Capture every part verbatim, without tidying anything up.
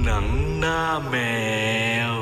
หนังหน้าแมว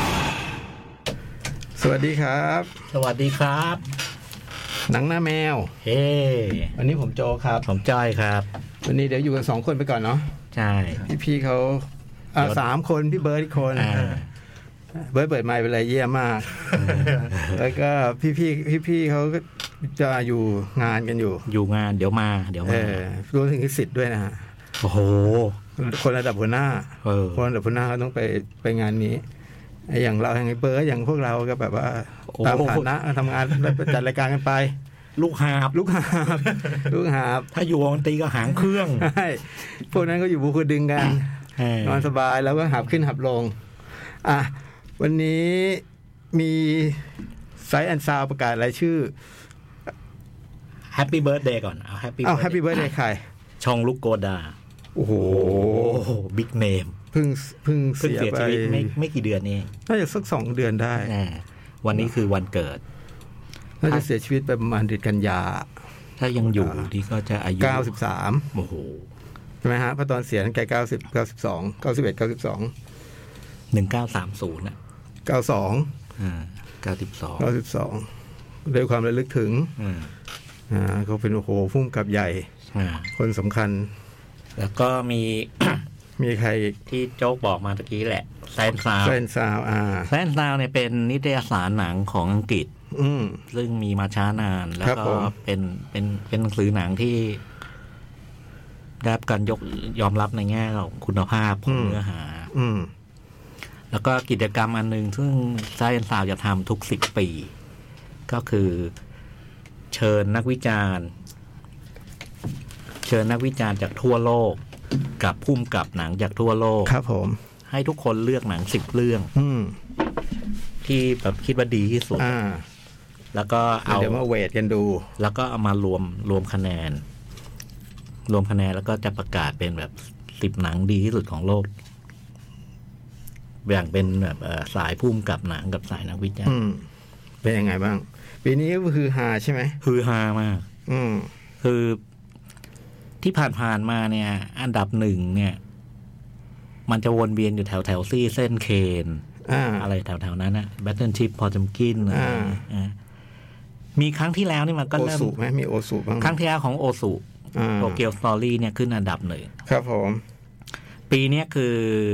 สวัสดีครับสวัสดีครับหนังหน้าแมวเฮ้ hey. วันนี้ผมโจครับผมจ้อยครับวันนี้เดี๋ยวอยู่กันสองคนไปก่อนเนาะใช่พี่ๆเขาอ่าสามคนพี่เบิร์ดอีกคนเบิร์ดเปิดไมค์เป็นอะไรเยี่ยมมากแล้วก็พี่ๆพี่ๆเขาก็จะอยู่งานกันอยู่อยู่งานเดี๋ยวมาเดี๋ยวมารวมถึงสิทธิ์ด้วยนะฮะโอ้โหคนระดับหัวหน้าคนระดับหัวหน้าเขาต้องไปไปงานนี้อย่างเราอย่างไอ้เบิร์ดอย่างพวกเราก็แบบว่าตามฐานะทำงานจัดรายการกันไปลูกหาบลูกหาบลูกหาบถ้าอยู่วงตีก็หางเครื่องใช่พวกนั้นก็อยู่บูคือดึงกันนอนสบายแล้วก็หับขึ้นหับลงอ่ะวันนี้มีไซส์แอนด์ซาวประกาศรายชื่อแฮปปี้เบิร์ธเดย์ก่อนเอาแฮปปี้เอาแฮปปี้เบิร์ธเดย์ใครชองลูกโกดาโอ้โหบิ๊กเนมเพิ่งเพิ่งเสียไปไม่ไม่กี่เดือนนี่น่าจะสักสองเดือนได้วันนี้คือวันเกิดน่าจะเสียชีวิตไปประมาณเดือนกันยาถ้ายังอยู่ที่ก็จะอายุเก้าสิบสามโอ้โหใช่ไหมฮะเพราะตอนเสียแกเก้าสิบ เก้าสิบสอง เก้าสิบเอ็ด เก้าสิบสองหนึ่งเก้าสามศูนย์น่ะเก้าสองอ่าเก้าสิบสองเก้าสิบสองด้วยความระลึกถึงอ่าอ่าเขาเป็นโอ้โหผู้กำกับใหญ่คนสำคัญแล้วก็มีมีใครที่โจ๊กบอกมาตะกี้แหละแซนซาวแซนซาวอ่าแซนซาวเนี่ยเป็นนิตยสารหนังของอังกฤษอืมซึ่งมีมาช้านานแล้วก็เป็นเป็นเป็นหนังสือหนังที่ได้รับการยกยอมรับในแง่ของคุณภาพของเนื้อหาอืมแล้วก็กิจกรรมอันนึงซึ่งแซนซาวจะทำทุกสิบปีก็คือเชิญนักวิจารณ์เชิญนักวิจารณ์จากทั่วโลกกับพุ่มกับหนังจากทั่วโลกครับผมให้ทุกคนเลือกหนังสิบเรื่องที่แบบคิดว่าดีที่สุดแล้วก็เอาเดี๋ยวมาเวทกันดูแล้วก็เอามารวมรวมคะแนนรวมคะแนนแล้วก็จะประกาศเป็นแบบสิบหนังดีที่สุดของโลกแบ่งเป็นแบบสายพุ่มกับหนังกับสายนักวิจารณ์เป็นยังไงบ้างปีนี้ก็คือฮาใช่ไหมฮือฮามากอืมคือที่ผ่านๆมาเนี่ยอันดับหนึ่งเนี่ยมันจะวนเวียนอยู่แถวแถวซี่เส้นเคนอะไรแถวๆนั้นนะแบทเทิลชิพพอจำกินอะไรมีครั้งที่แล้วนี่มันก็เริ่มโอสุไหมมีโอสุบ้างครั้งที่แล้วของโอสุโตเกียวสตอรี่เนี่ยขึ้นอันดับหนึ่งครับผมปีนี้คือ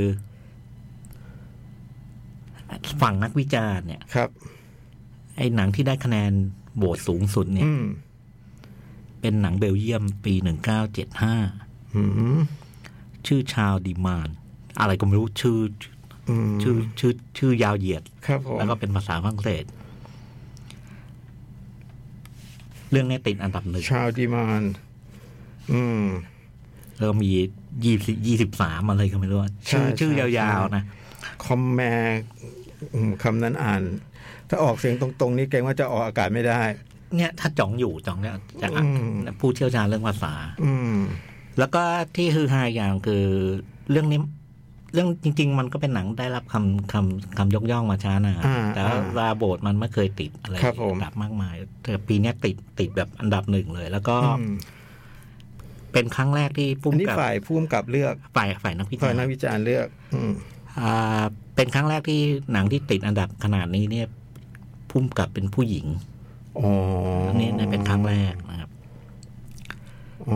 ฝั่งนักวิจารณ์เนี่ยครับไอ้หนังที่ได้คะแนนโหวตสูงสุดเนี่ยเป็นหนังเบลเยียมปีหนึ่งเก้าเจ็ดห้าชื่อชาวดีมานอะไรก็ไม่รู้ชื่อชื่อชื่อชื่อยาวเหยียดแล้วก็เป็นภาษาฝรั่งเศสเรื่องนี้ติดอันดับหนึ่งชาวดีมานอืมแล้วมียี่สิบยี่สิบสามอะไรก็ไม่รู้ชื่อชื่อยาวๆนะคอมแมคำนั้นอ่านถ้าออกเสียงตรงๆนี้เกรงว่าจะออกอากาศไม่ได้เนี่ยถ้าจ่องอยู่จ่องเนี่ยจะผู้เชี่ยวชาญเรื่องภาษาแล้วก็ที่ฮือฮาอย่างคือเรื่องนี้เรื่องจริงๆมันก็เป็นหนังได้รับคำคำคำยกย่องมาช้านะแต่ว่าโบทมันไม่เคยติดอะไรแบบมากมายแต่ปีนี้ติดติดแบบอันดับหนึ่งเลยแล้วก็เป็นครั้งแรกที่ผู้กำกับฝ่ายผู้กำกับเลือกฝ่ายฝ่ายนักวิจารณ์ฝ่ายนักวิจารณ์เลือกอ่าเป็นครั้งแรกที่หนังที่ติดอันดับขนาดนี้เนี่ยผู้กำกับเป็นผู้หญิงอ๋ออันนี้เป็นครั้งแรกนะครับอ๋อ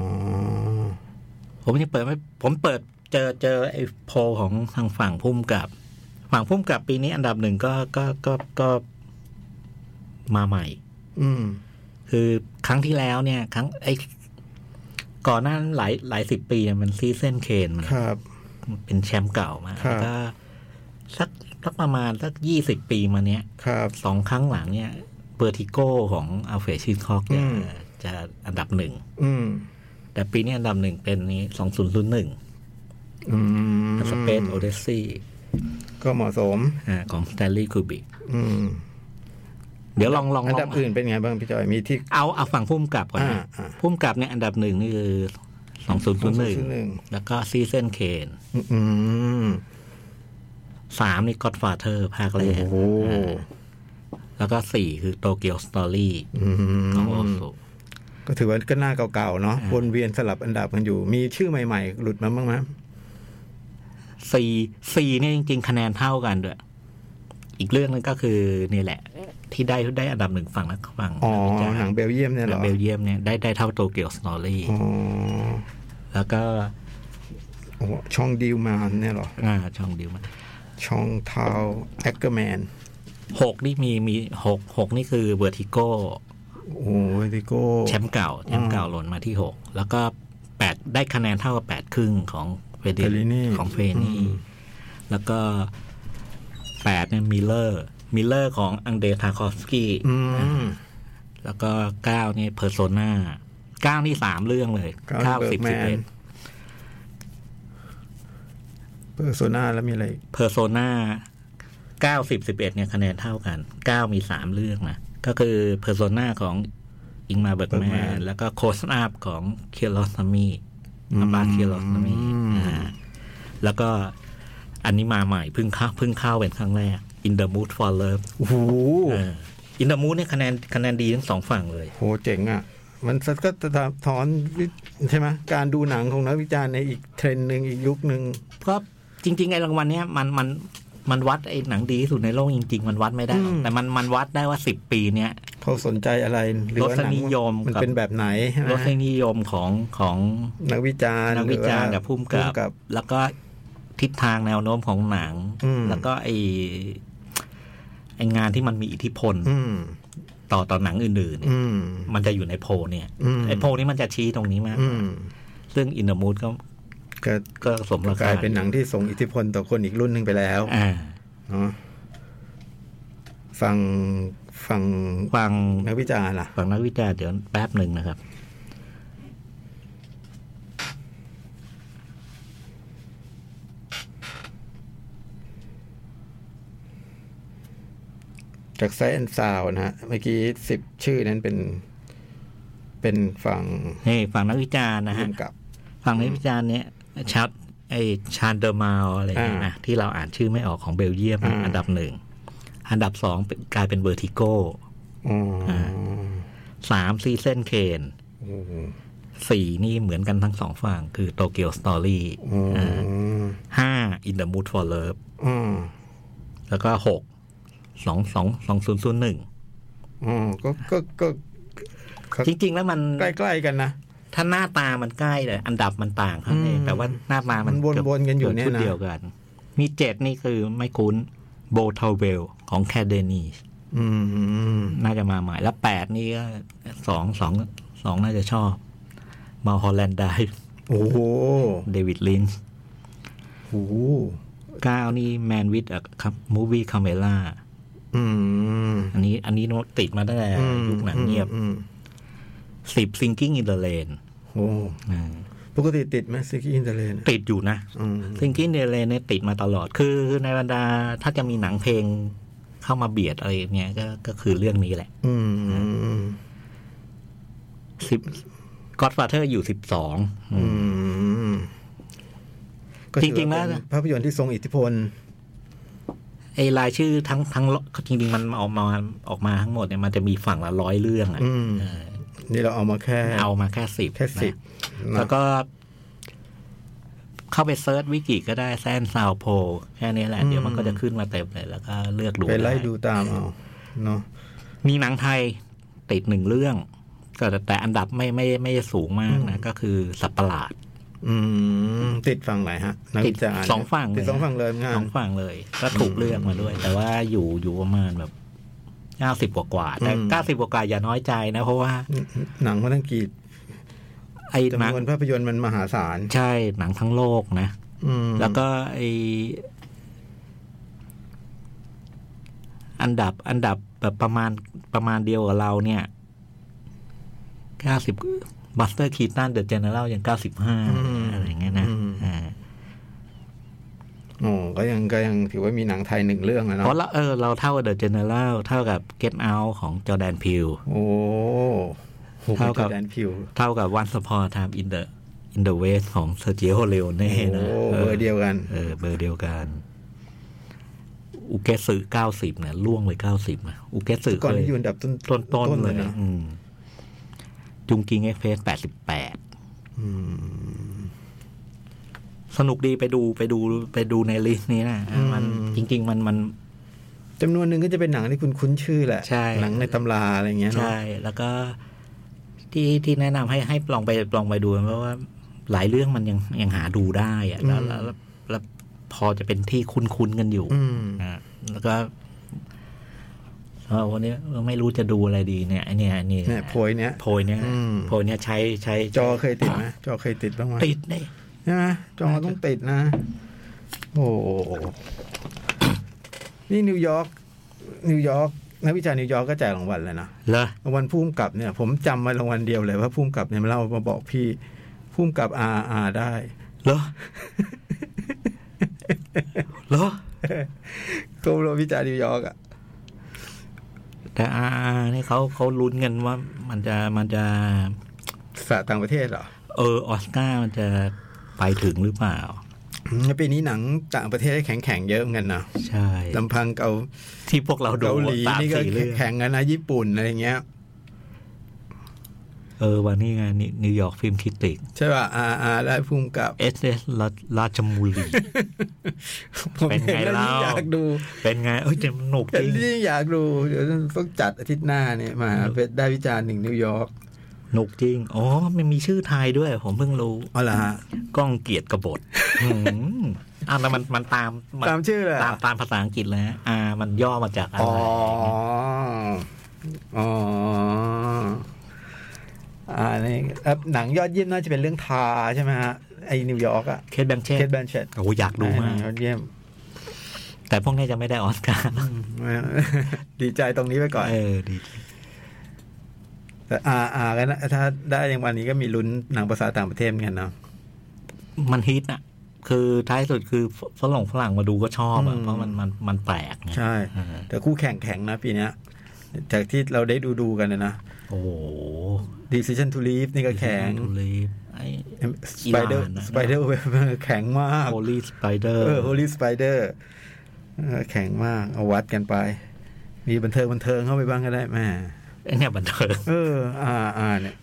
ผมยังเปิดไม่ผมเปิดเจอเจอไอ้โพลของทางฝั่งพุ่มกับฝั่งพุ่มกับปีนี้อันดับหนึ่งก็ก็ก็ก็มาใหม่อืมคือครั้งที่แล้วเนี่ยครั้งไอ้ก่อนหน้าหลายหลายสิบปีมันซีเซนเคนมันครับเป็นแชมป์เก่ามาแล้วก็สักสักประมาณสักยี่สิบปีมาเนี้ยครับสองครั้งหลังเนี่ยเบอร์ติโก้ของอัลเฟรดฮิตช็อกจะจะอันดับหนึ่งแต่ปีนี้อันดับหนึ่งเป็นนี้สองศูนย์ศูนย์หนึ่งสเปซโอเดสซี่ก็เหมาะสมอ่าของสแตนลีย์คูบิกเดี๋ยวลองลองอันดับอื่นเป็นไงบ้างพี่จอยมีที่เอาเอาฝั่งพุ่มกับก่อนนะพุ่มกับเนี่ยอันดับหนึ่งนี่คือสองศูนย์ศูนย์หนึ่งแล้วก็ซีเซนเคนสามนี่ก็อดฟาเธอร์ภาคแรกแล้วก็สี่คือโตเกียวสตอรี่ของโอโซก็ถือว่าก็หน้าเก่าๆเนาะวนเวียนสลับอันดับกันอยู่มีชื่อใหม่ๆหลุดมาบ้างไหมซีซีเนี่ยจริงๆคะแนนเท่ากันด้วยอีกเรื่องนึงก็คือนี่แหละที่ได้ได้อันดับหนึ่งฝั่งแล้วฝั่งอ๋อหนังเบลเยียมเนี่ยเหรอเบลเยียมเนี่ยได้ได้เท่าโตเกียวสตอรี่แล้วก็โอ้ช่องดิวมานเนี่ยเหรออ่าช่องดิวมานช่องเทาแอคเกอร์แมนหกนี่มีมีหกหกนี่คือเวอร์ติโกโอ้เวอร์ติโกแชมป์เก่าแชมป์เก่าหล่นมาที่หกแล้วก็แปดได้คะแนนเท่ากับแปดครึ่งของเฟเดนี่ของเฟนี่แล้วก็แปดเนี่ยมิลเลอร์มิลเลอร์ของอังเดรทาคอฟสกี้แล้วก็เก้านี่เพอร์โซนาเก้านี่สามเรื่องเลยเก้าสิบสิบเอ็ดเพอร์โซนาแล้วมีอะไรเพอร์โซนาเก้าสิบสิบเอ็ดเนี่ยคะแนนเท่ากันเก้ามีสามเรื่องนะก็คือเพอร์โซนาของอิงมาเบิร์กแมนแล้วก็โคสอัพของเคียร์ลอสนามีอัมบาเคียร์ลอสนามีแล้วก็อันนี้มาใหม่เพิ่งเข้าเพิ่งเข้าเป็นครั้งแรก In the Mood for Love โอ้โห In the Mood เนี่ยคะแนนคะแนนดีทั้งสองฝั่งเลยโหเจ๋งอ่ะมันก็จะถอนใช่ไหมการดูหนังของนักวิจารณ์ในอีกเทรนด์หนึ่งอีกยุคหนึ่งเพราะจริงๆไอ้รางวัลเนี้ยมันมันมันวัดไอ้หนังดีที่สุดในโลกจริงๆมันวัดไม่ได้แต่มันมันวัดได้ว่าสิบปีเนี้ยเขาสนใจอะไรหรือว่าหนังมันเป็นแบบไหนรสนิยมของของนักวิจารณ์นักวิจารณ์กับผู้กำกับแล้วก็ทิศทางแนวโน้มของหนังแล้วก็ไอ้ไอ้งานที่มันมีอิทธิพลต่อต่อหนังอื่นๆมันจะอยู่ในโพลเนี่ยไอ้โพลนี้มันจะชี้ตรงนี้มากซึ่งอินเดอะมูดก็ก็สมราคากลายเป็นหนังที่ส่งอิทธิพลต่อคนอีกรุ่นหนึ่งไปแล้วเนาะฟังฟังฟังนักวิจารณ์ล่ะฟังนักวิจารณ์เดี๋ยวแป๊บหนึ่งนะครับจากไซแอนซาวนะฮะเมื่อกี้สิบชื่อนั้นเป็นเป็นฝั่งนี่ฝั่งนักวิจารณ์นะฮะฝั่งนักวิจารณ์เนี้ยชัดไอชาร์เดอร์มาลอะไรนะที่เราอ่านชื่อไม่ออกของเบลเยียมอันดับหนึ่งอันดับสองกลายเป็นเวอร์ติโกสามซีเซนเคนสี่นี่เหมือนกันทั้งสองฝั่งคือโตเกียวสตอรี่ห้าอินเดอะมูดฟอร์เลิฟแล้วก็หกสองสองสองศูนย์ศูนย์หนึ่งอ๋อก็ก็ก็จริงๆแล้วมันใกล้ๆกันนะถ้าหน้าตามันใกล้เลยอันดับมันต่างครับเองแต่ว่าหน้าตามันวนๆกันอยู่เนี่ยนะเดียวกันมีเจ็ดนี่คือไม่คุ้นโบทาเวลของแคเดนีน่าจะมาใหม่แล้วแปดนี่ก็สองสองสองน่าจะชอบมาฮอลแลนด์ได้โอ้โหเดวิดลินช์โอ้เก้านี่แมนวิดอะครับมูฟวี่คาเมล่าอันนี้อันนี้ติดมาตั้งแต่ยุคหนังเงียบสิบ Thinking in the Rain โอ้ปกติติดไหม Thinking in the Rain ติดอยู่นะ Thinking in the Rain เนี่ยติดมาตลอดคือในบรรดาถ้าจะมีหนังเพลงเข้ามาเบียดอะไรเงี้ยก็ก็คือเรื่องนี้แหละสิบ Godfather อยู่สิบสองจริงๆแล้วภาพยนตร์ที่ทรงอิทธิพลไอ้รายชื่อทั้งทั้งจริงๆมันออกมาออกมาทั้งหมดเนี่ยมันจะมีฝั่งละร้อยเรื่องอ่ะนี่เราเอามาแค่เอามาแค่สิบแค่สิบแล้วก็เข้าไปเซิร์ชวิกิก็ได้แซนซาวโพแค่นี้แหละเดี๋ยวมันก็จะขึ้นมาเต็มเลยแล้วก็เลือกดูไปไล่ดูตามเอาเนาะมีหนังไทยติดหนึ่งเรื่องก็แต่อันดับไม่ไม่ไม่สูงมากนะก็คือสัตว์ประหลาดอืมติดฝั่งไหนฮะติดสองฝั่งติดสองฝั่งเลยงานสองฝั่งเลยก็ถูกเลือกมาด้วยแต่ว่าอยู่อยู่ประมาณแบบเก้าสิบกว่าๆแต่เก้าสิบกว่าๆอย่าน้อยใจนะเพราะว่าหนังมันทั้งกีดไอ้จำนวนภาพยนตร์มันมหาศาลใช่หนังทั้งโลกนะแล้วก็ไออันดับอันดับแบบประมาณประมาณเดียวกับเราเนี่ยเก้าสิบบัสเตอร์คีตันเดอะเจเนอเรลยังเก้าสิบห้าอะไรอย่างเงี้ยนะอ่าโอ้ก็ยังก็ยังถือว่ามีหนังไทยหนึ่งเรื่องนะเนาะเพราะเราเออเราเท่ากับเดอะเจเนอเรลเท่ากับ Get Out ของจอร์แดนพิวโอ้เท่ากับเท่ากับ Once Upon a Time in the in the West ของเซอร์จิโอ เลโอเน่นะเบอร์เดียวกันเออเบอร์เดียวกันอุเกสึเก้าสิบเนี่ยล่วงไปเก้าสิบนะอุเกสึก่อนที่อยู่อันดับต้นต้นเลยนะจุงกิงเอ็กเพรสแปดสิบแปดสนุกดีไปดูไปดูไปดูในลิสต์นี้นะมันจริงๆมันมันจำนวนหนึ่งก็จะเป็นหนังที่คุณคุ้นชื่อแหละหนังในตำราอะไรเงี้ยเนาะใช่แล้วก็ที่ที่แนะนำให้ให้ลองไปลองไปดูเพราะว่าหลายเรื่องมันยังยังหาดูได้อะแล้วแล้วแล้วพอจะเป็นที่คุ้นๆกันอยู่นะแล้วก็วันนี้ไม่รู้จะดูอะไรดีเนี่ยไอเนี่ยนี่โพยเนี้ยโพยเนี้ยโพยเนี้ยใช้ใช้จอเคยติดไหมจอเคยติดบ้างไหมติดได้ใช่ไหมจอต้องติดนะโอ้นี่นิวยอร์กนิวยอร์กนักวิจารณ์นิวยอร์กก็แจกรางวัลเลยนะเหรอรางวัลผู้กำกับเนี่ยผมจำมารางวัลเดียวเลยว่าผู้กำกับเนี่ยมาเล่ามาบอกพี่ผู้กำกับอาอาได้เหรอเหรอก็เราวิจารณ์นิวยอร์กอะแต่อานี่เขาเขาลุ้นกันว่ามันจะมันจะสาต่างประเทศเหรอเออออสการ์มันจะไปถึงหรือเปล่าปีนี้หนังต่างประเทศแข็งๆเยอะเหมือนกันนะใช่ลำพังเกาที่พวกเราดูเกาหลีนี่ก็แข่งกันนะญี่ปุ่นอะไรเงี้ยเออวันนี้ไงนิวยอร์กฟิล์มคริติกใช่ป่ะอาอาได้พุ่มกับเอสเอสราชบุรีเป็นไงเล่าอยากดูเป็นไงเอ้ยจะหนุกจริงนี่อยากดูเดี๋ยวต้องจัดอาทิตย์หน้าเนี่ยมาเป็นได้วิจารณ์หนึ่งนิวยอร์กหนุกจริงอ๋อมันมีชื่อไทยด้วยผมเพิ่งรู้อ๋อเหรอฮะก้องเกียรติกบฏอ่าแล้วมันมันตามตามชื่อเลยตามตามภาษาอังกฤษเลยอ่ามันย่อมาจากอะไรอ๋ออ๋ออ่านี่หนังยอดเยี่ยมน่าจะเป็นเรื่องทาใช่ไหมฮะไอ้นิวยอร์กอะเคทแบนเชตเคทแบนเชตโอ้อยากดูมากยอดเยี่ยมแต่พวกนี้จะไม่ได้ออสการ์ดีใจตรงนี้ไปก่อนเออดีแต่อ่าอ่ากันนะถ้าได้อย่างวันนี้ก็มีลุ้นหนังภาษาต่างประเทศเหมือนกันเนาะมันฮิตอ่ะคือท้ายสุดคือฝรั่งฝรั่งมาดูก็ชอบอ่ะเพราะมันมันมันแปลกใช่แต่คู่แข่งแข่งนะปีนี้จากที่เราได้ดูดูกันนะโอ้โห Decision to Leave นี่ก็แข็ง to Leave ไอ้ Spider Spider Web แข็งมาก Holy Spider เออ Holy Spider แข็งมากเอาวัดกันไปมีบันเทิงบันเทิงเข้าไปบ้างก็ได้แม่เนี่ยบันเทิงเอออ่าอ่าเนี่ย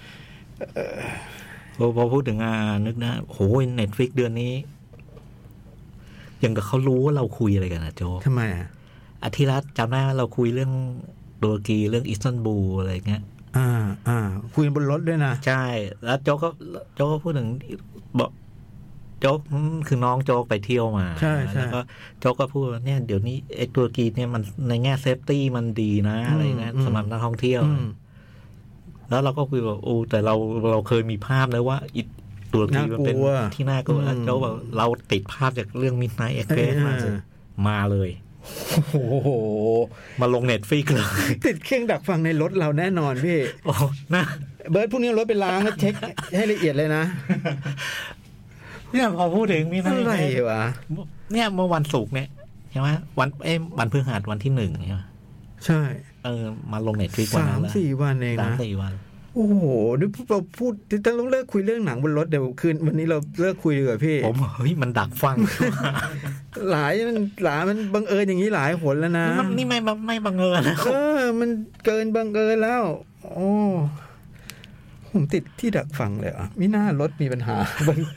พอพอพูดถึงอ่านึกนะโหเน็ตฟลิกเดือนนี้ยังกับเขารู้ว่าเราคุยอะไรกันนะโจทำไมอ่ะอาทิตย์ละจำได้ว่าเราคุยเรื่องตุรกีเรื่องอิสตันบูลอะไรเงี้ยอ่าอ่าคุยบนรถด้วยนะใช่แล้วโจก็โจก็พูดถึงบอกโจ๊กคือน้องโจ๊กไปเที่ยวมาใช่ใช่แล้วก็โจ๊กก็พูดเนี่ยเดี๋ยวนี้ไอ้ตุรกีเนี่ยมันในแง่เซฟตี้มันดีนะอะไรนะสำหรับนักท่องเที่ยวแล้วเราก็คุยว่าโอ้แต่เราเราเคยมีภาพเลยว่าตุรกีมันเป็นที่น่ากลัวแล้วโจ๊กบอกเราติดภาพจากเรื่อง Midnight Express มามาเลยโอ้โหมาลงเน็ตฟลิกเลยติดเครื่องดักฟังในรถเราแน่นอนพี่โอ้นะเบิร์ดพวกนี้รถไปล้างแล้วเช็คให้ละเอียดเลยนะเนี่ยพอพูดถึงมีอะไรวะเนี่ยเมื่อวันศุกร์เนี่ยใช่ไหมวันเอ้วันพฤหัสวันที่หนึ่งใช่ไหมใช่เออมาลงเน็ตฟลิกวันนั้นสามสี่วันเองนะสามสี่วันโอ้โหนี่เราพูดต้องเลิกคุยเรื่องหนังบนรถเดี๋ยวคืนวันนี้เราเลิกคุยดีกว่าพี่ผมเฮ้ยมันดักฟังหลายมันหลายมันบังเอิญอย่างนี้หลายหนแล้วนะนี่ไม่ไม่บังเอิญแล้วเออมันเกินบังเอิญแล้วโอ้ผมติดที่ดักฟังเลยอ่ะมิน่ารถมีปัญหา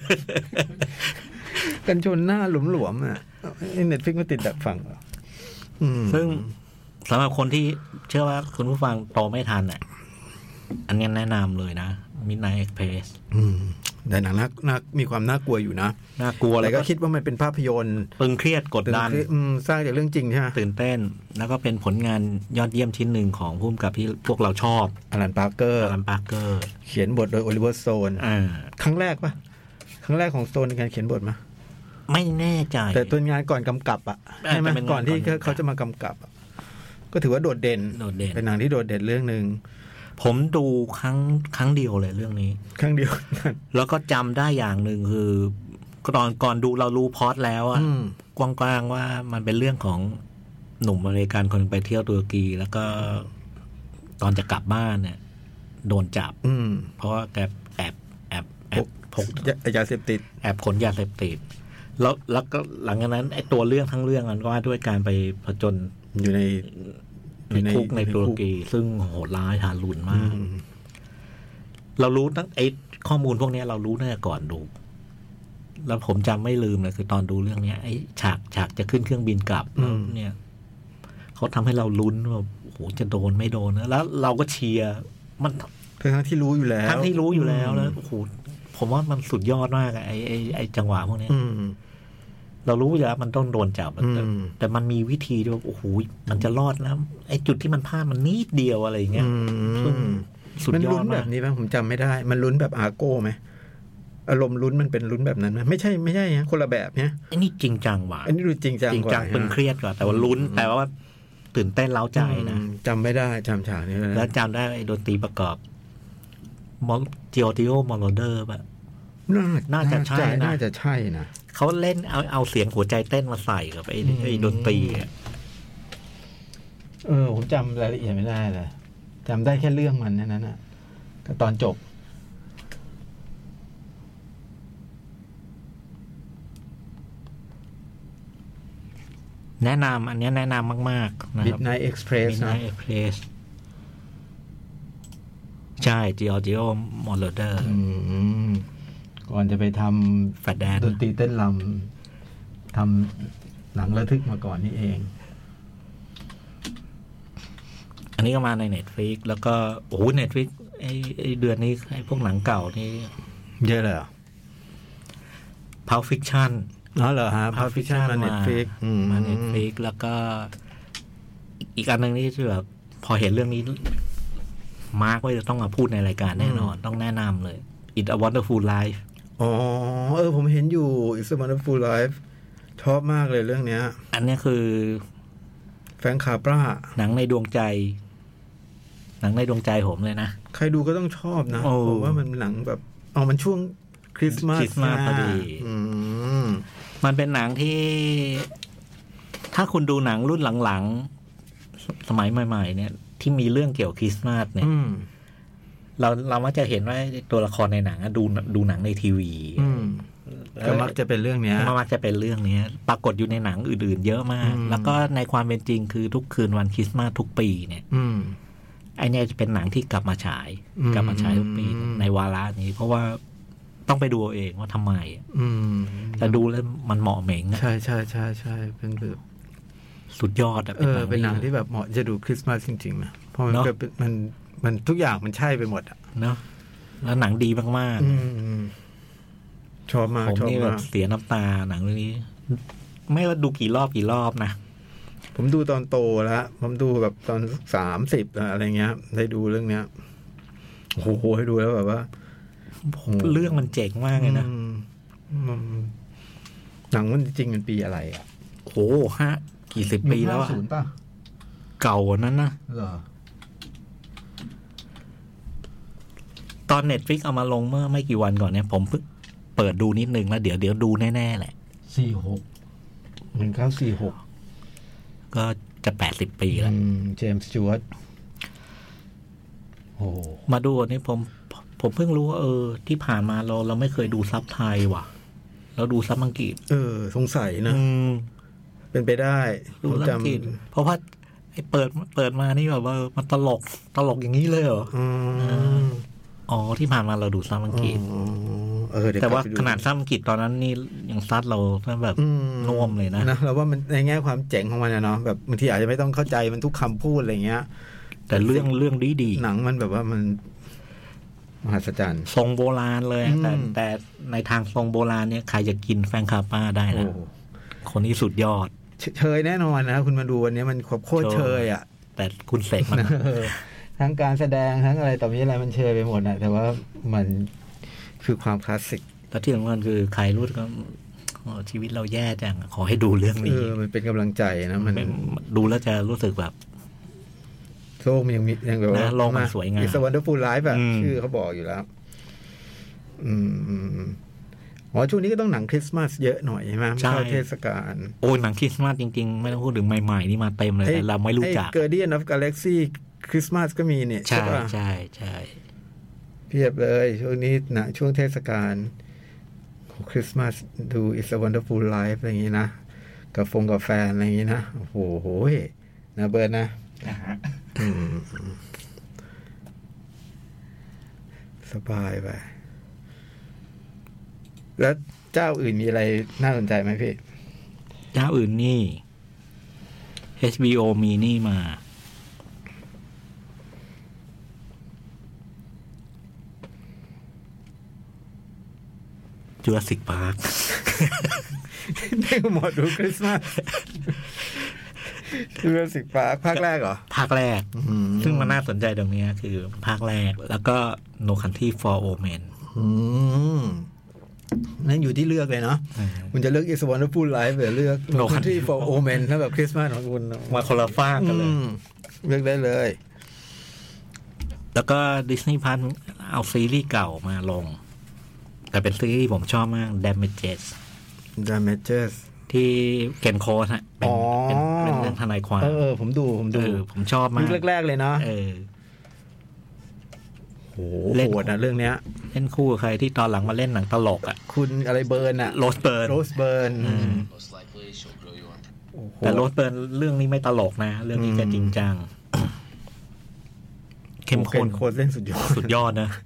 กันชนหน้าหลวมๆอ่ะเน็ตฟลิกซ์มาติดดักฟังซึ่งสำหรับคนที่เชื่อว่าคุณผู้ฟังโตไม่ทันอ่ะอันนี้แนะนำเลยนะ Midnight Express แต่หนังน่ามีความน่ากลัวอยู่นะน่ากลัวอะไรก็คิดว่ามันเป็นภาพยนตร์ตึงเครียดกดดันสร้างจากเรื่องจริงใช่ไหมตื่นเต้นแล้วก็เป็นผลงานยอดเยี่ยมชิ้นหนึ่งของผู้กำกับที่พวกเราชอบอลันปาร์เกอร์อลันปาร์เกอร์เขียนบทโดยโอลิเวอร์สโตนครั้งแรกปะครั้งแรกของสโตนในการเขียนบทมั้ยไม่แน่ใจแต่ตัวงานก่อนกำกับอ่ะใช่ไหมก่อนที่เขาจะมากำกับก็ถือว่าโดดเด่นเป็นหนังที่โดดเด่นเรื่องนึงผมดูครั้งครั้งเดียวเลยเรื่องนี้ครั้งเดียวแล้วก็จำได้อย่างหนึ่งคือก่อนก่อนดูเรารู้พล็อตแล้วอะกว้างๆว่ามันเป็นเรื่องของหนุ่มอเมริกันคนไปเที่ยวตุรกีแล้วก็ตอนจะกลับบ้านเนี่ยโดนจับเพราะว่าแกแอบแอบแอบพกยาเสพติดแอบขนยาเสพติดแล้วแล้วก็หลังจากนั้นไอ้ตัวเรื่องทั้งเรื่องมันก็ว่าด้วยการไปผจญอยู่ในในคุกในตุรกีซึ่งโหดร้ายทารุณมากเรารู้ตั้งไอ้ข้อมูลพวกนี้เรารู้ตั้งแต่ก่อนดูแล้วผมจำไม่ลืมเลยคือตอนดูเรื่องเนี้ยไอ้ฉากฉากจะขึ้นเครื่องบินกลับแล้วเนี่ยเขาทำให้เราลุ้นว่าโอ้โหจะโดนไม่โดนนะแล้วเราก็เชียร์มันทั้งที่รู้อยู่แล้วทั้งที่รู้อยู่แล้วแล้วโอ้โหผมว่ามันสุดยอดมากไอ้ไอ้ไอ้จังหวะพวกนี้เรารู้อยู่แล้วมันต้องโดนจับแต่แต่มันมีวิธีด้วยโอ้โหมันจะรอดแล้วไอ้จุดที่มันพลาดมันนิดเดียวอะไรอย่างเงี้ยสุดยอดมากมันลุ้นแบบนี้ป่ะผมจำไม่ได้มันลุ้นแบบอาโก้ไหมอารมณ์ลุ้นมันเป็นลุ้นแบบนั้นไหมไม่ใช่ไม่ใช่ฮะคนละแบบเนี่ยอันนี้จริงจังว่ะอันนี้ดูจริงจังจริงจังเป็นเครียดกว่าแต่ว่าลุ้นแต่ว่าตื่นเต้นเล้าใจนะจำไม่ได้จำฉากนี้แล้วจำได้ไอ้ดนตรีประกอบมอเจียวติโอมอลเดอร์แบบน่าจะใช่นะน่าจะใช่นะเขาเล่นเอาเอาเสียงหัวใจเต้นมาใส่กับไอ้ไอ้ดนตรีเออผมจำรายละเอียดไม่ได้เลยจำได้แค่เรื่องมันนั้นน่ะก็ตอนจบแนะนำอันนี้แนะนำมากๆนะครับ Midnight Express Midnight Express ใช่ Giorgio Moroder ก่อนจะไปทำแฟดแดนดนตรีเต้นรำทำหนังระทึกมาก่อนนี่เองอันนี้ก็มาใน Netflix แล้วก็โอ้โห Netflix ไอ้ไอ้เดือนนี้ไอ้พวกหนังเก่านี่เยอะเลยเหรอ Pulp Fiction อ๋อเหรอฮะ Pulp Fiction มา Netflix มา Netflix แล้วก็อีกอันนึงที่แบบพอเห็นเรื่องนี้มาร์กไว้จะต้องมาพูดในรายการแน่นอนต้องแนะนำเลย It's a Wonderful Life อ๋อเออผมเห็นอยู่ It's a Wonderful Life ชอบมากเลยเรื่องเนี้ยอันนี้คือแฟรงค์คาปราหนังในดวงใจหนังในดวงใจผมเลยนะใครดูก็ต้องชอบนะผมว่ามันหนังแบบเอามันช่วงคริสต์มาสคริสต์มาสพอดีมันเป็นหนังที่ถ้าคุณดูหนังรุ่นหลังๆสมัยใหม่ๆเนี่ยที่มีเรื่องเกี่ยวคริสต์มาสเนี่ยเราเรามักจะเห็นว่าตัวละครในหนังดูดูหนังในทีวีก็มักจะเป็นเรื่องนี้มักจะเป็นเรื่องนี้ปรากฏอยู่ในหนังอื่นๆเยอะมากแล้วก็ในความเป็นจริงคือทุกคืนวันคริสต์มาสทุกปีเนี่ยไอเนี่ยจะเป็นหนังที่กลับมาฉายกลับมาฉายทุกปีในวาระนี้เพราะว่าต้องไปดูเองว่าทำไมแต่ดูแล้วมันเหมาะเหม่งใช่ใช่ใช่ใช่เป็นแบบสุดยอดอะเออเป็นหนังที่แบบเหมาะจะดูคริสต์มาสจริงๆนะเพราะมันมันมันทุกอย่างมันใช่ไปหมดอะเนาะแล้วหนังดีมากๆชอบมากผมนี่แบบเสียน้ำตาหนังเรื่องนี้ไม่ว่าดูกี่รอบกี่รอบนะผมดูตอนโตแล้วผมดูแบบตอนสามสิบอะไรเงี้ยได้ดูเรื่องเนี้ยโอ้โหให้ดูแล้วแบบว่าเรื่องมันเจ๋งมากเลยนะหนังมันจริงมันปีอะไรอ่ะโหฮะกี่สิบปีแล้วอะเก่านั้นนะเหรอตอน Netflix เอามาลงเมื่อไม่กี่วันก่อนเนี่ยผมเพิ่งเปิดดูนิดนึงแล้วเดี๋ยวเดี๋ยวดูแน่ๆแหละสี่หกหนึ่งเก้าสี่หกก็จะแปดสิบปีแล้วเจมส์สจ๊วตโอ้มาดูนี่ผมผมเพิ่งรู้ว่าเออที่ผ่านมาเราเราไม่เคยดูซับไทยว่ะเราดูซับอังกฤษเออสงสัยนะเป็นไปได้ดูซับอังกฤษเพราะว่าไอ้เปิดเปิดมานี่แบบว่ามันตลกตลกอย่างนี้เลยเหรออ๋อที่ผ่านมาเราดูซับอังกฤษแต่ว่าขนาดซับอังกฤษตอนนั้นนี่ยังซัดเราแบบน่วมเลยนะนะเราว่ามันในแง่ความเจ๋งของมันเนาะแบบบางทีอาจจะไม่ต้องเข้าใจมันทุกคำพูดอะไรเงี้ยแต่เรื่องเรื่องดีดีหนังมันแบบว่ามันมหัศจรรย์ทรงโบราณเลยแต่แต่ในทางทรงโบราณเนี่ยใครจะกินแฟรงค์คาปราได้ล่ะคนนี้สุดยอดเชยแน่นอนนะคุณมาดูวันนี้มันโคตรเชยอ่ะแต่คุณเสกมันทั้งการแสดงทั้งอะไรต่อมีอะไรมันเชยไปหมดนะแต่ว่ามันคือความคลาสสิกแต่ที่สำคัญคือใครรู้ก็ชีวิตเราแย่จังขอให้ดูเรื่องนี้เออมันเป็นกำลังใจนะมันดูแล้วจะรู้สึกแบบโลกมันยังมียังแบบว่าโลกมันสวยงาม It's a Wonderful Life แบบชื่อเขาบอกอยู่แล้วอืมอ๋อช่วงนี้ก็ต้องหนังคริสต์มาสเยอะหน่อยใช่ไหมเข้าเทศกาลโอ้ยหนังคริสต์มาสจริงๆไม่ต้องพูดถึงใหม่ๆนี่มาเต็มเลยแต่เราไม่รู้จัก Guardian of Galaxy คริสต์มาสก็มีเนี่ยใช่ใช่ใช่เพียบเลยช่วงนี้นะช่วงเทศกาลคริสต์มาสดู It's a Wonderful Life อะไรอย่างนี้นะกับฟงกับแฟนอะไรอย่างนี้นะโอ้โหนะเบิร์ดนะสบายไปแล้วเจ้าอื่นมีอะไรน่าสนใจไหมพี่เจ้าอื่นนี่ เอช บี โอ มีนี่มาจูราสสิคพาร์คได้หมดดูคริสต์มาสจูราสสิคพาร์คภาคแรกเหรอภาคแรกซึ่งมันน่าสนใจตรงนี้คือภาคแรกแล้วก็ No Country for Old Men นั่นอยู่ที่เลือกเลยเนาะคุณจะเลือก It's a Wonderful Life หรือเลือก No Country for Old Men ถ้าแบบคริสต์มาสของคุณมาคนละฝากกันเลยเลือกได้เลยแล้วก็ Disney Plus เอาซีรีส์เก่ามาลงแต่เป็นซีรีส์ผมชอบมาก Damages Damages ที่เคนโคสฮะเป็นเป็นเป็นเรื่องทนายความเออผมดูผมดูผมชอบมากยุคแรกๆเลยเนาะเออโหโหดนะเรื่องเนี้ยเล่นคู่กับใครที่ตอนหลังมาเล่นหนังตลกอ่ะคุณอะไรเบิร์นอ่ะโรสเบิร์นโรสเบิร์นแต่โรสเบิร์นเรื่องนี้ไม่ตลกนะเรื่องนี้จะจริงจังเข้มข้นโคตรเล่นสุดยอดสุดยอดนะ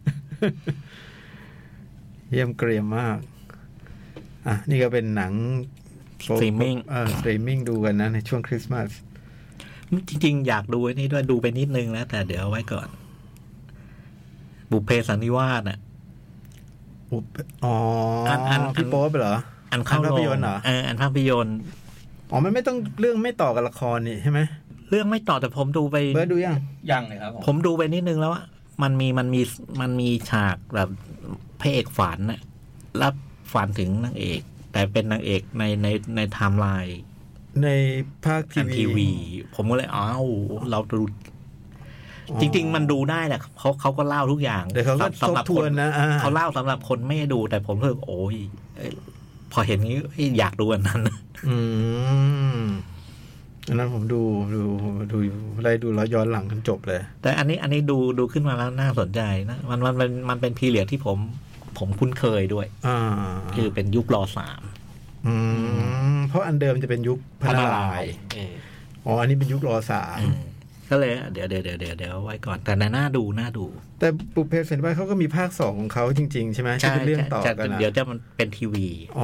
เยี่ยมเกรียมมากอ่ะนี่ก็เป็นหนังสตรีมมิ่งเออสตรีมมิ่งดูกันนะในช่วงคริสต์มาสจริงๆอยากดูนี่ด้วยดูไปนิดนึงแล้วแต่เดี๋ยวเอาไว้ก่อนบุพเพสันนิวาสอ่ะอ๋ออันอันพี่โป๊ปเหรออันเข้าภาพยนตร์เหรอเอออันภาพยนตร์อ๋อมันไม่ต้องเรื่องไม่ต่อกับละครนี่ใช่ไหมเรื่องไม่ต่อแต่ผมดูไปเบิร์ดดูยังยังเลยครับผมผมดูไปนิดนึงแล้วมันมีมันมีมันมีฉากแบบพระเอกฝันน่ะแล้วฝันถึงนางเอกแต่เป็นนางเอกในในในไทม์ไลน์ในภาคทีวีผมก็เลยอ้าวเราดูจริงๆมันดูได้แหละเขาเขาก็เล่าทุกอย่างสำหรับคนนะเขาเล่าสำหรับคนไม่ดูแต่ผมเพิ่งโอ้ยพอเห็นนี้อยากดูอันนั้นอืมอันนั้นผมดูดูดูอะไรดูแล้วย้อนหลังจนจบเลยแต่อันนี้อันนี้ดูดูขึ้นมาแล้วน่าสนใจนะมันมันมันมันเป็นพีเรียดที่ผมผมคุ้นเคยด้วยอ่าคือเป็นยุครอสามอืมเพราะอันเดิมจะเป็นยุคพระนารายณ์อ๋ออันนี้เป็นยุครอสามก็เลยเดี๋ยวเดี๋ยวเดี๋ยวเดี๋ยวเดี๋ยวไว้ก่อนแต่น่าดูน่าดูแต่บุพเพสันนิวาสเขาก็มีภาคสองของเขาจริงๆใช่ไหมใช่เป็นเรื่องต่อกันนะเดี๋ยวจะมันเป็นทีวีอ๋อ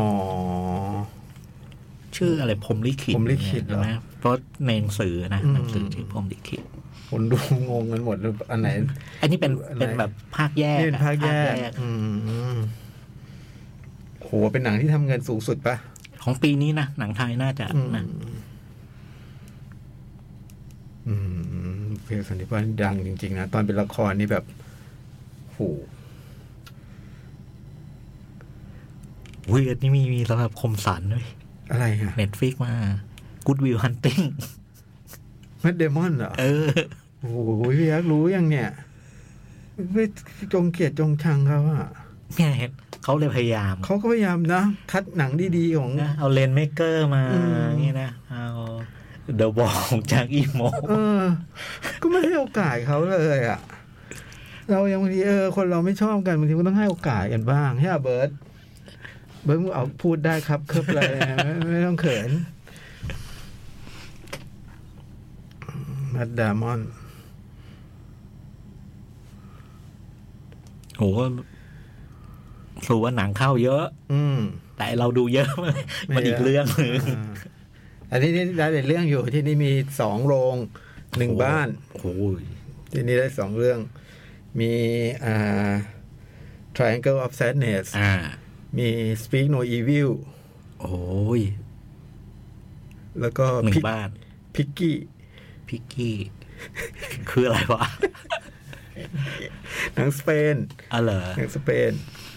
ชื่ออะไรพรหมลิขิตพรหมลิขิตใช่ไหมเพราะในหนังสือนะหนังสือชื่อพรหมลิขิตคนดูงงกันหมดอันไหนอันนี้เป็นเป็นแบบภาคแยกเป็นภาคแยกอืมโหเป็นหนังที่ทำเงินสูงสุดปะของปีนี้นะหนังไทยน่าจะนะอืมเพลงสันนิบาตดังจริงๆนะตอนเป็นละครนี่แบบโหเวียดนี่มีมีสำหรับคมสันด้วยอะไรฮะ Netflix มา Good Will Hunting แมทเดมอนเหรอเออโอ้โหพี่ยักษ์รู้ยังเนี่ยไม่จงเกลียดจงชังเขาอะเนี่ยเขาเลยพยายามเขาก็พยายามนะคัดหนังดีๆของนะเอาเลนเมเกอร์มาอย่างนี้นะเอาเดอะบอลของจากอีโมเออก็ไม่ให้โอกาสเขาเลยอ่ะเรายังบางทีเออคนเราไม่ชอบกันบางทีก็ต้องให้โอกาสกันบ้างใช่ป่ะเบิร์ดเบิร์ดเอาพูดได้ครับเคิบอะไรไม่ไม่ต้องเขินแมทดามอนโหสูว่าหนังเข้าเยอะอืมแต่เราดูเยอะมันอีกเรื่องนึงอันนี้นี่ได้เรื่องอยู่ที่นี่มีสองโรงหนึ่งบ้านโอ้ยที่นี่ได้สองเรื่องมีอ่า Triangle of Sadness อ่ามี Speak No Evil โอ้ยแล้วก็หนึ่งบ้านพิกกี้พิกกี้คืออะไรวะหนังสเปนอ๋อเหรอหนังสเปน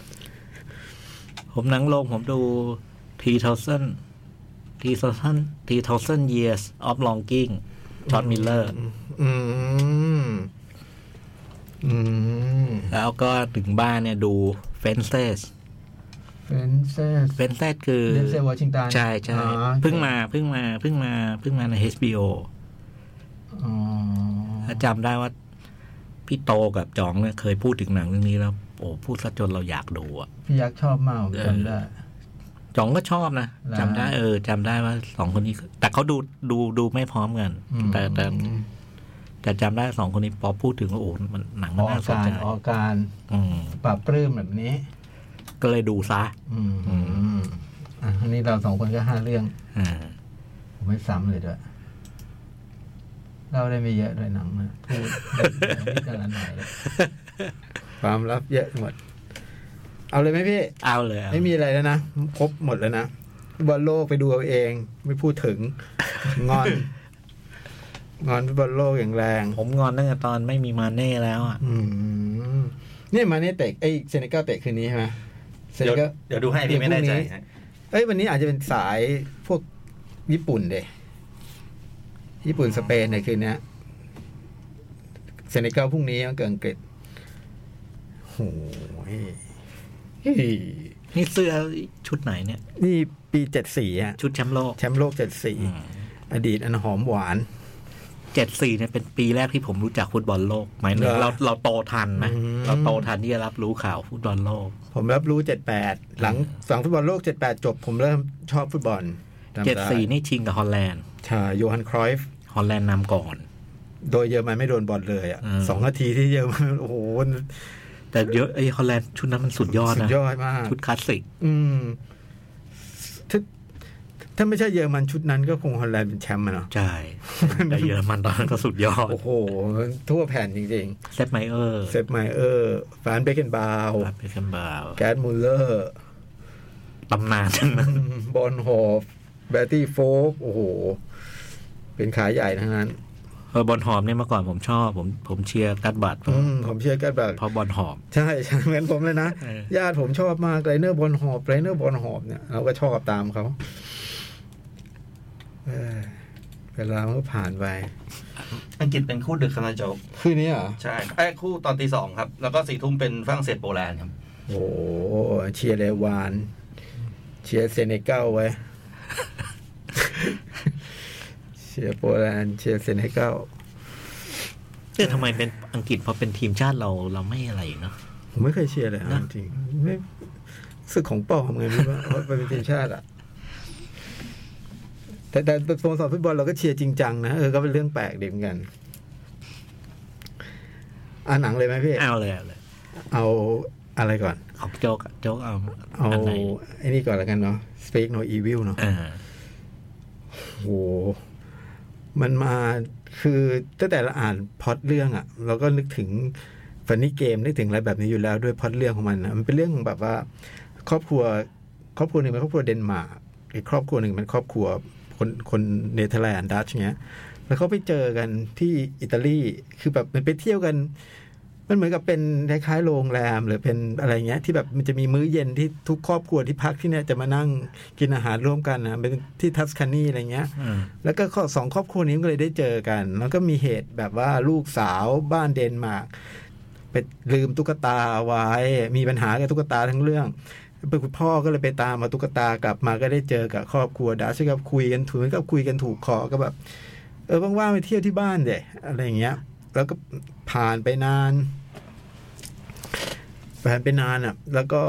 ผมหนังโรงผมดูทีทาวเซนทีทาวเซนทีทาวเซน years of longing จอห์นมิลเลอร์อืมอืมแล้วก็ถึงบ้านเนี่ยดู Fences Fences Fences คือเดนเซลวอชิงตันใช่ใช่เพิ่งมาเพิ่งมาเพิ่งมาเพิ่งมาใน เอช บี โออ๋อจำได้ว่าพี่โตกับจ๋องเนี่ยเคยพูดถึงหนังเรื่องนี้แล้วโอ้พูดซะจนเราอยากดูอ่ะพี่ยักษ์ชอบมากจำได้จ๋องก็ชอบนะจำได้เออจำได้ว่าสองคนนี้แต่เขาดูดูดูไม่พร้อมกันแต่แต่แต่จำได้สองคนนี้พอพูดถึงแล้วโอ้มันหนังมันน่าสนใจออกการปรับปลื้มแบบนี้ก็เลยดูซะอืมอ่ะอันนี้เราสองคนก็ห้าเรื่องอ่าผมไม่ซ้ำเลยด้วยเราได้ไม่เยอะด้วยหนังนะพูดนิดละหน่อยความลับเยอะหมดเอาเลยไหมพี่เอาเลยไม่มีอะไรแล้วนะครบหมดแล้วนะบอลโลกไปดูเอาเองไม่พูดถึงงอนงอนบอลโลกอย่างแรงผมงอนตั้งแต่ตอนไม่มีมาเน่แล้วอ่ะอืมนี่มาเน่เตะไอ้เซเนกัลเตะคืนนี้ใช่ไหมเดี๋ยวเดี๋ยวดูให้พี่ไม่แน่ใจเอ้ยวันนี้อาจจะเป็นสายพวกญี่ปุ่นเดะญี่ปุ่นสเปนในคืนนี้เซเนกัลพรุ่งนี้มันเกิดอังกฤษโอ้ยนี่เสื้อชุดไหนเนี่ยนี่ปีเจ็ดสิบสี่อ่ะชุดแชมป์โลกแชมป์โลกเจ็ดสิบสี่อดีตอันหอมหวานเจ็ดสิบสี่เนี่ยเป็นปีแรกที่ผมรู้จักฟุตบอลโลกหมายถึงเราเราโตทันนะเราโตทันที่จะรับรู้ข่าวฟุตบอลโลกผมรับรู้เจ็ดสิบแปดหลังฝั่งฟุตบอลโลกเจ็ดสิบแปดจบผมเริ่มชอบฟุตบอลเจ็ดสิบสี่นี่ชิงกับฮอลแลนด์ใช่โยฮันครอยฟ์ฮอลแลนด์นำก่อนโดยเยอรมันไม่โดนบอลเลยอ่ะสองนาทีที่เยอรมันโอ้โหแต่เยอะไอ้ฮอลแลนด์ชุดนั้นมันสุดยอดนะสุดยอดมากชุดคลาสสิกอืมถ้าถ้าไม่ใช่เยอรมันชุดนั้นก็คงฮอลแลนด์เป็นแชมป์อ่ะเนาะใช่แต่เยอรมันตอนนั้นก็สุดยอดโอ้โหทั่วแผ่นจริงๆเซฟไมเออร์เซฟไมเออร์ฟานเบเกนบาวฟานเบเกนบาวแกสมูลเลอร์ตำนานทั้งนั้นบอลฮอฟแบตตี้โฟกโอ้โหเป็นขาใหญ่ทั้งนั้นเออบอลหอมเนี่ยเมื่อก่อนผมชอบผมผมเชียร์กัดบัตอืมผมเชียร์กัดบัตเพราะบอลหอมใช่ใช่เหมือนผมเลยนะญาติผมชอบมากไรเนอร์บอลหอมไรเนอร์บอลหอมเนี่ยเราก็ชอบตามเขาเออเวลามันก็ผ่านไปอังกฤษเป็นคู่ดึกครับนะโจ๊กคืนนี้เหรอใช่ไอ้คู่ตอนตีสองครับแล้วก็สี่ทุ่มเป็นฝรั่งเศสโปแลนด์ครับโอ้เชียร์เลวานเชียร์เซเนกัลไว้เชียร์โปแลนด์เชียร์เซเนกัลแต่ทำไมเป็นอังกฤษพอเป็นทีมชาติเราเราไม่อะไรเนาะผมไม่เคยเชียร์เลยจริงไม่สึกของปอมไงไม่ว่าไปเป็นทีมชาติอ่ะแต่แต่สโมสรฟุตบอลเราก็เชียร์จริงจังนะเออก็เป็นเรื่องแปลกดีเหมือนกันอ่านหนังเลยไหมพี่เอาเลยเอาเลยเอาอะไรก่อนเอาโจ๊กโจ๊กเอาเอาไอ้นี่ก่อนแล้วกันเนาะ Speak No Evil เนาะโหมันมาคือตั้งแต่เราอ่านพล็อตเรื่องอ่ะเราก็นึกถึงฟันนี่เกมนึกถึงอะไรแบบนี้อยู่แล้วด้วยพล็อตเรื่องของมันนะมันเป็นเรื่องแบบว่าครอบครัวครอบครัวหนึ่งเป็นครอบครัวเดนมาร์กอีกครอบครัวหนึ่งเป็นครอบครัวคนคนเนเธอร์แลนด์ดัตช์เงี้ยแล้วเขาไปเจอกันที่อิตาลีคือแบบมันไปเที่ยวกันมันเหมือนกับเป็นคล้ายๆโรงแรมหรือเป็นอะไรเงี้ยที่แบบมันจะมีมื้อเย็นที่ทุกครอบครัวที่พักที่เนี่ยจะมานั่งกินอาหารร่วมกันนะเป็นที่ทัสคานีอะไรเงี้ยแล้วก็สองครอบครัวนี้ก็เลยได้เจอกันแล้วก็มีเหตุแบบว่าลูกสาวบ้านเดนมาร์กไปลืมตุ๊กตาไว้มีปัญหากับตุ๊กตาทั้งเรื่องคุณพ่อก็เลยไปตามมาตุ๊กตากลับมาก็ได้เจอกับครอบครัวดัชก็คุยกันถูกก็คุยกันถูกคอก็แบบเออว่างๆไปเที่ยวที่บ้านเดะอะไรอย่างเงี้ยแล้วก็ผ่านไปนานผ่านไปนานอ่ะแล้วก็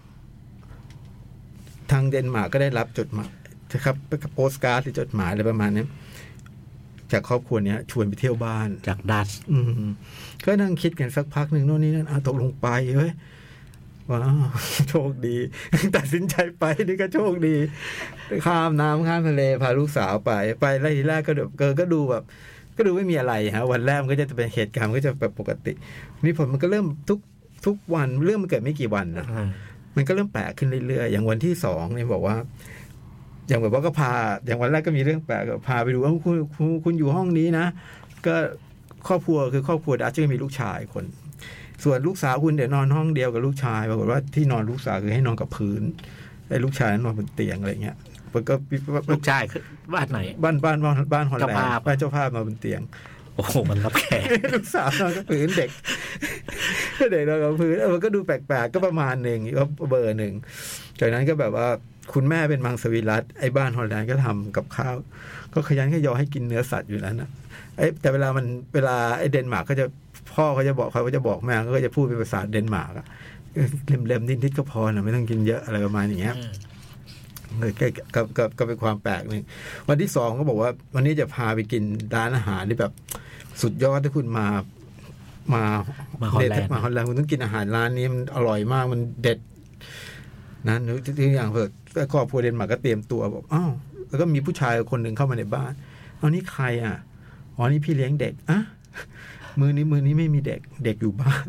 ทางเดนมาร์กก็ได้รับจดหมายนะครับโปสการ์ดหรือจดหมายอะไรประมาณนี้จากครอบครัวเนี้ยชวนไปเที่ยวบ้านจากดัชอืมก็นั่งคิดกันสักพักหนึ่งโน่นนี่นั่นอ่ะตกลงไปเฮ้ยว้าวโชคดีตัดสินใจไปนี่ก็โชคดีข้ามน้ำข้ามทะเลพาลูกสาวไปไปแล้วทีแรกก็แบบเกิดก็ดูแบบก็ดูไม่มีอะไรฮะวันแรกมันก็จะเป็นเหตุการณ์มันก็จะแบบปกตินี่ผลมันก็เริ่มทุกทุกวันเรื่องมันเกิดไม่กี่วันนะมันก็เริ่มแปลกขึ้นเรื่อยๆอย่างวันที่สองเนี่ยบอกว่าอย่างแบบว่าก็พาอย่างวันแรกก็มีเรื่องแปลกพาไปดูว่าคุณคุณคุณอยู่ห้องนี้นะก็ครอบครัวคือครอบครัวดัชจะมีลูกชายคนส่วนลูกสาวคุณเดี๋ยวนอนห้องเดียวกับลูกชายปรากฏว่าที่นอนลูกสาวคือให้นอนกับพื้นไอ้ลูกชายนอนบนเตียงอะไรเงี้ยมันก็ลูกชายคือบ้านไหนบ้านบ้านบ้านบ้านฮอลแลนด์บ้านเจ้าภาพนอนบนเตียงโอ้โหมันรับแขกลูกสาวนอนกับพื้นเด็กเด็กนอนกับพื้นมันก็ดูแปลกๆก็ประมาณหนึ่งก็เบอร์หนึ่งจากนั้นก็แบบว่าคุณแม่เป็นมังสวิรัติไอ้บ้านฮอลแลนด์ก็ทำกับข้าวก็ขยันขยอให้กินเนื้อสัตว์อยู่แล้วนะไอ้แต่เวลามันเวลาไอ้เดนมาร์กก็จะพ่อเขาจะบอกเขาก็จะบอกแม่ก็จะพูดเป็นภาษาเดนมาร์กอะเล็มๆนิดๆก็พอนะไม่ต้องกินเยอะอะไรประมาณอย่างเงี้ยก็ก็ก็เป็นความแปลกหนึ่งวันที่สองก็บอกว่าวันนี้จะพาไปกินร้านอาหารที่แบบสุดยอดถ้าคุณมามามาฮอลแลนด์มาฮอลแลนด์คุณต้องกินอาหารร้านนี้มันอร่อยมากมันเด็ดนั้นตัวอย่างเผื่อครอบครัวเดนมาร์กก็เตรียมตัวบอกอ้าวแล้วก็มีผู้ชายคนหนึ่งเข้ามาในบ้านเอานี่ใครอ่ะอ๋อนี่พี่เลี้ยงเด็กอ่ะมือนี้มือนี้ไม่มีเด็กเด็กอยู่บ้าน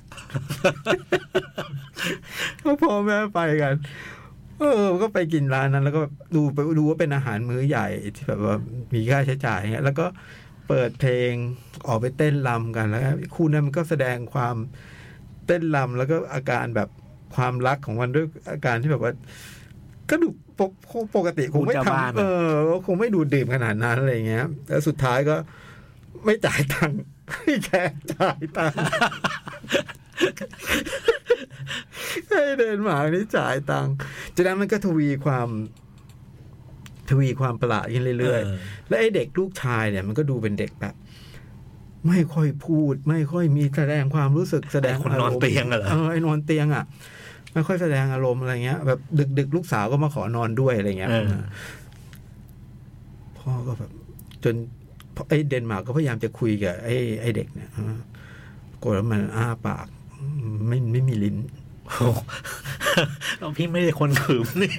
ก็พ่อแม่ไปกันเออก็ไปกินร้านนั้นแล้วก็ดูไปดูว่าเป็นอาหารมื้อใหญ่ที่แบบว่ามีค่าใช้จ่ายเงี้ยแล้วก็เปิดเพลงออกไปเต้นรำกันแล้วคู่นั้นมันก็แสดงความเต้นรำแล้วก็อาการแบบความรักของมันด้วยอาการที่แบบว่าก็ดูปกติคงไม่ทำเออคงไม่ดูดื่มขนาดนั้นอะไรเงี้ยแล้วสุดท้ายก็ไม่จ่ายตังค์ให้แกจ่ายตังค์ให้เดนมาร์กนี่จ่ายตังค์จากนั้นมันก็ทวีความทวีความประหลาดขึ้นเรื่อยๆและไอ้เด็กลูกชายเนี่ยมันก็ดูเป็นเด็กแบบไม่ค่อยพูดไม่ค่อยมีแสดงความรู้สึกแสดงอารมณ์นอนเตียงเหรอเออไอ้นอนเตียงอ่ะไม่ค่อยแสดงอารมณ์อะไรเงี้ยแบบดึกๆลูกสาวก็มาขอนอนด้วยอะไรเงี้ยพ่อก็แบบจนไอ้เดนมาร์กก็พยายามจะคุยกับไอ้ไอ้เด็กเนี่ยกดแล้วมันอ้าปากไม่ไม่มีลิ้นเราพี่ไม่ได้คนขืมนี่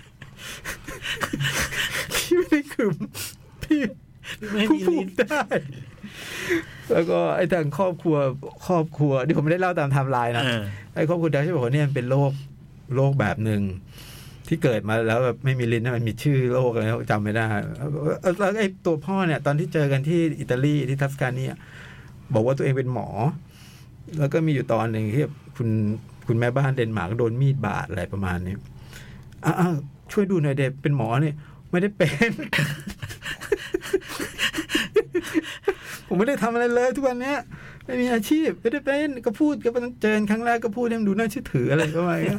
พี่ไม่ได้ขืมพี่ไม่มีลิ้นได้แล้วก็ไอ้ทางครอบครัวครอบครัวที่ผมไม่ได้เล่าตามไทม์ไลน์นะไอ้ครอบครัวดัชชี่บอกว่าเนี่ยเป็นโรคโรคแบบหนึ่งที่เกิดมาแล้วแบบไม่มีลิ้นนะมันมีชื่อโรคอะไรจำไม่ได้แล้วไอ้ตัวพ่อเนี่ยตอนที่เจอกันที่อิตาลีที่ทัสกาเนียบอกว่าตัวเองเป็นหมอแล้วก็มีอยู่ตอนหนึ่งที่คุณคุณแม่บ้านเดนมาร์กโดนมีดบาดอะไรประมาณนี้อ้าวช่วยดูหน่อยเด็กเป็นหมอเนี่ยไม่ได้เป็น ผมไม่ได้ทำอะไรเลยทุกวันนี้ไม่มีอาชีพไม่ได้เป็นก็พูดก็เจอครั้งแรกก็พูดให้มันดูน่าเชื่อถืออะไรก็ว่าอย่างเงี้ย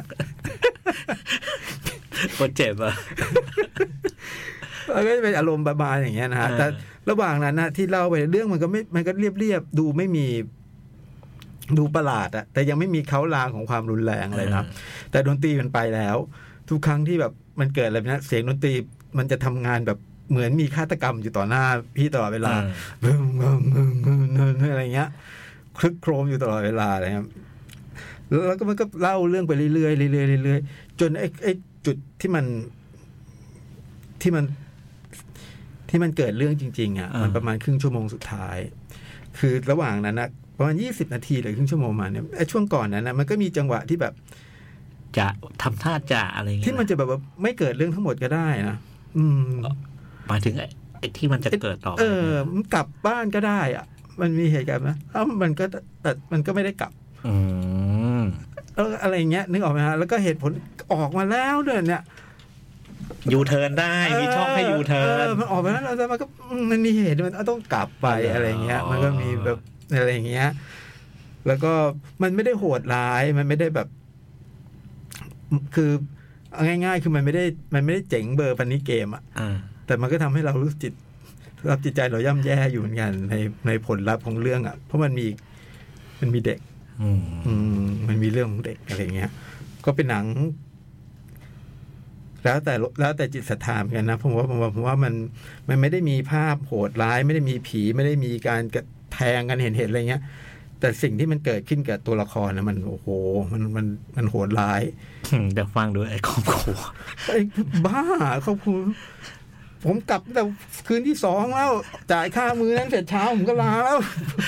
ปวดเจ็บอ่ะแล้วก็เป็นอารมณ์ประมาณอย่างเงี้ยนะฮะแต่ระหว่างนั้นนะที่เล่าไปเรื่องมันก็ไม่มันก็เรียบๆดูไม่มีดูประหลาดอะแต่ยังไม่มีเค้าลางของความรุนแรงอะไรนะแต่ดนตรีมันไปแล้วทุกครั้งที่แบบมันเกิดอะไรนะเสียงดนตรีมันจะทำงานแบบเหมือนมีฆาตกรรมอยู่ต่อหน้าพี่ตลอดเวลาเบิ่งเบิ่งเบิ่งเบิ่งอะไรเงี้ยคลึกโครมอยู่ตลอดเวลาอะไรครับแล้วก็มันก็เล่าเรื่องไปเรื่อยๆเรื่อยๆเรื่อยๆจนไอ้ไอ้จุดที่มันที่มันที่มันเกิดเรื่องจริงๆอ่ะมันประมาณครึ่งชั่วโมงสุดท้ายคือระหว่างนั้นนะประมาณยี่สิบนาทีหรือครึ่งชั่วโมงมาเนี่ยไอ้ช่วงก่อนนั้นนะมันก็มีจังหวะที่แบบจะทำท่าจะอะไรเงี้ยที่มันจะแบบว่าไม่เกิดเรื่องทั้งหมดก็ได้นะอืมหมายถึงไอ้ที่มันจะเกิดต่อเออมันกลับบ้านก็ได้อ่ะมันมีเหตุการณ์ไหมเอ้ามันก็แต่มันก็ไม่ได้กลับอืมเอออะไรเงี้ยนึกออกไหมฮะแล้วก็เหตุผลออกมาแล้วด้วยเนี่ยยูเทิร์นได้มีช่องให้ยูเทิร์นมันออกมาแล้วแต่มันก็มันมีเหตุมันต้องกลับไปอะไรเงี้ยมันก็มีแบบอะไรเงี้ยแล้วก็มันไม่ได้โหดร้ายมันไม่ได้แบบคือง่ายๆคือมันไม่ได้มันไม่ได้เจ๋งเบอร์พันนี้เกมอ่ะแต่มันก็ทำให้เรารู้จิตรับจิตใจเราย่ำแย่อยู่เหมือนกันในในผลลัพธ์ของเรื่องอ่ะเพราะมันมีมันมีเด็กอืมมันมีเรื่องของเด็กอะไรเงี้ยก็เป็นหนังแล้วแต่แล้วแต่จิตศรัทธาเหมือนกันนะผมว่าผมว่าผมว่ามันมันไม่ได้มีภาพโหดร้ายไม่ได้มีผีไม่ได้มีการกระแทงกันเห็นเห็นอะไรเงี้ยแต่สิ่งที่มันเกิดขึ้นกับตัวละครนะมันโอ้โหมันมันมันโหดร้ายเดี๋ยวฟังดูไอ้ครอบครัวไอ้บ้าครอบครัวผมกลับแต่คืนที่สองแล้วจ่ายค่ามือนั้นเสร็จเช้าผมก็ลาแล้ว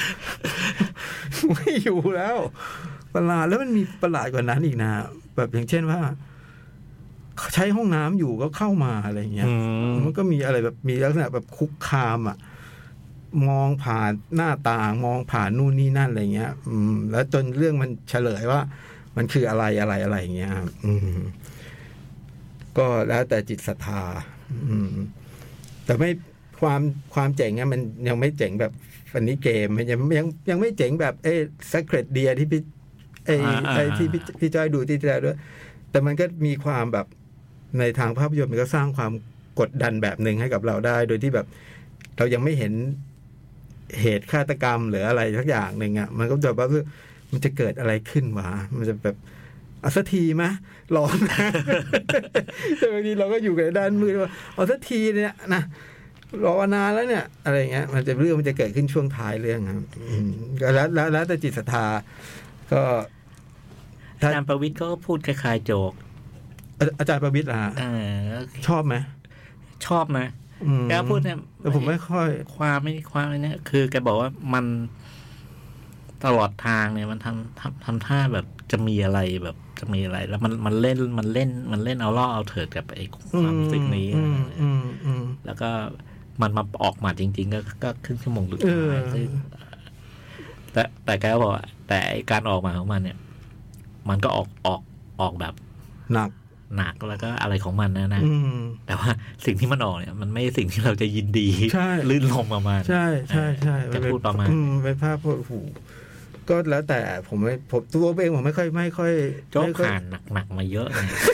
ไม่อยู่แล้วประหลาดแล้วมันมีประหลาดกว่านั้นอีกนะแบบอย่างเช่นว่าใช้ห้องน้ำอยู่ก็เข้ามาอะไรเงี้ยมันก็มีอะไรแบบมีลักษณะแบบคุกคามอ่ะมองผ่านหน้าต่างมองผ่านนู่นนี่นั่นอะไรเงี้ยอืมแล้วจนเรื่องมันเฉลยว่ามันคืออะไรอะไรอะไรเงี้ยอืมก็แล้วแต่จิตศรัทธาอืมแต่ไม่ความความเจ๋งเนี่ยมันยังไม่เจ๋งแบบฟันนี้เกมมันยังยังยังไม่เจ๋งแบบเอ้ Secret Deer ที่พี่ไอ้ไอ้ที่พี่พี่จ้อยดูที่แล้วด้วยแต่มันก็มีความแบบในทางภาพยนตร์มันก็สร้างความกดดันแบบหนึ่งให้กับเราได้โดยที่แบบเรายังไม่เห็นเหตุฆาตกรรมหรืออะไรสักอย่างหนึ่งอ่ะมันก็แบบว่ามันจะเกิดอะไรขึ้นวะมันจะแบบเอาสักทีไหมร้อนนะแต่บางทีเราก็อยู่กับด้านมือว่าเอาสักทีเนี่ยนะรอนานแล้วเนี่ยอะไรเงี้ยมันจะเรื่องมันจะเกิดขึ้นช่วงท้ายเรื่องครับก็แล้วแล้วแล้วแต่จิตศรัทธาก็อาจารย์ประวิตรก็พูดคล้ายๆโจกอาจารย์ประวิตรอ่ะเออชอบไหมชอบนะแกพูดเนี่ยแต่ผมไม่ค่อยความไม่ความเนี่ยคือแกบอกว่ามันตลอดทางเนี่ยมันทำทำทำท่าแบบจะมีอะไรแบบจะมีอะไร แล้วมันมันเล่นมันเล่นมันเล่นเอาล่อเอาเถิดกับไอ้ความรู้สึกนี้แล้วก็มันมาออกมาจริงๆก็ก็ครึ่งชั่วโมงสุดท้ายซึ่งแต่แต่แกบอกแต่การออกมาของมันเนี่ยมันก็ออกออกออกแบบหนักหนักแล้วก็อะไรของมันนะนะแต่ว่าสิ่งที่มันออกเนี่ยมันไม่สิ่งที่เราจะยินดีลื่นลมประมาณใช่ใช่ใช่จะพูดประมาณเป็นภาพโอ้โหก็แล้วแต่ผมไม่ผมตัวเองผมไม่ค่อยไม่ค่อยโจ๊กผ่านหนักๆมาเยอะ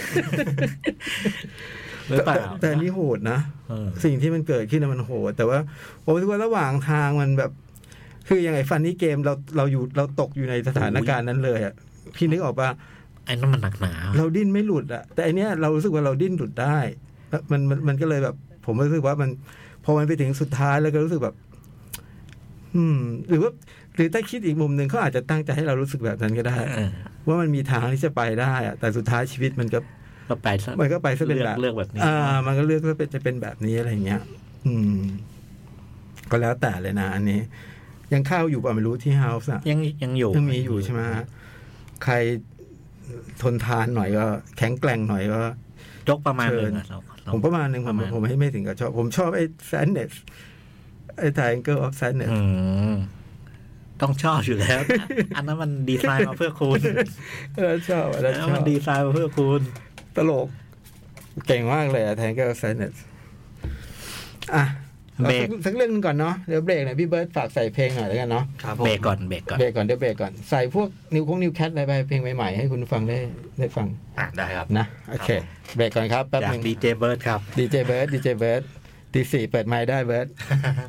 หรือเปล่าแต่นี่โหดนะสิ่งที่มันเกิดขึ้นมันโหดแต่ว่าผมคิดว่าระหว่างทางมันแบบคือยังไงฟันนี่เกมเราเราอยู่เราตกอยู่ในสถานการณ์นั้นเลยอ่ะพี่นึกออกป่ะไอ้นั่นมันหนักหนาเราดิ้นไม่หลุดอ่ะแต่อันเนี้ยเรารู้สึกว่าเราดิ้นหลุดได้มันมันมันก็เลยแบบผมรู้สึกว่ามันพอมันไปถึงสุดท้ายแล้วก็รู้สึกแบบอืมหรือว่าหรือถ้าคิดอีกมุมหนึ่งเขาอาจจะตั้งใจให้เรารู้สึกแบบนั้นก็ได้ว่ามันมีทางที่จะไปได้อ่ะแต่สุดท้ายชีวิตมันก็ก็ไปมันก็ไปซะเป็นแบบเลือกแบบนี้อ่ามันก็เลือกว่าจะเป็นแบบนี้อะไรเงี้ยอืมก็แล้วแต่เลยนะอันนี้ยังเข้าอยู่ป่ะไม่รู้ที่เฮาส์อ่ะยังยังอยู่ยังมีอยู่ใช่ไหมใครทนทานหน่อยก็แข็งแกร่งหน่อยก็ยกประมาณนึงผมประมาณนึงผมผมให้ไม่ถึงกับชอบผมชอบไอ้ Sadness ไอ้ Triangle of Sadness ต้องชอบอยู่แล้วอันนั้นมันดีไซน์มาเพื่อคุณเออชอบอันนั้นมันดีไซน์มาเพื่อคุณตลกเก่งมากเลยอะ Triangle of Sadness อ่ะเบรกสักเรื่องนึงก่อนเนาะเดี๋ยวเบรกหน่อยพี่เบิร์ดฝากใส่เพลงหน่อยแล้วกันเนาะเบรกก่อนเบรกก่อนเบรกก่อนเดี๋ยวเบรกก่อนใส่พวกนิวคงนิวแคทอะไรไปเพลงใหม่ๆให้คุณฟังได้ได้ฟังอ่ะได้ครับนะโอเคเบรกก่อนครับแป๊บนึงดีเจเบิร์ดครับดีเจเบิร์ดดีเจเบิร์ดตีสี่เปิดไมค์ได้เบิร์ด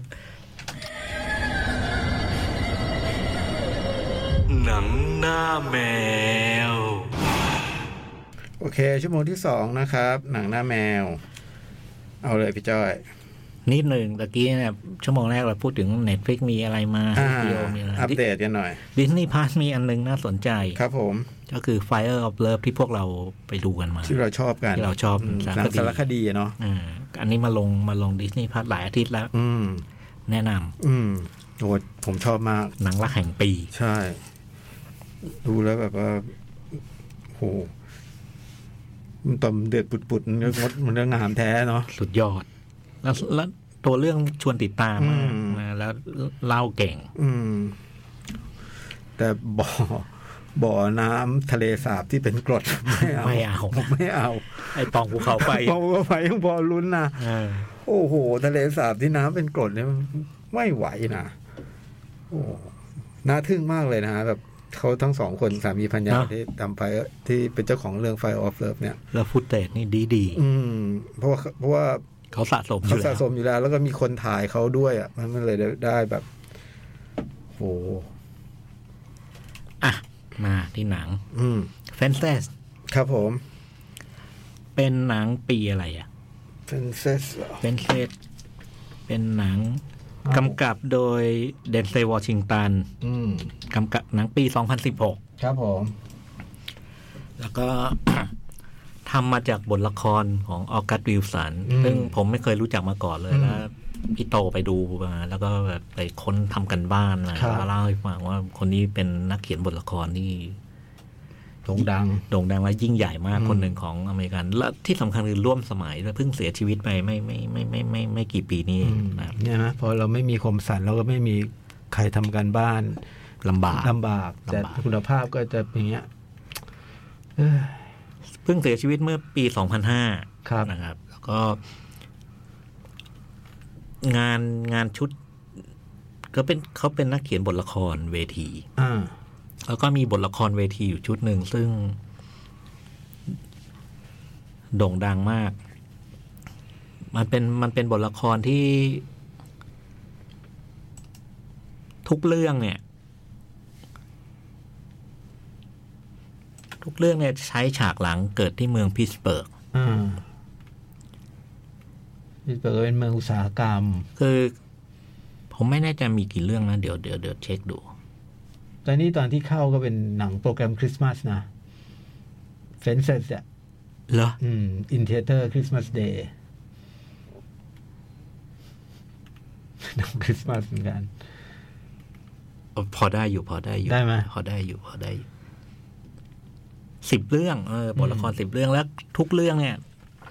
หนังหน้าแมวโอเคชั่วโมงที่สองนะครับหนังหน้าแมวเอาเลยพี่จ้อยนิดหนึ่งตะกี้เนี่ยชั่วโมงแรกเราพูดถึง Netflix มีอะไรมามีอะไรอัปเดตกันหน่อย Disney Plus มีอันนึงน่าสนใจครับผมก็คือ Fire of Love ที่พวกเราไปดูกันมาที่เราชอบกันที่เราชอบสารคดีเนาะอันนี้มาลงมาลง Disney Plus หลายอาทิตย์แล้วแนะนำอืมโอ้ผมชอบมากหนังรักแห่งปีใช่ดูแล้วแบบว่าโหมันต่อมเดือดปุดๆเนื้อมดมันเนื้องามแท้เนาะสุดยอดแล้วแล้วตัวเรื่องชวนติดตามมากนะแล้วเล่าเก่งอืมแต่บ่อบ่อน้ำทะเลสาบที่เป็นกรดไม่เอาไม่เอาไม่เอาไอ้ปองภูเขาไฟปองภูเขาไฟยังพอลุ้นนะโอ้โหทะเลสาบที่น้ำเป็นกรดเนี่ยไม่ไหวนะโอ้น่าทึ่งมากเลยนะแบบเขาทั้งสองคนสามีภรรยาที่ทำไฟที่เป็นเจ้าของเรื่อง Fire of Love เนี่ยแล้วฟุตเทจนี่ดีๆอืมเพราะว่าเพราะว่าเขาสะสมเขาสะสมอยู่แล้วแล้วก็มีคนถ่ายเขาด้วยอ่ะมันเลยได้แบบโหอ่ะมาที่หนังอืม Fences ครับผมเป็นหนังปีอะไรอ่ะ Fences Fences เป็นหนังกำกับโดยเดนเซลวอชิงตันกำกับหนังปีสองพันสิบหกครับผมแล้วก็ ทำมาจากบทละครของออกัสวิลสันซึ่งผมไม่เคยรู้จักมาก่อนเลยแล้วพี่โตไปดูมาแล้วก็แบบไปค้นทำกันบ้านนะแล้วเล่าให้ฟังว่าคนนี้เป็นนักเขียนบทละครที่โด่งดังโด่งดังและยิ่งใหญ่มากคนหนึ่งของอเมริกันและที่สำคัญคือร่วมสมัยและเพิ่งเสียชีวิตไปไม่ไม่ไม่ไม่ไม่ไม่กี่ปีนี้นะเนี่ยนะพอเราไม่มีคมสันเราก็ไม่มีใครทำการบ้านลำบากลำบากแต่คุณภาพก็จะอย่างเงี้ยเพิ่งเสียชีวิตเมื่อปีสองพันห้านะครับแล้วก็งานงานชุดก็เป็นเขาเป็นนักเขียนบทละครเวทีอ่าแล้วก็มีบทละครเวทีอยู่ชุดหนึ่งซึ่งโด่งดังมากมันเป็นมันเป็นบทละครที่ทุกเรื่องเนี่ยทุกเรื่องเนี่ยใช้ฉากหลังเกิดที่เมืองพิตต์สเบิร์กพิตต์สเบิร์กเป็นเมืองอุตสาหกรรมคือผมไม่แน่ใจมีกี่เรื่องนะเดี๋ยวเดี๋ยวเดี๋ยวเช็คดูแต่นี่ตอนที่เข้าก็เป็นหนังโปรแกรมคริสต์มาสนะเฟนเซสอะเหรออืม In Theater Christmas Day หนังคริสต์มาสเหมือนกันพอได้อยู่พอได้อยู่ได้ไหมพอได้อยู่พอได้สิบเรื่องเออบทละครสิบเรื่องแล้วทุกเรื่องเนี่ย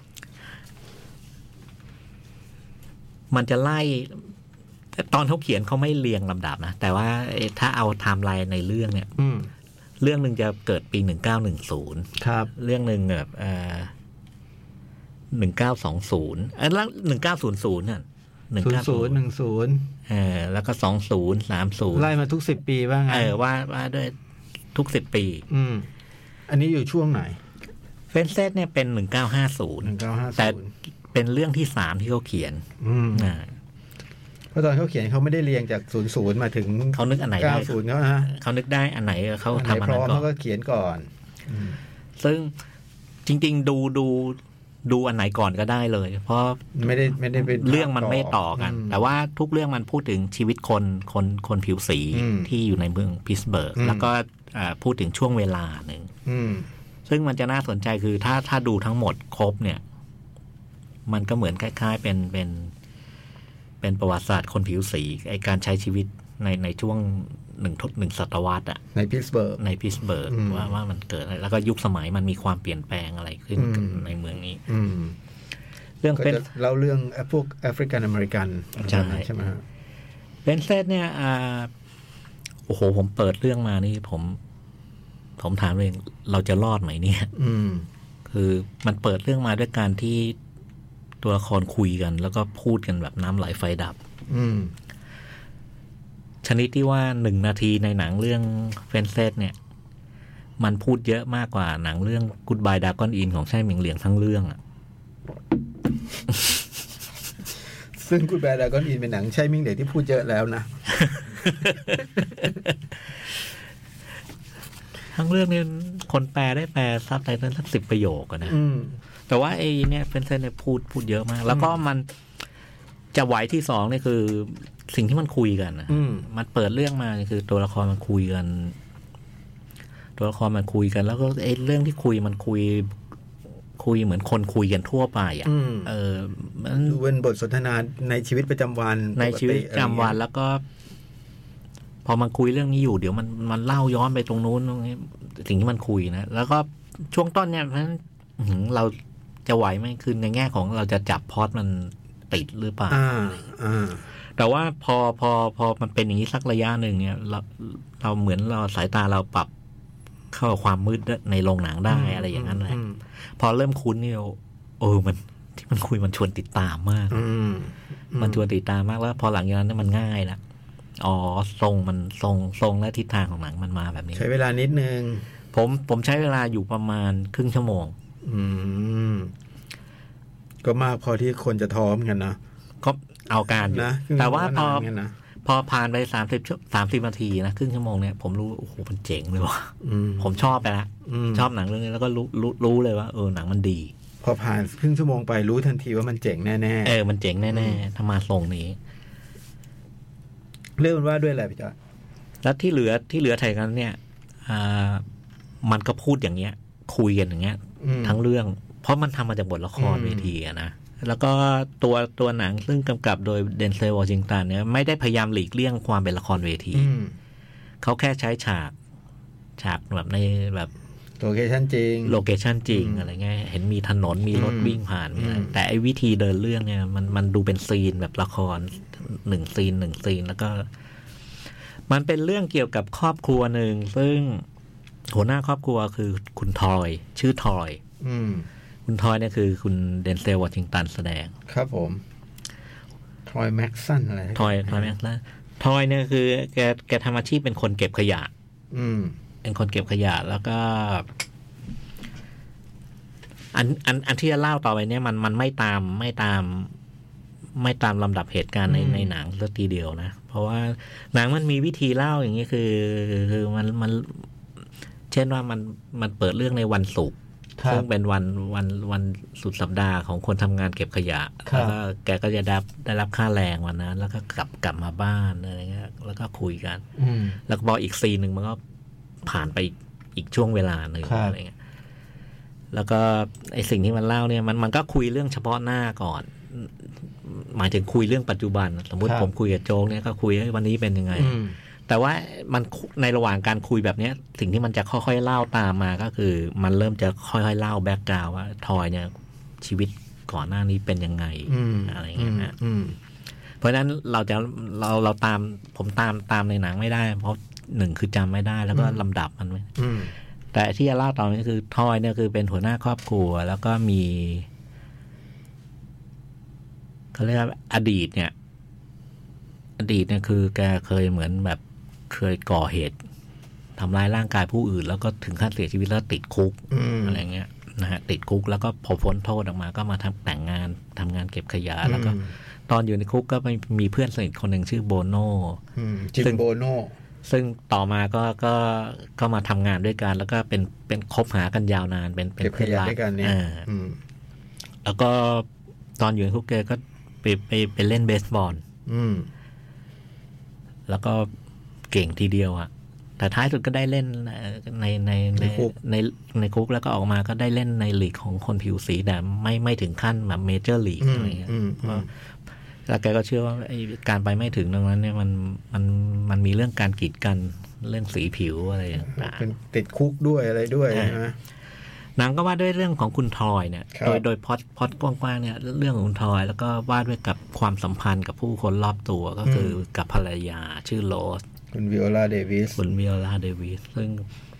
มันจะไล่ตอนเขาเขียนเขาไม่เรียงลำดับนะแต่ว่าถ้าเอาไทม์ไลน์ในเรื่องเนี่ยเรื่องหนึ่งจะเกิดปีหนึ่งเก้าหนึ่งศูนย์ครับเรื่องหนึ่งแบบเอ่อหนึ่งเก้าสองศูนย์เออแล้วหนึ่งเก้าศูนย์ศูนย์น่ะหนึ่งเก้าศูนย์หนึ่งศูนย์เออแล้วก็สองศูนย์สามศูนย์ไล่มาทุกสิบปีบ้างไงเออว่าว่าด้วยทุกสิบปีอืมอันนี้อยู่ช่วงไหนเฟนเซตเนี่ยเป็นหนึ่งเก้าห้าศูนย์หนึ่งเก้าห้าศูนย์แต่เป็นเรื่องที่สามที่เขาเขียนอืมอ่าเพราะตอนเขาเขียนเขาไม่ได้เรียงจากศูนย์ศูนย์มาถึงเขานึกอันไหนเก้าศูนย์เขาฮะเขานึกได้อันไหนเขาทำอันนั้นก่อนเขาก็เขียนก่อนซึ่งจริงๆดูดูดูอันไหนก่อนก็ได้เลยเพราะไม่ได้ไม่ได้เป็นเรื่องมันไม่ต่อกันแต่ว่าทุกเรื่องมันพูดถึงชีวิตคนคนคนผิวสีที่อยู่ในเมืองพิตสเบิร์กแล้วก็พูดถึงช่วงเวลาหนึ่งซึ่งมันจะน่าสนใจคือถ้าถ้าดูทั้งหมดครบเนี่ยมันก็เหมือนคล้ายๆเป็นเป็นเป็นประวัติศาสตร์คนผิวสีไอการใช้ชีวิตในในช่วงหนึ่งทศหนึ่งศตวรรษอะในพิตสเบิร์กในพิตสเบิร์กว่าว่ามันเกิดอะไรแล้วก็ยุคสมัยมันมีความเปลี่ยนแปลงอะไรขึ้นในเมืองนี้เรื่องเป็นเล่าเรื่องพวกแอฟริกันอเมริกันใช่ใช่ไหมครับเป็นเซตเนี่ยอ่าโอ้โหผมเปิดเรื่องมานี่ผมผมถามเองเราจะรอดไหมเนี่ยคือมันเปิดเรื่องมาด้วยการที่ตัวละครคุยกันแล้วก็พูดกันแบบน้ำไหลไฟดับชนิดที่ว่าหนึ่งนาทีในหนังเรื่องเฟนเซตเนี่ยมันพูดเยอะมากกว่าหนังเรื่อง Goodbye Dragon Inn ของไช่หมิงเหลียงทั้งเรื่องอ่ะซึ่ง Goodbye Dragon Inn เป็นหนังไช่หมิงเหลียงที่พูดเยอะแล้วนะทั้งเรื่องนี้คนแปลได้แปลซับไตเติ้ลสักสิบประโยคนะแต่ว่าไอ้เนี่ยเฟนเซตเนี่ยพูดพูดเยอะมากแล้วก็มันจะไหวที่สองเนี่ยคือสิ่งที่มันคุยกันนะมันเปิดเรื่องมาคือตัวละครมันคุยกันตัวละครมันคุยกันแล้วก็ไอ้เรื่องที่คุยมันคุยคุยเหมือนคนคุยกันทั่วไปอ่ะเออมันเป็นบทสนทนาในชีวิตประจำวันในชีวิตประจำวันแล้วก็พอมันคุยเรื่องนี้อยู่เดี๋ยวมันมันเล่าย้อนไปตรงนู้นตรงนี้สิ่งที่มันคุยนะแล้วก็ช่วงต้นเนี่ยเพราะฉะนั้นเราจะไหวไหมคือในแง่ของเราจะจับพอดมันติดหรือเปล่าแต่ว่าพอพอพอมันเป็นอย่างนี้สักระยะหนึ่งเนี่ยเราเราเหมือนเราสายตาเราปรับเข้ากับความมืดในโรงหนังได้อะไรอย่างนั้นแหละพอเริ่มคุ้นนี่โอ้มันที่มันคุยมันชวนติดตามมากมันชวนติดตามมากแล้วพอหลังจากนั้นมันง่ายละอ๋อทรงมันทรงทรงและทิศทางของหนังมันมาแบบนี้ใช้เวลานิดนึงผมผมใช้เวลาอยู่ประมาณครึ่งชั่วโมงอืมก็มากพอที่คนจะท้อมกันนะก็เอาการอยู่แต่ว่าพอพอผ่านไปสามสิบสามสิบนาทีนะครึ่งชั่วโมงเนี่ยผมรู้โอ้โหมันเจ๋งเลยว่ะผมชอบไปละชอบหนังเรื่องนี้แล้วก็รู้รู้รู้เลยว่าเออหนังมันดีพอผ่านครึ่งชั่วโมงไปรู้ทันทีว่ามันเจ๋งแน่ๆเออมันเจ๋งแน่ๆถ้ามาทรงนี้เรื่องมันว่าด้วยอะไรพี่จ๊ะแล้วที่เหลือที่เหลือไทยกันเนี่ยอ่ามันก็พูดอย่างเงี้ยคุยกันอย่างเงี้ยทั้งเรื่องเพราะมันทำมาจากบทละครเวทีอะนะแล้วก็ตัวตัวหนังซึ่งกำกับโดยเดนเซลวอชิงตันเนี่ยไม่ได้พยายามหลีกเลี่ยงความเป็นละครเวทีเขาแค่ใช้ฉากฉากแบบในแบบโลเคชั่นจริงโลเคชั่นจริงอะไรเงี้ยเห็นมีถนนมีรถวิ่งผ่านแต่ไอ้วิธีเดินเรื่องเนี่ยมันมันดูเป็นซีนแบบละครหนึ่งซีนหนึ่งซีนแล้วก็มันเป็นเรื่องเกี่ยวกับครอบครัวหนึ่งซึ่งหัวหน้าครอบครัวคือคุณทอยชื่อทอยคุณทอยเนี่ยคือคุณเดนเซลวอชิงตันแสดงครับผมทอยแม็กซันอะไรทอยทอยแม็กซันทอยเนี่ยคือแกแกทำอาชีพเป็นคนเก็บขยะอืมเป็นคนเก็บขยะแล้วก็อันอันอันที่จะเล่าต่อไปเนี่ยมันมันไม่ตามไม่ตามไม่ตามลำดับเหตุการณ์ในในหนังสักทีเดียวนะเพราะว่าหนังมันมีวิธีเล่าอย่างนี้คือคือมันมันเช่นว่ามันมันเปิดเรื่องในวันศุกร์ซึ่งเป็นวันวันวันสุดสัปดาห์ของคนทำงานเก็บขยะแล้วก็แกก็จะได้ได้รับค่าแรงวันนั้นแล้วก็กลับกลับมาบ้านอะไรเงี้ยแล้วก็คุยกันแล้วพออีกซีนหนึ่งมันก็ผ่านไปอีกช่วงเวลาหนึ่งอะไรเงี้ยแล้วก็ไอสิ่งที่มันเล่าเนี่ยมันมันก็คุยเรื่องเฉพาะหน้าก่อนหมายถึงคุยเรื่องปัจจุบันสมมุติผมคุยกับโจ๊กเนี่ยก็คุยวันนี้เป็นยังไงแต่ว่ามันในระหว่างการคุยแบบนี้สิ่งที่มันจะค่อยๆเล่าตามมาก็คือมันเริ่มจะค่อยๆเล่าแบ็กกราวด์ว่าทอยเนี่ยชีวิตก่อนหน้านี้เป็นยังไงอะไรเงี้ยนะเพราะฉะนั้นเราจะเราเราตามผมตามตามในหนังไม่ได้เพราะหนึ่งคือจำไม่ได้แล้วก็ลำดับมันไม่แต่ที่จะเล่าต่อนี้คือทอยเนี่ยคือเป็นหัวหน้าครอบครัวแล้วก็มีเขาเรียกว่าอดีตเนี่ยอดีตเนี่ยคือแกเคยเหมือนแบบเคยก่อเหตุทำร้ายร่างกายผู้อื่นแล้วก็ถึงขั้นเสียชีวิตแล้วติดคุกอะไรเงี้ยนะฮะติดคุกแล้วก็พอพ้นโทษออกมาก็มาทำแต่งงานทำงานเก็บขยะแล้วก็ตอนอยู่ในคุกก็มีเพื่อนสนิทคนหนึ่งชื่อโบโน่จิมโบโน่ซึ่งต่อมาก็ก็ก็มาทำงานด้วยกันแล้วก็เป็นเป็นคบหากันยาวนานเป็นเป็นเพื่อนรักด้วยกันเนี่ยแล้วก็ตอนอยู่ในคุกแกก็ไปไปไปเล่นเบสบอลแล้วก็เก่งทีเดียวอ่ะแต่ท้ายสุดก็ได้เล่นในในในในในคุกแล้วก็ออกมาก็ได้เล่นในลีกของคนผิวสีแต่ไม่ไม่ถึงขั้นแบบเมเจอร์ลีกอะไรเงี้ยแล้วแกก็เชื่อว่าไอ้การไปไม่ถึงตรงนั้นเนี่ยมันมันมันมีเรื่องการกีดกันเรื่องสีผิวอะไรต่างๆเป็นติดคุกด้วยอะไรด้วยนะหนังก็ว่าด้วยเรื่องของคุณทอยเนี่ยโดยโดยพอดพอดกว้างๆเนี่ยเรื่องของคุณทอยแล้วก็ว่าด้วยกับความสัมพันธ์กับผู้คนรอบตัวก็คือกับภรรยาชื่อโรสคุณวิโอลาเดวิสคุณวิโอลาเดวิสซึ่ง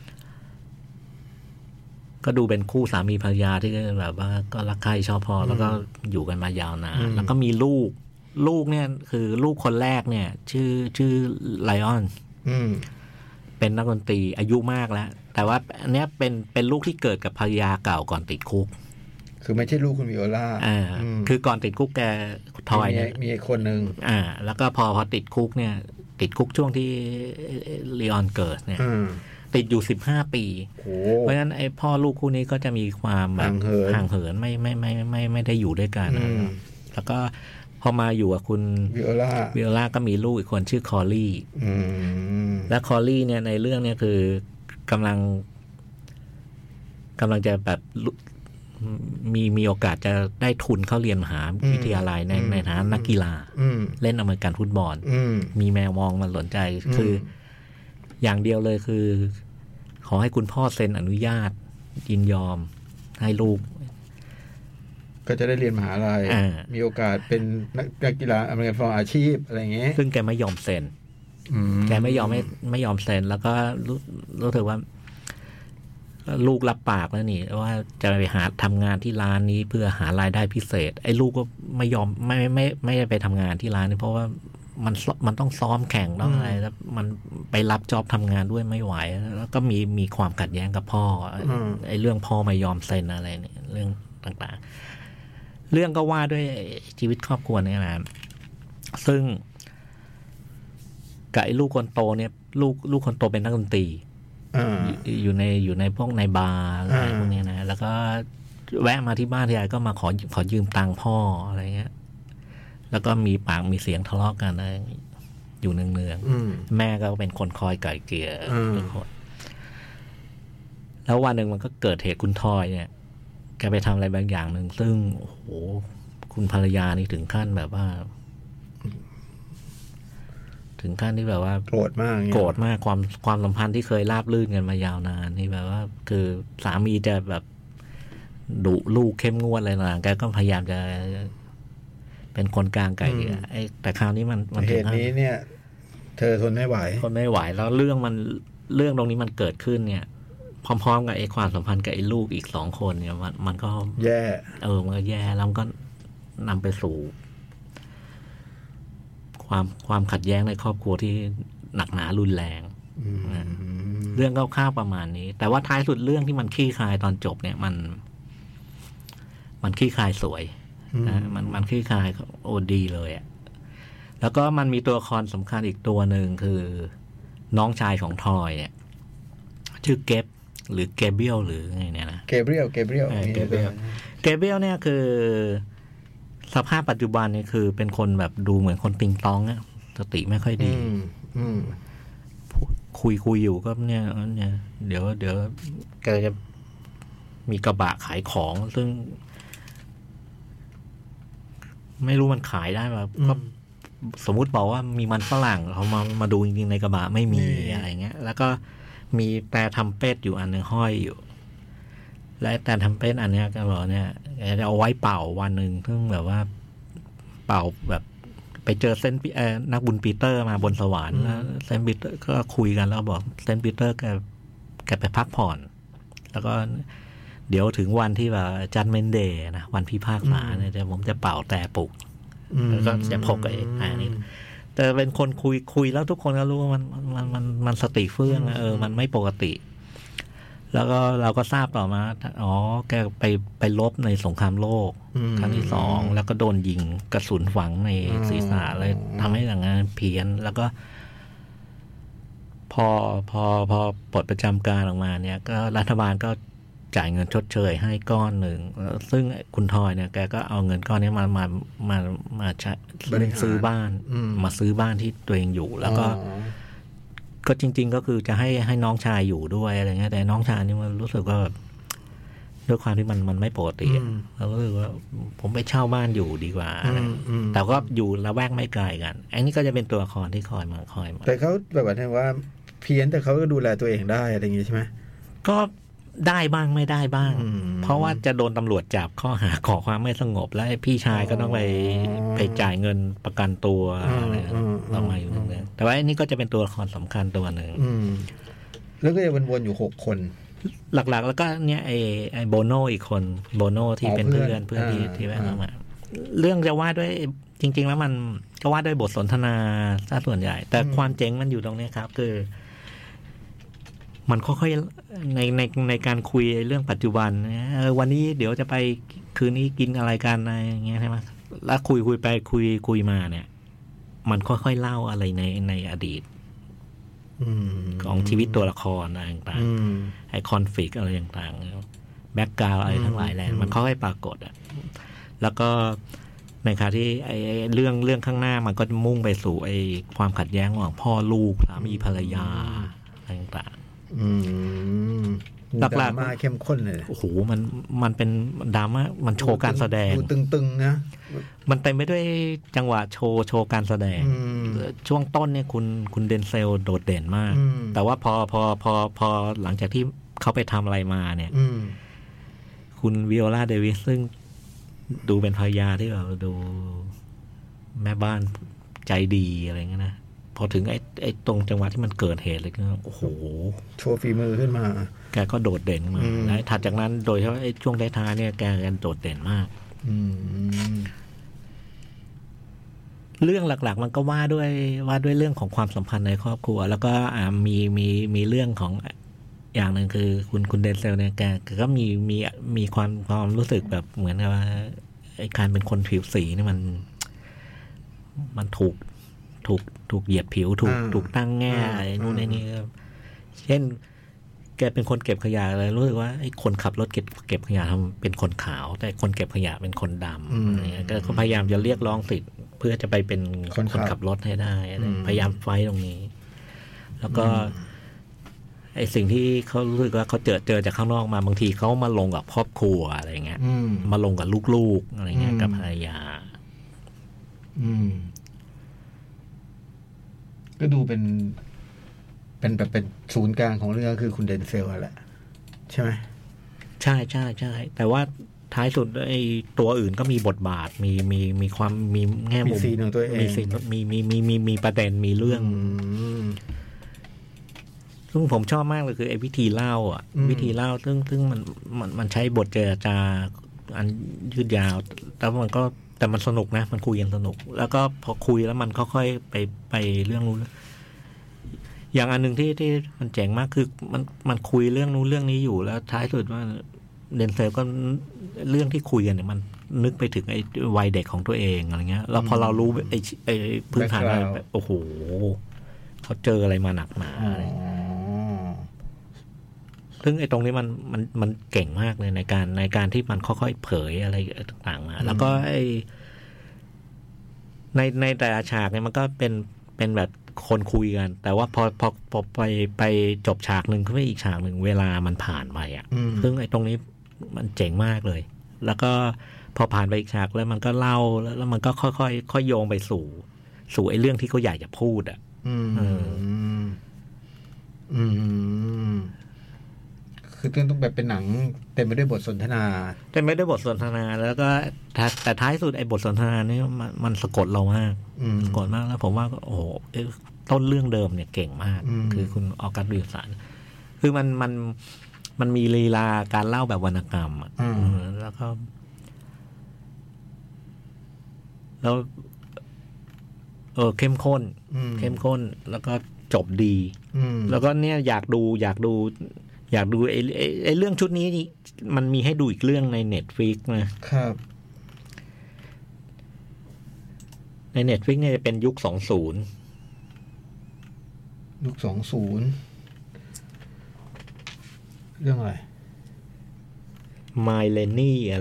ก็ดูเป็นคู่สามีภรรยาที่แบบว่าก็รักใคร่ชอบพอแล้วก็อยู่กันมายาวนานแล้วก็มีลูกลูกเนี่ยคือลูกคนแรกเนี่ยชื่อชื่อไลออนเป็นนักดนตรีอายุมากแล้วแต่ว่าอันเนี้ยเป็นเป็นลูกที่เกิดกับภรรยาเก่าก่อนติดคุกคือไม่ใช่ลูกคุณวิโอลาอ่าคือก่อนติดคุกแกทอยเนี่ยมีคนหนึ่งอ่าแล้วก็พอพอติดคุกเนี่ยติดคุกช่วงที่ลีออนเกิดเนี่ยติดอยู่สิบห้าปีเพราะฉะนั้นไอ้พ่อลูกคู่นี้ก็จะมีความแบบห่างเหินไม่ไม่ไม่ไม่ไม่ได้อยู่ด้วยกันแล้วก็พอมาอยู่กับคุณวิโอลาวิโอลาก็มีลูกอีกคนชื่อคอลลี่และคอลลี่เนี่ยในเรื่องเนี่ยคือกำลังกำลังจะแบบมีมีโอกาสจะได้ทุนเข้าเรียนมหาวิทยาลัยในในฐานะนักกีฬาเล่นอเมริกันฟุตบอลมีแมวมองมันสนใจคืออย่างเดียวเลยคือขอให้คุณพ่อเซ็นอนุญาตยินยอมให้ลูกก็จะได้เรียนมหาลัยมีโอกาสเป็นนักกีฬาอเมริกันฟุตบอลอาชีพอะไรเงี้ยซึ่งแกไม่ยอมเซ็นแกไม่ยอมไม่ไม่ยอมเซ็นแล้วก็รู้รู้สึกว่าลูกรับปากแล้วนี่ว่าจะไปหาทำงานที่ร้านนี้เพื่อหารายได้พิเศษไอ้ลูกก็ไม่ยอมไม่ไม่ไม่ได้ไปทำงานที่ร้านนี้เพราะว่ามันมันต้องซ้อมแข่งต้องอะไรแล้วมันไปรับจ็อบทำงานด้วยไม่ไหวแล้วก็มีมีความขัดแย้งกับพ่อไอ้เรื่องพ่อไม่ยอมเซ็นอะไรเนี่ยเรื่องต่างๆเรื่องก็ว่าด้วยชีวิตครอบครัวนี่แหละซึ่งกับไอ้ลูกคนโตเนี่ยลูกลูกคนโตเป็นนักดนตรีอยู่ในอยู่ในพวกในบาร์อะไรพวกนี้นะแล้วก็แวะมาที่บ้านทีไรก็มาขอขอยืมตังค์พ่ออะไรเงี้ยแล้วก็มีปากมีเสียงทะเลาะกันอะไรอยู่เนืองๆแม่ก็เป็นคนคอยไก่เกลี่ยทุกคนแล้ววันหนึ่งมันก็เกิดเหตุคุณทอยเนี่ยแกไปทำอะไรบางอย่างหนึ่งซึ่งโอ้โหคุณภรรยานี่ถึงขั้นแบบว่าถึงขั้นที่แบบว่าโกรธมากโกรธมากความความสัมพันธ์ที่เคยราบรื่นกันมายาวนานนี่แบบว่าคือสามีจะแบบดุลูกเข้มงวดอะไรต่างๆแกก็พยายามจะเป็นคนกลางไก่ไอ้แต่คราวนี้มันเหตุนี้เนี่ยเธอทนไม่ไหวทนไม่ไหวแล้วเรื่องมันเรื่องตรงนี้มันเกิดขึ้นเนี่ยพร้อมๆกับไอ้ความสัมพันธ์กับไอ้ลูกอีกสองคนเนี่ยมันมันก็แย่เออมันก็แย่แล้วก็นำไปสู่ความความขัดแย้งในครอบครัวที่หนักหนารุนแรงเรื่องคร่าวๆประมาณนี้แต่ว่าท้ายสุดเรื่องที่มันคลี่คลายตอนจบเนี่ยมันมันคลี่คลายสวยนะมันมันคลี่คลายโอ้ดีเลยอ่ะแล้วก็มันมีตัวละครสำคัญอีกตัวหนึ่งคือน้องชายของทอยเนี่ยชื่อเก็บหรือเกเบรียลหรือไงเนี่ยนะเกเบรียลเกเบรียลเกเบรียลเกเบรียลเนี่ยคือสภาพปัจจุบันนี่คือเป็นคนแบบดูเหมือนคนติงตองอะสติไม่ค่อยดีคุยคุยอยู่ก็เนี่ยเนี่ยเดี๋ยวเดี๋ยวแกจะมีกระบะขายของซึ่งไม่รู้มันขายได้แบบก็สมมุติบอกว่ามีมันฝรั่งเขามามาดูจริงๆในกระบะไม่มีอะไรเงี้ยแล้วก็มีแต่ทำเป็ดอยู่อันนึงห้อยอยู่และแต่ทำเป็ดอันเนี้ยก็บอกเนี่ยจะเอาไว้เป่าวันหนึ่งซึ่งแบบว่าเป่าแบบไปเจอเซนต์เอ่อนักบุญปีเตอร์มาบนสวรรค์แล้วเซนต์ปีเตอร์ก็คุยกันแล้วบอกเซนต์ปีเตอร์แกแกไปพักผ่อนแล้วก็เดี๋ยวถึงวันที่แบบจันเมนเดย์นะวันพิพากษาเนี่ยจะผมจะเป่าแต่ปลุกแล้วก็จะพกไอ้อันนี้แต่เป็นคนคุยคุยแล้วทุกคนก็รู้ว่ามันมันมันมันสติเฟื่องเออมันไม่ปกติแล้วก็เราก็ทราบต่อมาอ๋อแกไปไปลบในสงครามโลกครั้งที่สองแล้วก็โดนยิงกระสุนฝังในศีรษะเลยทำให้อย่างนั้นเพี้ยนแล้วก็พอพอพอปลดประจำการออกมาเนี่ยก็รัฐบาลก็จ่ายเงินชดเชยให้ก้อนหนึ่งซึ่งคุณทอยเนี่ยแกก็เอาเงินก้อนนี้มามามามาใช้ซื้อบ้านมาซื้อบ้านที่ตัวเองอยู่แล้วก็ก็จริงๆก็คือจะให้ให้น้องชายอยู่ด้วยอะไรเงี้ยแต่น้องชายนี่มันรู้สึกว่าด้วยความที่มันมันไม่ปกติเราก็รู้สึกว่าผมไปเช่าบ้านอยู่ดีกว่าแต่ก็อยู่ละแวกไม่ไกลกันอันนี้ก็จะเป็นตัวละครที่คอยมาคอยมาแต่เขาแบบว่าเพี้ยนแต่เขาก็ดูแลตัวเองได้อะไรอย่างงี้ใช่ไหมก็ได้บ้างไม่ได้บ้างเพราะว่าจะโดนตำรวจจับข้อหาก่อความไม่สงบแล้วพี่ชายก็ต้องไปไปจ่ายเงินประกันตัวอะไรต้องมาอยู่ตรงนี้แต่ว่าอันนี้ก็จะเป็นตัวละครสำคัญตัวหนึ่งแล้วก็จะวนๆอยู่หกคนหลักๆแล้วก็เนี่ยไอ้ไอ้โบโนอีกคนโบโนที่เป็นเพื่อนเพื่อนที่ที่แวะมาเรื่องจะว่าด้วยจริงๆแล้วมันก็ว่าด้วยบทสนทนาซะส่วนใหญ่แต่ความเจ๋งมันอยู่ตรงนี้ครับคือมันค่อยๆในในในการคุยเรื่องปัจจุบันเออวันนี้เดี๋ยวจะไปคืนนี้กินอะไรกันอะไรอย่างเงี้ยใช่ไหมแล้วคุยคุยไปคุยคุยมาเนี่ยมันค่อยๆเล่าอะไรในในอดีตของชีวิตตัวละครอะไรต่างๆไอคอนฟลิกต์อะไรต่างๆแบ็กกราวด์อะไรทั้งหลายแหละมันค่อยๆปรากฏอ่ะแล้วก็ในขณะที่ไอเรื่องเรื่องข้างหน้ามันก็มุ่งไปสู่ไอความขัดแย้งระหว่างพ่อลูกสามีภรรยาอะไรต่างๆอืมหลักๆมาเข้มข้นเลยโอ้โหมันมันเป็นดราม่ามันโชว์การแสดงดูตึงๆนะมันเต็มไปด้วยจังหวะโชว์โชว์การแสดงช่วงต้นเนี่ยคุณคุณเดนเซลโดดเด่นมากแต่ว่าพอพอพอพอหลังจากที่เขาไปทำอะไรมาเนี่ยคุณวิโอลาเดวิสซึ่งดูเป็นภรรยาที่แบบดูแม่บ้านใจดีอะไรเงี้ยนะพอถึงไอ้ไอ้ตรงจังหวะที่มันเกิดเหตุเลยก็โอ้โหโชว์ฝีมือขึ้นมาแกก็โดดเด่นมาแล้วถัดจากนั้นโดยเฉพาะไอ้ช่วงท้ายๆเนี่ยแกกันโดดเด่นมากเรื่องหลักๆมันก็ว่าด้วยว่าด้วยเรื่องของความสัมพันธ์ในครอบครัวแล้วก็อ่ามีมีมีเรื่องของอย่างหนึ่งคือคุณคุณเดนเซลเนี่ยแกก็มีมีมีความความรู้สึกแบบเหมือนกับว่าไอ้การเป็นคนผิวสีนี่มันมันถูกถูกถูกเหยียดผิวถูกถูกตั้งแง่ไอ้นู่นไอ้นี่เช่นแกเป็นคนเก็บขยะอะไรรู้สึกว่าไอ้คนขับรถเก็บเก็บขยะทำเป็นคนขาวแต่คนเก็บขยะเป็นคนดำอะไรเงี้ยก็พยายามจะเรียกร้องสิทธิ์เพื่อจะไปเป็นคนขับรถให้ได้พยายามไฟตรงนี้แล้วก็ไอ้สิ่งที่เขารู้สึกว่าเขาเจอเจอจากข้างนอกมาบางทีเขามาลงกับครอบครัวอะไรเงี้ยมาลงกับลูกๆอะไรเงี้ยกับภรรยาอืมก็ดูเป็นเป็นแบบเป็นศูนย์กลางของเรื่องคือคุณเดนเซลแหละใช่ไหมใช่ใช่ใช่แต่ว่าท้ายสุดไอ้ตัวอื่นก็มีบทบาทมีมีมีความมีแง่มุมมีซีนของตัวเองมีซีนมีมีมีมีมีประเด็นมีเรื่องซึ่งผมชอบมากเลยคือไอ้วิธีเล่าอ่ะวิธีเล่าซึ่งซึ่งมันมันมันใช้บทเจรจาอันยืดยาวแต่มันก็แต่มันสนุกนะมันคุยกันสนุกแล้วก็พอคุยแล้วมันค่อยๆไปไปเรื่องนู้นอย่างอันหนึ่งที่ที่มันเจ๋งมากคือมันมันคุยเรื่องนู้นเรื่องนี้อยู่แล้วท้ายสุดว่าเดนเซลก็เรื่องที่คุยกันเนี่ยมันนึกไปถึงไอ้วัยเด็กของตัวเองอะไรเงี้ยแล้วพอเรารู้ไอ้ไอ้พื้นฐานอะไรโอ้โหเขาเจออะไรมาหนักหนาอะไรซึ่งไอ้ตรงนี้มันมันมันเก่งมากเลยในการในการที่มันค่อยๆเผยอะไรต่างๆมาแล้วก็ไอ้ในในแต่ละฉากเนี่ยมันก็เป็นเป็นแบบคนคุยกันแต่ว่าพอพอพอไปไปจบฉากหนึ่งขึ้นไปอีกฉากหนึ่งเวลามันผ่านไปอ่ะซึ่งไอ้ตรงนี้มันเจ๋งมากเลย แล้วก็พอผ่านไปอีกฉากแล้วมันก็เล่าแล้วมันก็ค่อยๆค่อยโยงไปสู่ สู่ไอ้เรื่องที่เขาอยากจะพูดอ่ะอืมอืมคือต้องแบบเป็นหนังเต็มไปด้วยบทสนทนาเต็มไปด้วยบทสนทนาแล้วก็แต่ท้ายสุดไอ้บทสนทนานี่มันมันสะกดเรามากสะกดมากแล้วผมว่าโอ้โหต้นเรื่องเดิมเนี่ยเก่งมากคือคุณออกัสวิลสันคือมันมันมันมีลีลาการเล่าแบบวรรณกรรมอ่ะแล้วก็แล้วเออเข้มข้นเข้มข้นแล้วก็จบดีแล้วก็เนี่ยอยากดูอยากดูอยากดูไอ้ไอ้เรื่องชุดนี้มันมีให้ดูอีกเรื่องใน Netflix นะครับใน Netflix เนี่ยจะเป็นยุคสองสิบยุคสองสิบเรื่องอะไร My Lenny อะไร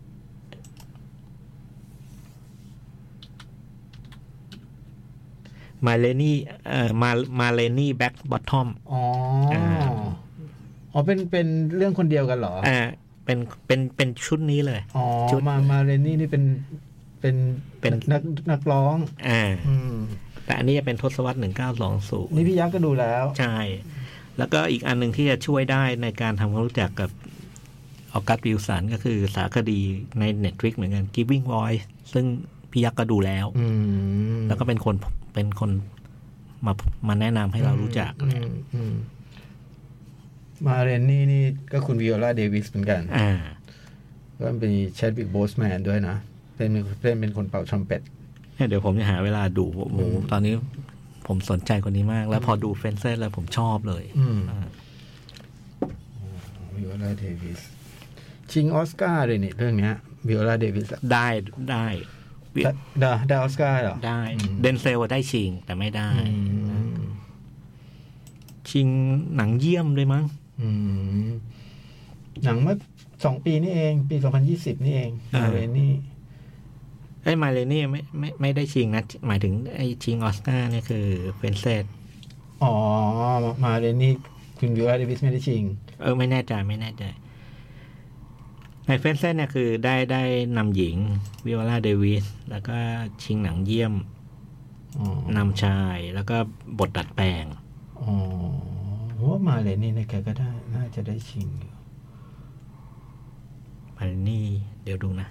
มาเลนี่เอ่อมามาเลนี่แบ็คบอททอมอ๋ออ๋อเป็นเป็นเรื่องคนเดียวกันเหรออ่าเป็นเป็นเป็นชุดนี้เลยอ๋อชุดมามาเลนี่นี่เป็นเป็นเป็นนักนักร้องอ่าแต่อันนี้จะเป็นทศวรรษหนึ่งเก้าสองศูนย์นี่พี่ยักษ์ก็ดูแล้วใช่แล้วก็อีกอันหนึ่งที่จะช่วยได้ในการทำความรู้จักกับออกัสวิลสันก็คือสารคดีใน Netflix เหมือนกัน Giving Voice ซึ่งพี่ยักษ์ก็ดูแล้วแล้วก็เป็นคนเป็นคนมามาแนะนำให้เรารู้จักมาเรนนี่นี่ก็คุณวิโอลาเดวิสเหมือนกันอ่าก็เป็นแชดวิกโบสแมนด้วยนะเป็นเป็นเป็นคนเป่าทรัมเป็ตเดี๋ยวผมจะหาเวลาดูโอ้โหตอนนี้ผมสนใจคนนี้มากแล้วพอดูเฟนเซอร์แล้วผมชอบเลยวิโอลาเดวิสชิงออสการ์เลยนี่เรื่องนี้วิโอลาเดวิสได้ได้ได้ได้ออสการ์เหรอได้เดนเซลได้ชิงแต่ไม่ได้ชิงหนังเยี่ยมด้วยมั้งหนังเมื่อสองปีนี่เองปีสองพันยี่สิบนี่เองมาเรนี่ไอ้มาเรนี่ไม่ไม่ไม่ได้ชิงนะหมายถึงไอ้ชิงออสการ์นี่คือเฟนเซตอ๋อมาเรนี่คุณวิโอลาเดวิสไม่ได้ชิงเออไม่แน่ใจไม่แน่ใจในเฟนเซนเนี่ยคือได้ได้นำหญิงวิโอลาเดวิสแล้วก็ชิงหนังเยี่ยมนำชายแล้วก็บทดัดแปลงอ๋อว่ามาเลยนี่ในแกก็ได้น่าจะได้ชิงอยู่มาเลยนี่เดี๋ยวดูนะ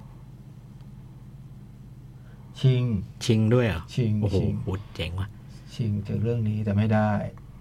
ชิงชิงด้วยเหรอชิงโอ้โหเจ๋งว่ะชิงจากเรื่องนี้แต่ไม่ได้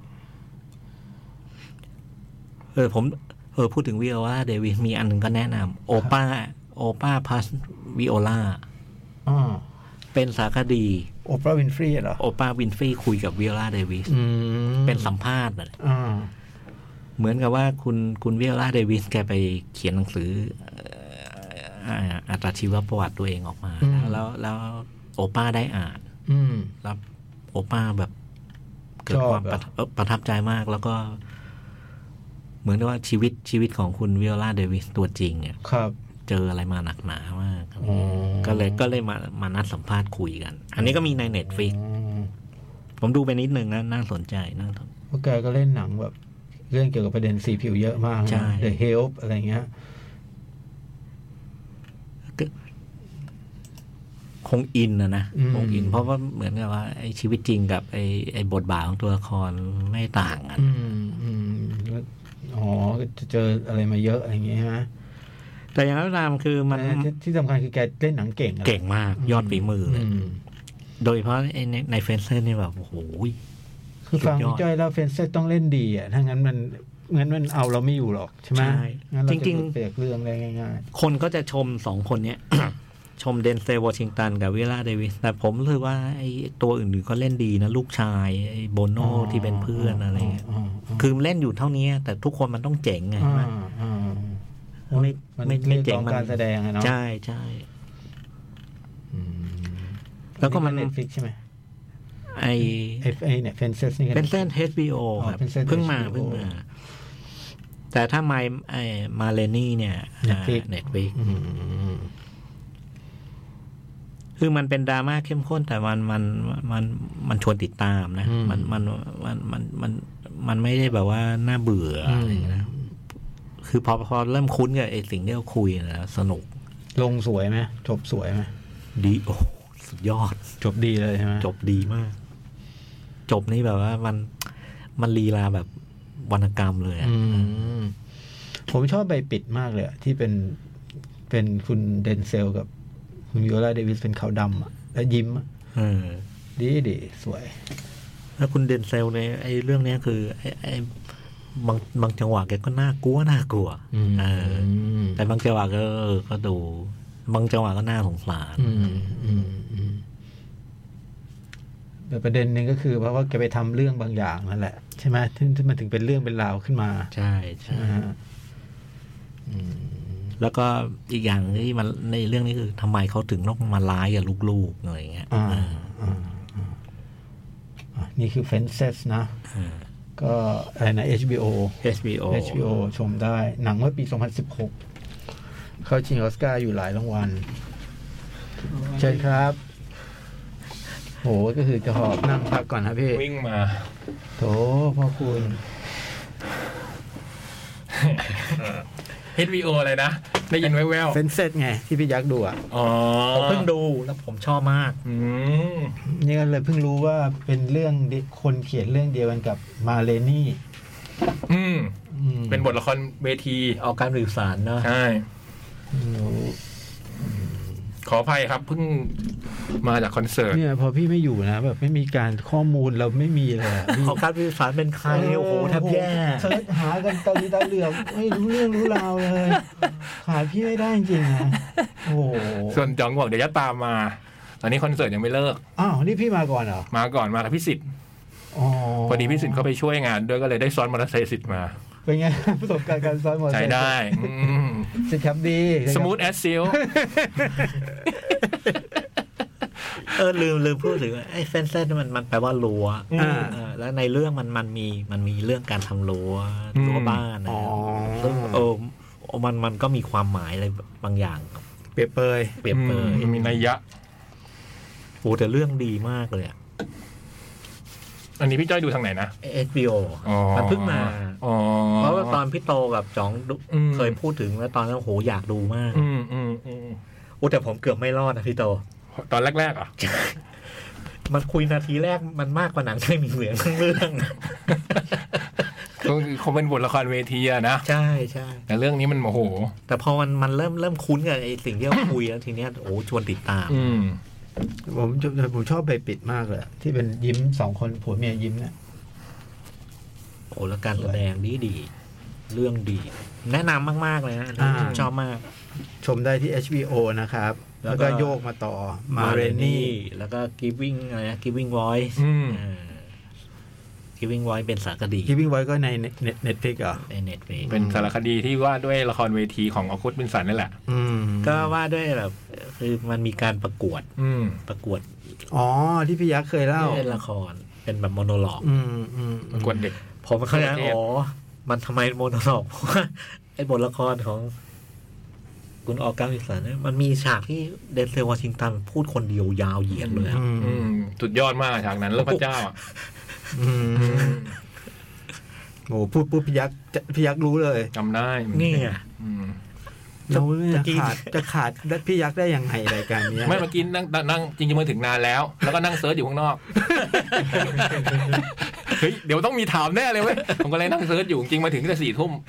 เออผมเออพูดถึงวิโอลาเดวิสมีอันนึงก็แนะนำโอป้าโอป้าพัสวิโอลาเป็นสารคดีโอปราวินฟรีเหรอโอป้าวินฟรีคุยกับวิโอลาเดวิสเป็นสัมภาษณ์เลยเหมือนกับว่าคุณคุณวิโอลาเดวิสแกไปเขียนหนังสืออัตชีวประวัติตัวเองออกมาแล้วแล้วโอป้าได้อ่านแล้วโอป้าแบบเกิดความประทับใจมากแล้วก็เหมือนว่าชีวิตชีวิตของคุณวิโอลาเดวิสตัวจริงเนี่ยเจออะไรมาหนักหนามากก็เลยก็เลยมามานัดสัมภาษณ์คุยกัน อันนี้ก็มีใน Netflix ผมดูไปนิดนึงนะน่าสนใจน่าสนเพราะแกก็เล่นหนังแบบเรื่องเกี่ยวกับประเด็นสีผิวเยอะมากนะ The Help อะไรเงี้ยคงอินนะนะคงอินเพราะว่าเหมือนกับว่าไอ้ชีวิตจริงกับไอ้ไอ้บทบาทของตัวละครไม่ต่างกันอ๋อจะเจออะไรมาเยอะอะไรอย่างเงี้ยฮะแต่อย่างไรก็ตามคือมันที่สำคัญคือแกเล่นหนังเก่งเก่งมากยอดฝีมือเลยโดยเฉพาะในในเฟนเซอร์นี่แบบโอ้โหคือฟังพี่จ้อยแล้วเฟนเซอร์ต้องเล่นดีอ่ะถ้างั้นมันงั้นมันเอาเราไม่อยู่หรอกใช่ไหมจริงๆเปรียบเรื่องอะไรง่ายๆคนก็จะชมสองคนเนี้ย ชมเดนเซลวอชิงตันกับวิโอลาเดวิสแต่ผมรู้สึกว่าไอ้ตัวอื่นๆก็เล่นดีนะลูกชายไอ้โบโน่ที่เป็นเพื่อนอะไรเงี้ยคือเล่นอยู่เท่านี้แต่ทุกคนมันต้องเจ๋งไงใช่ไหมไม่ไม่ไม่เจ๋งมันการแสดงเนาะใช่ใช่แล้วก็มัน Netflix ใช่ไหมไอไอเนี่ย Fences นี่เป็นเส้น เอช บี โอ ครับเพิ่งมาเพิ่งมาแต่ถ้าไมไอมาเลนี่เนี่ย Netflix คือมันเป็นดราม่าเข้มข้นแต่มันมันมันมันชวนติดตามนะมันมันมันมันมันมันไม่ได้แบบว่าน่าเบื่ออะไรนะคือพอพอเริ่มคุ้นกับไอ้สิ่งที่เราคุยนะสนุกลงสวยไหมจบสวยไหมดีโอ้สุดยอดจบดีเลยใช่ไหมจบดีมาก จบนี่แบบว่ามันมันลีลาแบบวรรณกรรมเลยอะอืมผมชอบใบปิดมากเลยอะที่เป็นเป็นคุณเดนเซลกับคุณวิโอลาเดวิสเป็นขาวดำอะแล้วยิ้มอะเออดีดีสวยแล้วคุณเดนเซลในไอ้เรื่องเนี้ยคือไอ้ไอ้บางบางจังหวะแกก็น่ากลัวน่ากลัวอืมเออแต่บางจังหวะก็เออก็ดูบางจังหวะก็น่าสงสารอืมอืมอืมแต่ประเด็นหนึ่งก็คือเพราะว่าแกไปทำเรื่องบางอย่างนั่นแหละใช่ไหมที่ที่มันถึงเป็นเรื่องเป็นราวขึ้นมาใช่ใช่อ่าอืมแล้วก็อีกอย่างที่มันในเรื่องนี้คือทำไมเขาถึงต้องมาร้ายกับลูกๆอะไรอย่างเงี้ยอ่าเอออ่าอ่าอ่านี่คือ Fences นะเออก็อะไรนะ เอช บี โอเอช บี โอเอช บี โอ ชมได้ หนังเมื่อปี สองพันสิบหก เข้าชิงออสการ์อยู่หลายรางวัล เชิญครับ โห ก็คือจะหอบนั่งพักก่อนนะพี่วิ่งมาโถพ่อคุณเอช บี โอ อะไรนะ ได้ยินแว่วเฟนเซตไง ที่พี่ยักษ์ดูอ่ะๆอ๋อผมเพิ่งดูแล้วผมชอบมากอืมนี่ก็เลยเพิ่งรู้ว่าเป็นเรื่องเด็กคนเขียนเรื่องเดียวกันกับมาเลนี่อืมอืมเป็นบทละครเวทีออกการสื่อสารเนอะใช่ไม่รู้ขออภัยครับเพิ่งมาจากคอนเสิร์ตเนี่ยพอพี่ไม่อยู่นะ แบบไม่มีการข้อมูลเราไม่มีเลยอะพี่ออกการสื่อสารเป็นใครโอ้โหแทบแย่เสิร์ชหากันตาลีตาเหลือกไม่รู้เรื่องรู้ราวเลยขาดพี่ไม่ได้จริงๆนะโอ้โหส่วนจองบอกเดี๋ยวจะตามมา ตอนนี้คอนเสิร์ตยังไม่เลิกอ้าวนี่พี่มาก่อนเหรอมาก่อนมากับพี่สิทธิ์อ๋อพอดีพี่สิทธิ์เขาไปช่วยงานด้วยก็เลยได้ซ้อนมอเตอร์ไซค์สิทธิ์มาเป็นไง ประสบการณ์การซ้อนมอเตอร์ไซใช้ค์ได้อืมสิครับดีสมูทแอสซิลเออลืมลืมพูดถึงไอ้เฟนเซนมันมันแปลว่ารั้วอ่าเออแล้วในเรื่องมันมันมีมันมีเรื่องการทำรั้วรั้วบ้านนะอ๋อซึ่งเออมันมันก็มีความหมายอะไรบางอย่างเปรียบเปรยเปรียบเปรยมีนัยยะโอ้แต่เรื่องดีมากเลยอะอันนี้พี่จ้อยดูทางไหนนะเอช บี โออ๋อมันเพิ่งมาอ๋อเพราะว่าตอนพี่โตกับจ๋องดูอืมเคยพูดถึงแล้วตอนนั้นโหอยากดูมากอืมอืมอืมโอ้แต่ผมเกือบไม่รอดนะพี่โตตอนแรกๆอ่ะมันคุยนาทีแรกมันมากกว่าหนังไม่มีเหลืองทั้งเรื่องก็คือคงเป็นบทละครเวทีอะนะใช่ใช่แต่เรื่องนี้มันโอ้โหแต่พอมันมันเริ่มเริ่มคุ้นกับไอ้สิ่งที่เราคุยแล้วทีเนี้ยโอ้ชวนติดตามอืมผมผมชอบใบปิดมากเลย ที่เป็นยิ้มสองคนผัวเมียยิ้มเนี่ยโอ้แล้วการแสดงดีดีเรื่องดี แนะนำมากๆเลยนะชอบมากชมได้ที่ เอช บี โอ นะครับแล้แล้ว วก็ก็โยกมาต่อมาเรนี่แล้วก็ giving อะไรนะ giving voice อืมเออ giving voice เป็นสารคดีที่วิ่งไว้ก็ในเน็ตเน็ตฟิกเหรอในเน็ตเฟซเป็นสารคดีที่ว่าด้วยละครเวทีของออคุตบินสันนี่แหละอืมก็ว่าด้วยแบบคือมันมีการประกวดอืมประกวดอ๋อ ที่พี่ยักษ์เคยเล่าเล่นละครเป็นแบบโมโนโลกอืมอืมประกวดเด็กผมเข้าใจทั่วประเทศอ๋อมันทำไมโมโนโลกเพราะว่าไอ้บทละครของ คุณออกการศึกษาเนี่ยมันมีฉากที่เดนเซลวอชิงตันพูดคนเดียวยาวเหยียดเลยอะอืมอืมสุดยอดมากฉากนั้นเรื่องพระเจ้าอ่ะอืมโอ้พูดปุ๊บพี่ยักษ์จะพี่ยักษ์รู้เลยจำได้นี่ไงอืมเราเนี่ยตะกี้ขาดจะขาดพี่ยักษ์ได้ยังไงรายการเนี้ยไม่เมื่อกี้นั่งนั่งจริงๆมาถึงนานแล้ว แล้วก็นั่งเซิร์ชอยู่ข้างนอก เฮ้ยเดี๋ยวต้องมีถามแน่เลยเว้ยผมก็เลยนั่งเซิร์ชอยู่จริงๆมาถึงแต่สี่ทุ่ม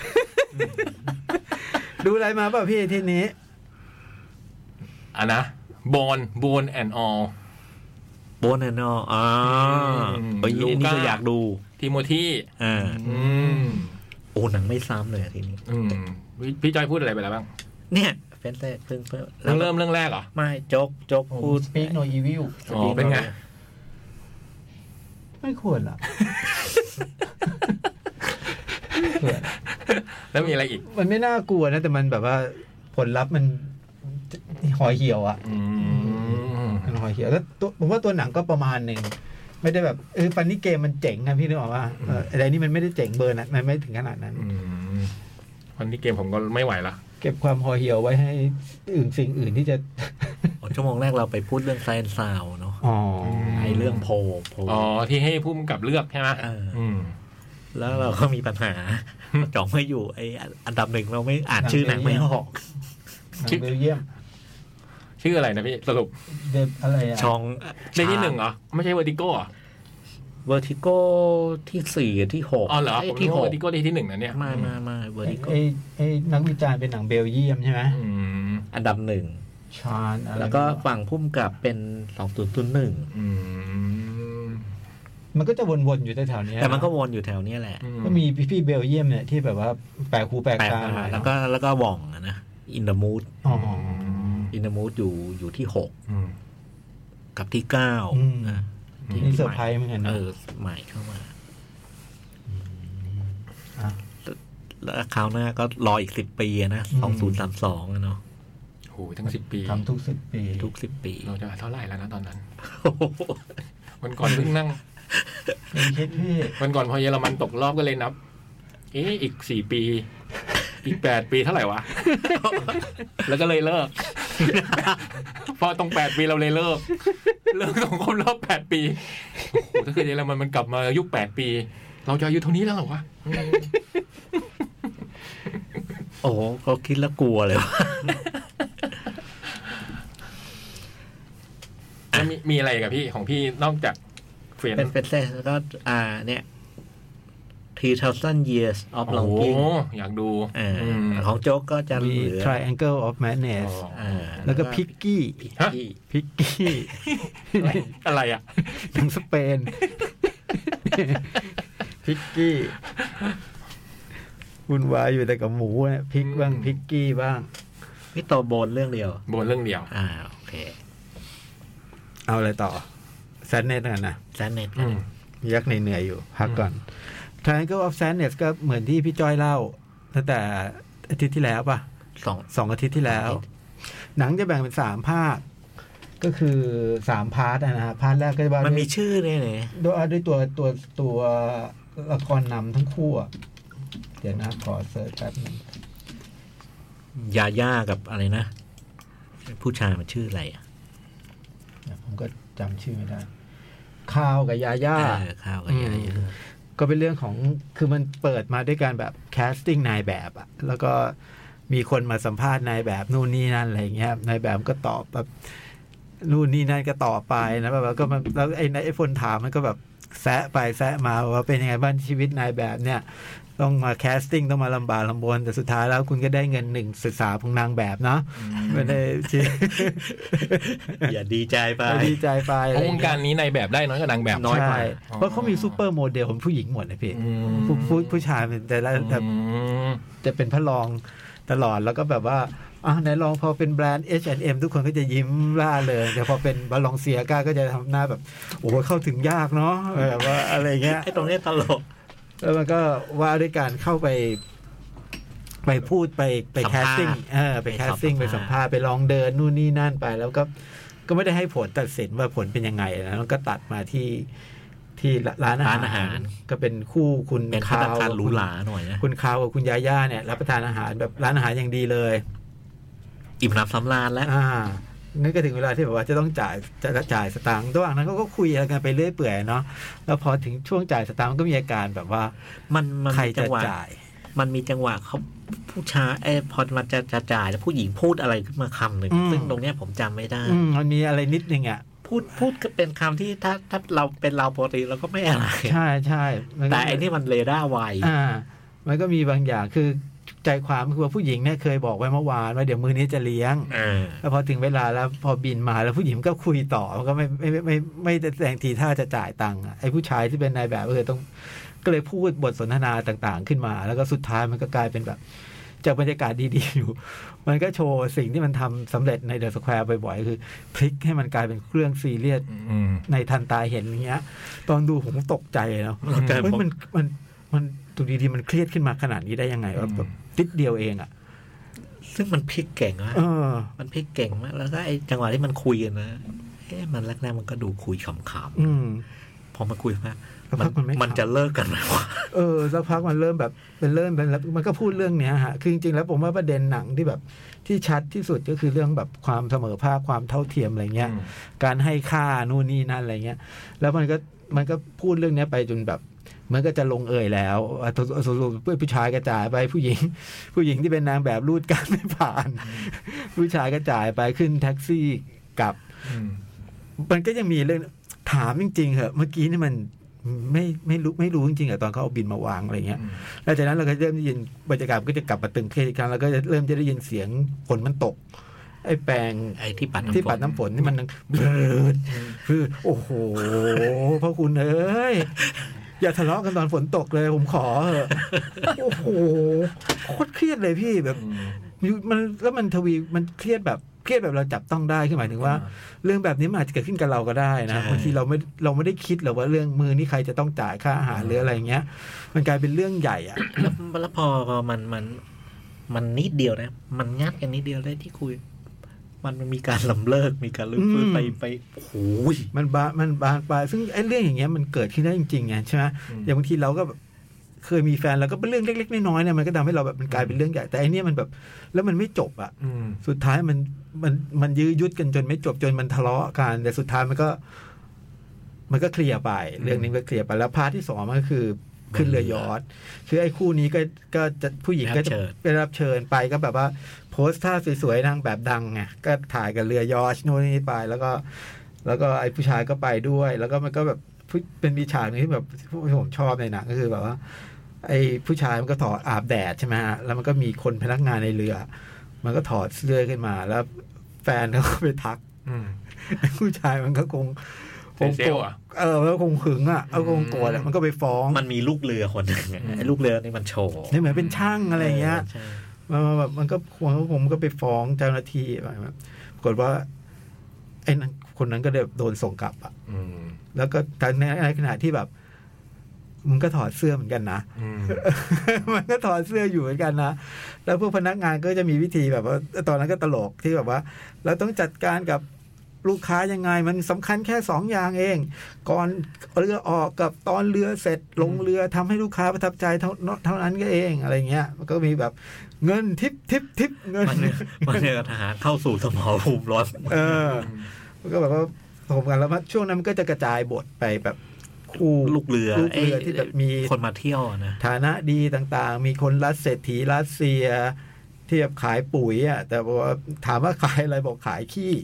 ดูอะไรมาเปล่าพี่อาทีนี้อ่ะนะบอนบอนแอนด์ออลโบนแอนนออ่าอืมเอ้ยอันนี้ก็อยากดูทิโมธีอ่าอืมโอ้หนังไม่ซ้ำเลยอะทีนี้อืมพี่พี่จอยพูดอะไรไปแล้วบ้างเนี่ยเฟนเซ่เพิ่งเพิ่งเรื่องเริ่มเรื่องแรกเหรอไม่โจ๊กโจ๊กพูด Speak No Evil อ๋อเป็นไงไม่ควรอ่ะไม่ควรแล้วมีอะไรอีกมันไม่น่ากลัวนะ แต่มันแบบว่าผลลัพธ์มันหอยเหี่ยวอ่ะอืมมันหอยเหี่ยวแล้วตัวผมว่าตัวหนังก็ประมาณหนึ่งไม่ได้แบบเออฟันนี่เกมมันเจ๋งนะพี่นึกออกว่าเอออะไรนี่มันไม่ได้เจ๋งเบอร์นั้นมันไม่ถึงขนาดนั้นอืมวันนี้เกมผมก็ไม่ไหวละเก็บความหอยเหี่ยวไว้ให้อื่นสิ่งอื่นที่จะอ๋อชั่วโมงแรกเราไปพูดเรื่องไซน์ซาวเนาะอ๋อไอเรื่องโพลโพลอ๋อที่ให้ผู้กำกับเลือกใช่ไหมเอออืมแล้วเราก็มีปัญหาจ่องไม่อยู่ไออันดับหนึ่งเราไม่อ่านชื่อหนังไม่ออกหนังเบลเยียมชื่ออะไรนะพี่สรุปเดบอะไรอ่ะช่องในที่หนึ่งเหรอไม่ใช่เวอร์ติโก้เหรอเวอร์ติโก้ที่สี่ที่หกอ๋อเหรอผมที่นึกหว่าก เวอร์ติโก้ที่หนึ่งนะเนี่ยไม่ไม่ไม่เวอร์ติโก้ไอ้ไอ้นักวิจารณ์เป็นหนังเบลเยียมใช่ไหมอืมอันดับหนึ่งชานอะไรแล้วก็ฝั่งพุ่มกับเป็นสองศูนย์ศูนย์หนึ่งอืมมันก็จะวนๆอยู่แถวๆนี้แต่มันก็วนอยู่แถวเนี้ยแหละก็มีพี่ๆเบลเยียมเนี่ยที่แบบว่าแปลกหูแปลกแปลกตามาแล้วก็แล้วก็ว่องอะนะอินเดอะมูดอ๋ออินเดอะมูดอยู่อยู่ที่หกอืมกับที่เก้าอืมนะที่นี่เซอร์ไพรส์เหมือนกันนะเออใหม่เข้ามาอ่ะแล้วคราวหน้าก็รออีกสิบปีอะนะอืสองศูนมย์สามสองเนาะโหทั้งสิบปีทำทุกสิบปีทุกสิบปีเราจะเท่าไหร่แล้วนะตอนนั้น วันก่อนเพิ่งนั่งไม่คิดพี่วันก่อนพอเยอรมันตกรอบก็เลยนับ เอ๊ะอีกสี่ปี อีกแปดปีเท่าไหร่วะ แล้วก็เลยเลิก พอตรงแปดปีเราเลยเลิก เลิกตรงครบรอบแปดปี โอ้โหถ้าเกิดเยอรมันมันกลับมายุคแปดปี เราจะอายุเท่านี้แล้วเหรอวะอืมโอ้โหก็คิดแล้วกลัวเลยว่าแล้วมีมีอะไรกับพี่ของพี่นอกจากเฟรนเป็นเป็นเซสแล้วก็อ่าเนี่ยthree thousand years of โอ้โห longing อยากดูเอออืมของโจ๊กก็จะมีเหลือ Triangle of Madness อ๋ออ่าแล้วก็พิกกี้ฮะที่พิกกี้อะไรอ่ะหนังสเปน พิกกี้วุ่นวายอยู่แต่กับหมูเนี่ยพิกบ้างพิกกี้บ้างพี่โตโบนเรื่องเดียวบนเรื่องเดียวอ่าโอเคเอาอะไรต่อแซนเนตกันนะแซนเน็ตอืมยักษ์เหนื่อยๆอยู่ พักก่อน Triangle of Sadness ก็เหมือนที่พี่จ้อยเล่าตั้งแต่อาทิตย์ที่แล้วป่ะสองสองอาทิตย์ที่แล้วสองอาทิตย์หนังจะแบ่งเป็นสามภาค ก็คือสามพาร์ทนะฮะพาร์ทแรกก็จะว่ามันด้มีวยชื่อเนี่ยเนี่ยด้วยด้วยตัวตัวตัวละครนำทั้งคู่อะเดี๋ยวนะขอเสิร์ชแป๊บนึงยาย่ากับอะไรนะ ผู้ชายมันชื่ออะไรอ่ะเดี๋ยวผมก็จำชื่อไม่ได้คาวกับยาย่าเออข้าวกับยาย่าก็เป็นเรื่องของคือมันเปิดมาด้วยการแบบแคสติ้งนายแบบอะแล้วก็มีคนมาสัมภาษณ์นายแบบนู่นนี่นั่นอะไรอย่างเงี้ยนายแบบก็ตอบแบบนู่นนี่นั่นก็ตอบไปนะแบบว่าก็มันแล้วไอ้ไอ้คนถามมันก็แบบแซะไปแซะมาว่าเป็นยังไงบ้างชีวิตนายแบบเนี่ย ต้องมาแคสติ้งต้องมาลำบากลำบนแต่สุดท้ายแล้วคุณก็ได้เงินหนึ่งศึกษาของนางแบบเนาะไม่ได้ชีอย่าดีใจไปไม่ดีใจไปเพราะวงการนี้ในแบบได้น้อยกว่านางแบบน้อยกว่าใช่เพราะเขามีซูเปอร์โมเดลของผู้หญิงหมดเลยพี่อืมผู้ผู้ผู้ชายเป็นแต่ละแบบอืมจะเป็นพระรองตลอดแล้วก็แบบว่าอ่ะไหนลองพอเป็นแบรนด์ เอช แอนด์ เอ็ม ทุกคนก็จะยิ้มร่าเลยแต่พอเป็นบาลองเซียก้าก็จะทำหน้าแบบโอ้โหเข้าถึงยากเนาะแบบว่าอะไรเงี้ยไอ้ตรงเนี้ยตลกแล้วมันก็ว่าด้วยการเข้าไป ไปพูดไปไปสัมแคภาษณ์สติ้งเออไปไปแคสติ้งสัไปมภาษณ์สัมภาษณ์ไปลองเดินนู่นนี่นั่นไป แล้วก็ก็ไม่ได้ให้ผลตัดสินว่าผลเป็นยังไงนะแล้วก็ตัดมาที่ที่ร้านอาร้านอาหาหาร รก็เป็นคู่คุณเป็นพัตคาตาว คารหรูหราหน่อยนะคุณคาวกับคุณยาย่าเนี่ยรับประทานอาหารแบบร้านอาหารอย่างดีเลยอิ่มหนำสำราญแล้วอ่านั่นก็ถึงเวลาที่แบบว่าจะต้องจ่ายจะจ่ายสตางค์ระหว่างนั้นเขาก็คุยกันไปเรื่อยเปื่อยเนาะแล้วพอถึงช่วงจ่ายสตางค์มันก็มีอาการแบบว่ามันมันใครมีจัจะงหวะจ่ายมันมีจังหวะเขาผู้ชายไอ้พอมันจะจะจ่ายแล้วผู้หญิงพูดอะไรขึ้นมาคำหนึ่งอืมซึ่งตรงเนี้ยผมจำไม่ได้อืมมันมีอะไรนิดนึงอ่ะพูดพูดก็เป็นคำที่ถ้าถ้าเราเป็นเราปกติเราก็ไม่อะไรใช่ใช่มันก็แต่อันนี้มันเรดาร์ไวอ่า มันก็มีบางอย่างคือใจความคือว่าผู้หญิงเนี่ยเคยบอกไว้เมื่อวานว่าเดี๋ยวมือนี้จะเลี้ยงเออแล้วพอถึงเวลาแล้วพอบินมาแล้วผู้หญิงก็คุยต่อมันก็ไม่ไม่ไม่ไม่ไม่แสดงทีท่าจะจ่ายตังค์อะไอ้ผู้ชายที่เป็นนายแบบก็เลยต้องก็เลยพูดบทสนทนาต่างๆ ขึ้นมา แล้วก็สุดท้ายมันก็กลายเป็นแบบจากบรรยากาศดีๆอยู่ มันก็โชว์สิ่งที่มันทำสำเร็จในเดอะสแควร์บ่อยๆคือพลิกให้มันกลายเป็นเรื่องซีเรียสอืมในทันตาเห็นอย่างเงี้ย ตอนดูผมตกใจเนาะแล้วก็เฮ้ยผมมันมันมันดูดีๆมันเครียดขึ้นมาขนาดนี้ได้ยังไงว่าแบบติดเดียวเองอ่ะซึ่งมันพลิกเก่งมากเออมันพลิกเก่งมากแล้วก็ไอ้จังหวะที่มันคุยกันนะเอ๊ะมันแรกๆมันก็ดูคุยขำอืมๆพอมาคุยมากสักพักมันไม่มันขำจะเลิกกันไหมวะเออสักพักมันเริ่มแบบเป็นเริ่มเป็นแล้วมันก็พูดเรื่องเนี้ยฮะคือจริงๆแล้วผมว่าประเด็นหนังที่แบบที่ชัดที่สุดก็คือเรื่องแบบความเสมอภาคความเท่าเทียมอะไรเงี้ยอืมการให้ค่านู่นนี่นั่นอะไรเงี้ย แล้วมันก็มันก็พูดเรื่องเนี้ยไปจนแบบมันก็จะลงเอยแล้วผู้ชายกระจายไปผู้หญิงผู้หญิงที่เป็นนางแบบรูดการไม่ผ่านผู้ชายกระจายไปขึ้นแท็กซี่กลับมันก็ยังมีเรื่องถามจริงๆเหอะเมื่อกี้นี่มันไม่ไม่รู้ไม่รู้จริงๆอะตอนเขาเอาบินมาวางอะไรเงี้ยแล้วจากนั้นเราก็เริ่มได้ยินบรรยากาศก็จะกลับมาตึงเครียดอีกครั้งแล้วก็จะเริ่มจะได้ยินเสียงฝนมันตกไอ้แปรงไอ้ที่ปัดน้ำฝนที่ปัดน้ำฝนนี่มันเบิดคือโอ้โหพ่อคุณเอ้ยอย่าทะเลาะกันตอนฝนตกเลยผมขอเถอะโอ้โหโคตรเครียดเลยพี่แบบมันแล้วมันทวีมันเครียดแบบเครียดแบบเราจับต้องได้คือหมายถึงว่าเรื่องแบบนี้มันอาจจะเกิดขึ้นกับเราก็ได้นะบางทีเราไม่เราไม่ได้คิดหรอกว่าเรื่องมือนี่ใครจะต้องจ่ายค่าอาหารหรืออะไรเงี้ยมันกลายเป็นเรื่องใหญ่อ่ะแล้วแล้วพอมันมันมันนิดเดียวนะมันงัดกันนิดเดียวได้ที่คุยมันมันมีการลำเลิกมีการลึกฟื้นไปไปโอ้โหมันบามันบานปลายซึ่งไอ้เรื่องอย่างเงี้ยมันเกิดขึ้นได้จริงๆไงใช่ไหมอย่างบางทีเราก็เคยมีแฟนแล้วก็เป็นเรื่องเล็กๆน้อยๆเนี่ยมันก็ทำให้เราแบบมันกลายเป็นเรื่องใหญ่แต่อันนี้มันแบบแล้วมันไม่จบอ่ะสุดท้ายมันมันมันยื้อยุดกันจนไม่จบจนมันทะเลาะกันแต่สุดท้ายมันก็มันก็เคลียร์ไปเรื่องนี้ก็เคลียร์ไปแล้วพาร์ทที่สองมันก็คือขึ้นเรือยอชต์คือไอ้คู่นี้ก็ก็จะผู้หญิงก็จะไปรับเชิญไปก็แบบว่าโพสท่าสวยๆนางแบบดังไงก็ถ่ายกับเรือยอชต์โน่นนี่ไปแล้วก็แล้วก็ไอ้ผู้ชายก็ไปด้วยแล้วก็มันก็แบบเป็นมีฉากนึงที่แบบที่ผมชอบในหนังก็คือแบบว่าไอ้ผู้ชายมันก็ถอดอาบแดดใช่ไหมฮะแล้วมันก็มีคนพนักงานในเรือมันก็ถอดเสื้อขึ้นมาแล้วแฟนเขาก็ไปทักผู้ชายมันก็คงคงโกรธเออแล้วคงหึงอ่ะเอาคงโกรธมันก็ไปฟ้องมันมีลูกเรือคนหนึ่งไอ้ลูกเรือนี่มันโชว์นี่เหมือนเป็นช่างอะไรเงี้ยมันแบบมันก็ควงผมก็ไปฟ้องเจ้าหน้าที่แบบปรากฏว่าไอ้นั้นคนนั้นก็เดโดนส่งกลับอ่ะแล้วก็แต่ในขณะที่แบบมึงก็ถอดเสื้อเหมือนกันนะมันก็ถอดเสื้ออยู่เหมือนกันนะแล้วพวกพนักงานก็จะมีวิธีแบบว่าตอนนั้นก็ตลกที่แบบว่าเราต้องจัดการกับลูกค้ายังไงมันสำคัญแค่สองอย่างเองก่อนเรือออกกับตอนเรือเสร็จลงเรือทำให้ลูกค้าประทับใจเท่าเท่านั้นก็เองอะไรเงี้ยมันก็มีแบบเงินทิปทิปทิปเงินมันเนี่ยทหารเข้าสู่สมรภูมิร้อนเออมันก็แบบว่าผมกันแล้วช่วงนั้นมันก็จะกระจายบทไปแบบคู่ลูกเรือลูกเรือที่แบบมีคนมาเที่ยวนะฐานะดีต่างๆมีคนรัสเศรษฐีรัสเซียที่แบบขายปุ๋ยอ่ะแต่ว่าถามว่าขายอะไรบอกขายขี้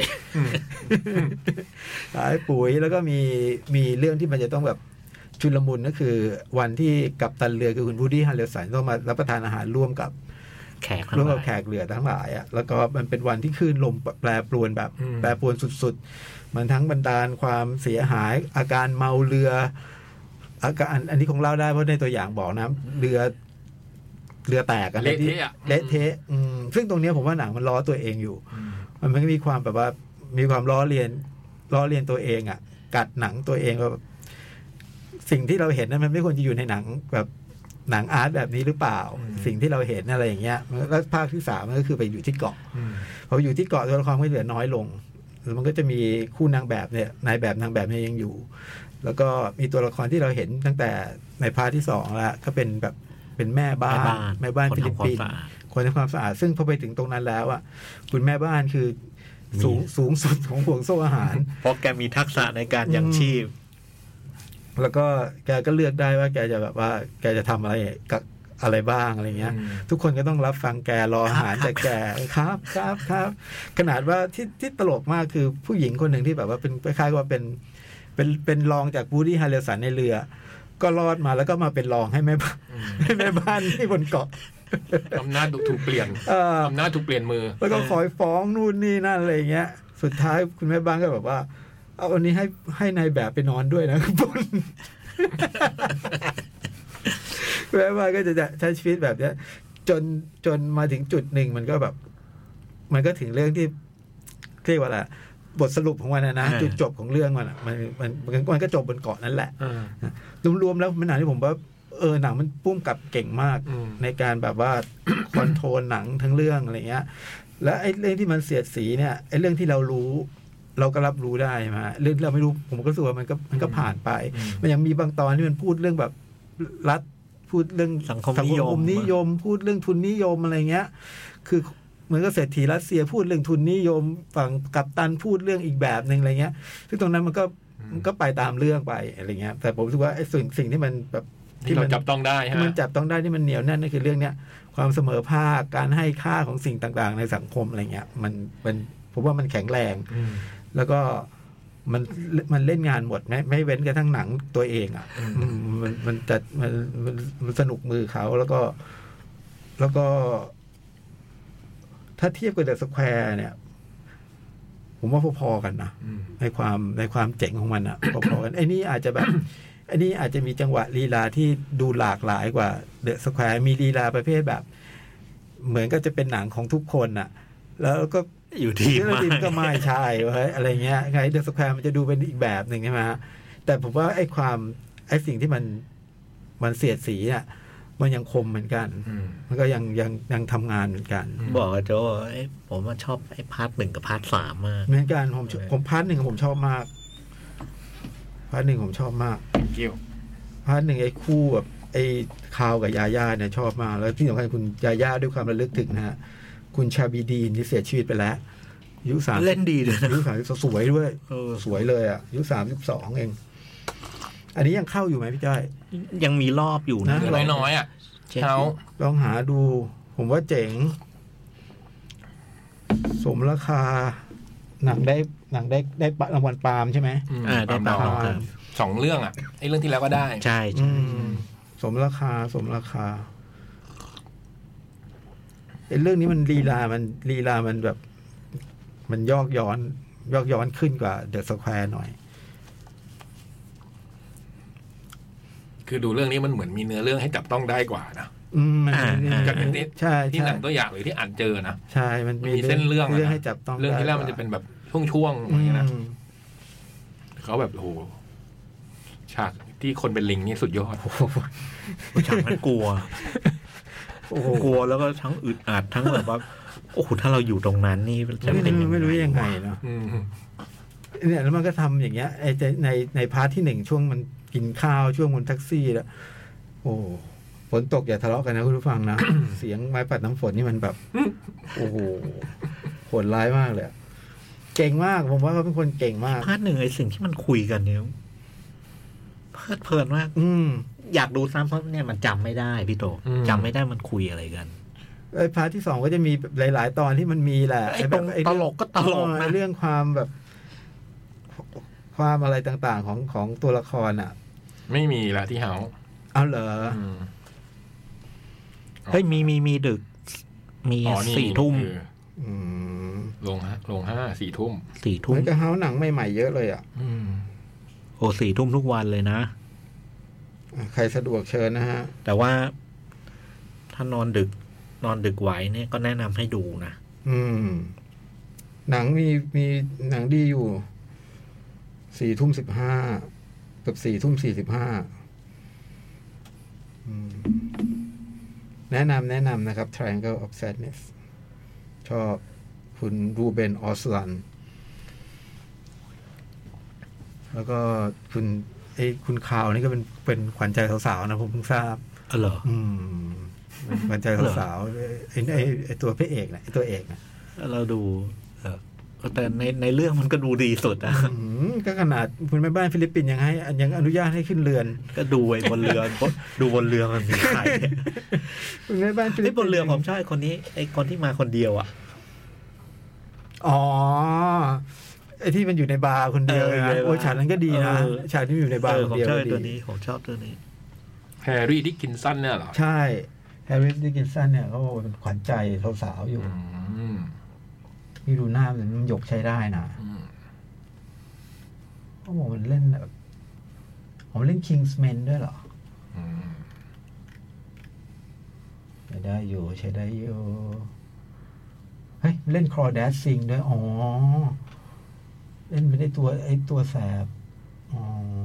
ขายปุ๋ยแล้วก็มีมีเรื่องที่มันจะต้องแบบชุลมุนก็คือวันที่กัปตันเรือคือคุณวูดดี้ฮันเรลสันต้องมารับประทานอาหารร่วมกับแขกร่วมกับแขกเรือทั้งหลายอ่ะแล้วก็มันเป็นวันที่คลื่นลมแปรปรวนแบบแปรปรวนสุดๆมันทั้งบันดาลความเสียหายอาการเมาเรืออาการอันนี้คงเล่าได้เพราะในตัวอย่างบอกนะเรือเรือแตกอะไรที่เละเทะซึ่งตรงนี้ผมว่าหนังมันล้อตัวเองอยู่มันไม่มีความแบบว่ามีความล้อเลียนล้อเลียนตัวเองอ่ะกัดหนังตัวเองว่าสิ่งที่เราเห็นนั้นมันไม่ควรจะอยู่ในหนังแบบหนังอาร์ตแบบนี้หรือเปล่าสิ่งที่เราเห็นอะไรอย่างเงี้ยแล้วภาคที่สามมันก็คือไปอยู่ที่เกาะพออยู่ที่เกาะตัวละครก็เหลือน้อยลงแล้วมันก็จะมีคู่นางแบบเนี่ยนายแบบนางแบบเนี่ยยังอยู่แล้วก็มีตัวละครที่เราเห็นตั้งแต่ในภาคที่สองแล้วก็เป็นแบบเป็นแม่บ้านแม่บ้านฟิลิปปินส์คนทำความสะอาดซึ่งพอไปถึงตรงนั้นแล้วอ่ะคุณแม่บ้านคือสูงสูงสุดของห่วงโซ่อาหารเพราะแกมีทักษะในการยังชีพแล้วก็แกก็เลือกได้ว่าแกจะแบบว่าแกจะทำอะไรกับอะไรบ้างอะไรเงี้ยทุกคนก็ต้องรับฟังแกรออาหารจากแกครับครับครับขนาดว่าที่ที่ตลกมากคือผู้หญิงคนหนึ่งที่แบบว่าเป็นคล้ายๆว่าเป็นเป็นเป็นรองจากวูดดี้ฮาร์เรลสันในเรือก็รอดมาแล้วก็มาเป็นรองให้แม่บ้านให้แม่บ้านที่บนเกาะอำนาจถูกเปลี่ยนอำนาจถูกเปลี่ยนมือแล้วก็คอยฟ้องนู่นนี่นั่นอะไรเงี้ยสุดท้ายคุณแม่บ้านก็แบบว่าเอาวันนี้ให้ให้นายแบบไปนอนด้วยนะบนแม่บ้านก็จะใช้ชีวิตแบบนี้จนจนมาถึงจุดหนึ่งมันก็แบบ มันก็ถึงเรื่องที่เรียกว่าอะไรบทสรุปของมันนะจุดจบของเรื่องมันมันมันมันก็จบบนเกาะนั่นแหละรวมๆแล้วมันหนังที่ผมว่าเออหนังมันปุ้มกับเก่งมากในการแบบว่าคอนโทรลหนังทั้งเรื่องอะไรเงี้ยแล้วไอ้เรื่องที่มันเสียดสีเนี่ยไอ้เรื่องที่เรารู้เราก็รับรู้ได้มาเรื่องที่เราไม่รู้ผมก็รู้สึกว่ามันก็มันก็ผ่านไปมันยังมีบางตอนที่มันพูดเรื่องแบบรัฐพูดเรื่องสังคมนิยมนิยมพูดเรื่องทุนนิยมอะไรเงี้ยคือเหมือนกับเศรษฐีรัสเซียพูดเรื่องทุนนิยมฝั่งกัปตันพูดเรื่องอีกแบบนึงอะไรเงี้ยซึ่งตรงนั้นมันก็มันก็ไปตามเรื่องไปอะไรเงี้ยแต่ผมรู้สึกว่าไอ้สิ่งสิ่งที่มันแบบที่เราจับต้องได้ฮะที่มันจับต้องได้ที่มันเหนียวแน่นนั่นคือเรื่องเนี้ยความเสมอภาคการให้ค่าของสิ่งต่างๆในสังคมอะไรเงี้ยมันมันผมว่ามันแข็งแรงอืมแล้วก็มันมันเล่นงานหมดไม่ไม่เว้นกระทั่งหนังตัวเองอ่ะอืมอืมมันมันจะมันมันมันสนุกมือเขาแล้วก็ แล้วก็ ถ้าเทียบกับเดอะสแควร์เนี่ย ผมว่าพอๆกันนะอืมในความในความเจ๋งของมันอ่ะ พอๆกันไอ้นี่อาจจะแบบ ไอ้นี่อาจจะมีจังหวะลีลาที่ดูหลากหลายกว่าเดอะสแควร์มีลีลาประเภทแบบ เหมือนก็จะเป็นหนังของทุกคนอ่ะ แล้วก็อยู่ที่ที่เรามาดินก็ไม่ใช่เว้ยอะไรเงี้ยไงเดอะสแควร์มันจะดูเป็นอีกแบบหนึ่งใช่ไหมฮะแต่ผมว่าไอ้ความไอ้สิ่งที่มันมันเสียดสีอ่ะมันยังคมเหมือนกันอืมมันก็ยังยังยังทำงานเหมือนกันบอกกับโจว่าเอ้ยผมว่าชอบไอ้พาร์ทหนึ่งกับพาร์ทสามมากเหมือนกันผมชอบผมพาร์ทหนึ่งผมชอบมากพาร์ทหนึ่งผมชอบมากเกี่ยวพาร์ทหนึ่งไอ้คู่แบบไอ้คาวกับยาย่าเนี่ยชอบมากแล้วที่สำคัญคุณยาย่าด้วยความระลึกถึงนะฮะคุณชาบีดีนที่เสียชีวิตไปแล้วอายุสามเล่นดีเลยนะอายุสามสิบสวยด้วยเออสวยเลยอ่ะอายุสามสิบสองเอง อันนี้ยังเข้าอยู่ไหมพี่จ้อยยังมีรอบอยู่นะนะเหลือน้อยๆอ่ะเช็คเขาลองหาดู ผมว่าเจ๋ง สมราคา หนังได้หนังได้ได้รางวัลปาล์มใช่ไหมอืมอ่าได้ปาปาล์มล์มดาวครับสองเรื่องอ่ะไอ้เรื่องที่แล้วก็ได้ใช่อืใช่มสมราคาสมราคาไอ้เรื่องนี้มันลีลามันลีลามันแบบ มันยอกย้อน ยอกย้อนขึ้นกว่าเดอะสแควร์หน่อยคือดูเรื่องนี้มันเหมือนมีเนื้อเรื่องให้จับต้องได้กว่านะอืมมันอ่าอ่ากับที่ใช่ที่ใช่หนังตัวอย่างหรือที่อ่านเจอนะใช่มันมีเส้นเรื่องอะนะเรื่องให้จับต้องเรื่องที่แรกมันจะเป็นแบบช่วงๆอย่างเงี้ยนะอืมเขาแบบโอ้โหฉากที่คนเป็นลิงนี่สุดยอดโอ้โหฉากนั้นกลัวโอ้โหกลัวแล้วก็ทั้งอึดอัดทั้งแบบว่าโอ้โหถ้าเราอยู่ตรงนั้นนี่จะไม่เป็นรู้ยังไงไม่รู้ยังไงเนาะอืมเนี่ยแล้วมันก็ทำอย่างเงี้ยไอ้ในในพาร์ทที่หนึ่งช่วงมันกินข้าวช่วงบนแท็กซี่แล้วโอ้ฝนตกอย่าทะเลาะกันนะคุณผู้ฟังนะ เสียงไม้ปัดน้ำฝนนี่มันแบบ โอ้โหโหดร้ายมากเลยอะเก่งมากผมว่าเขาเป็นคนเก่งมากพาร์ทหนึ่งไอ้สิ่งที่มันคุยกันเนี่ยเพลิดเพลินมากอืมอยากดูซ้ำเพราะเนี่ยมันจำไม่ได้พี่โตจำไม่ได้มันคุยอะไรกันไอ้พาร์ทที่สองก็จะมีหลาย ๆ ตอนที่มันมีแหละไอ้ตรงแบบตลกก็ตลกนะเออเรื่องความแบบ ความอะไรต่าง ๆ ของของตัวละครอ่ะไม่มีละที่เฮาเอาเหรออืมเฮ้ยมีมีมีดึก มีอ๋อนี่สี่ทุ่มคืออืมลงฮะลงห้าสี่ทุ่มสี่เหทุ่มมือนกับเฮาหนังใหม่ ๆ เยอะเลยอ่ะอืมโอ้สี่ทุ่มทุกวันเลยนะใครสะดวกเชิญนะฮะแต่ว่าถ้านอนดึก นอนดึกไหวเนี่ยก็แนะนำให้ดูนะอืม หนังมีมีหนังดีอยู่สี่ทุ่มสิบห้ากับสี่ทุ่มสี่สิบห้าแนะนำแนะนำนะครับ Triangle of Sadness ชอบคุณรูเบนออสลัน แล้วก็คุณไอ้คุณข่าวนี่ก็เป็นเป็นขวัญใจสาวๆนะผมเพิ่งทราบเออเหรออืมเป็นขวัญใจสาวๆไอ้ไอ้ไอ้ตัวพระเอกนะไอ้ตัวเอกนะเราดู เออแต่ในในเรื่องมันก็ดูดีสุดนะอืมก็ขนาดคุณแม่บ้านฟิลิปปินส์ยังให้ยังอนุญาตให้ขึ้นเรือนก็ดูไอ้บนเรือ ดูบนเรือมันมีใครคุณแม่บ้านฟิลิไอ้ปบปินนส์เรือผมชอบไอ้คนนี้ไอ้คนที่มาคนเดียวอ่ะอ๋อไอ้ที่มันอยู่ในบาร์คนเดียวเออนะในบาร์โอ้ยฉากนั้นก็ดีนะเออฉากที่มันอยู่ในบาร์เอคอน ผมเดียวชอบก็ไอ้ดีตัวนี้ผมชอบตัวนี้แฮร์รี่ดิกกินสันเนี่ยเหรอใช่แฮร์รี่ดิกินสันเนี่ยเขาบอกว่าเป็นขวัญใจสาวๆอยู่อืมที่ดูหน้ามันหยกใช้ได้นะอืมเขาบอกมันเล่นแบบผมเล่น Kingsman ด้วยเหรออืมใช้ได้อยู่ใช้ได้อยู่เฮ้ยเล่นคลอแดสซิงด้วยอ๋อเล่นเป็นไอ้ตัวไอ้ตัวแสบอ๋อ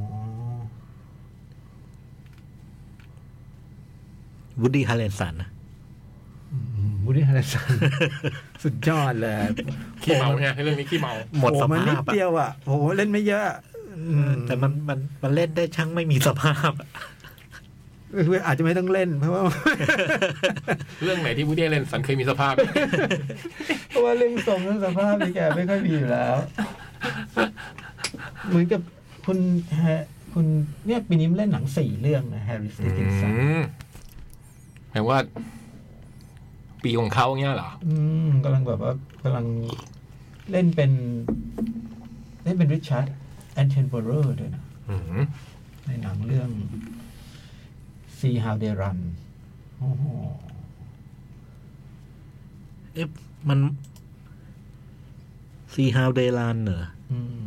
วูดดี้ฮาร์เรนสันนะบูดี้ฮาร์เรสัน สุดยอดเลยขี้เมาเนี่ยเรื่องนี้ขี้เมาหมดโอ้สมันภานิดพอะเดียวอ่ะโหเล่นไม่เยอะอืมแต่มันมันมันเล่นได้ช่างไม่มีสภาพอะคืออาจจะไม่ต้องเล่น เพราะว่าเรื่องไหนที่วูดดี้เลนสันเคยมีสภาพเพราะว่าเรื่องทรงเรื่องสภาพนี่แกไม่ค่อยมีอยู่แล้ว เหมือนกับคุณแฮคคุณเนี่ยปีนี้เล่นหนังสี่เรื่องนะแฮร์รี่สตีตินสันแปลว่า ปีของเขาเงี้ยเหรออืมกำลังแบบว่ากำลังเล่นเป็นเล่นเป็นริชาร์ดแอนเทนเบอร์เรอร์ด้วยนะในหนังเรื่อง See How They Run โอ้โหเอ๊ะมัน See How They Run เหรออืม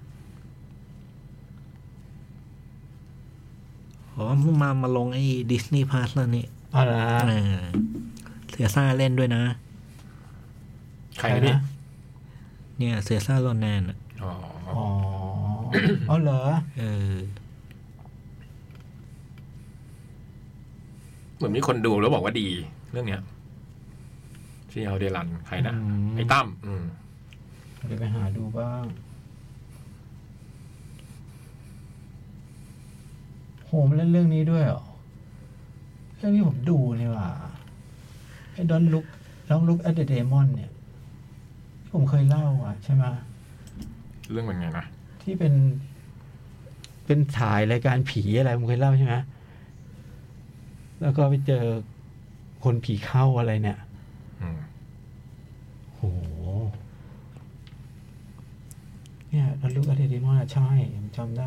อ๋อมันมามาลงไอ้ Disney Plus แล้วนี่อ๋อเหรอเออเสียซ่าเล่นด้วยนะใครนะเนี่ยเสียซ่าโรแนนอ่ะอ๋ออ๋อเหรอเออเหมือนมีคนดูแล้วบอกว่าดีเรื่องเนี้ยที่เอาเดลันใครนะไอ้ตั้มอืมเดี๋ยวไปหาดูบ้างโหมันเล่นเรื่องนี้ด้วยเหรอเรื่องนี้ผมดูนี่ว่าไอ้ดอนลุกน้องลุกแอดเดอะเดมอนเนี่ยผมเคยเล่าอ่ะใช่ไหมเรื่องเป็นไงนะที่เป็นเป็นถ่ายรายการผีอะไรผมเคยเล่าใช่ไหมแล้วก็ไปเจอคนผีเข้าอะไรเนี่ยโหเนี่ยดอนลุกแอดเดอะเดมอนใช่ผมจำได้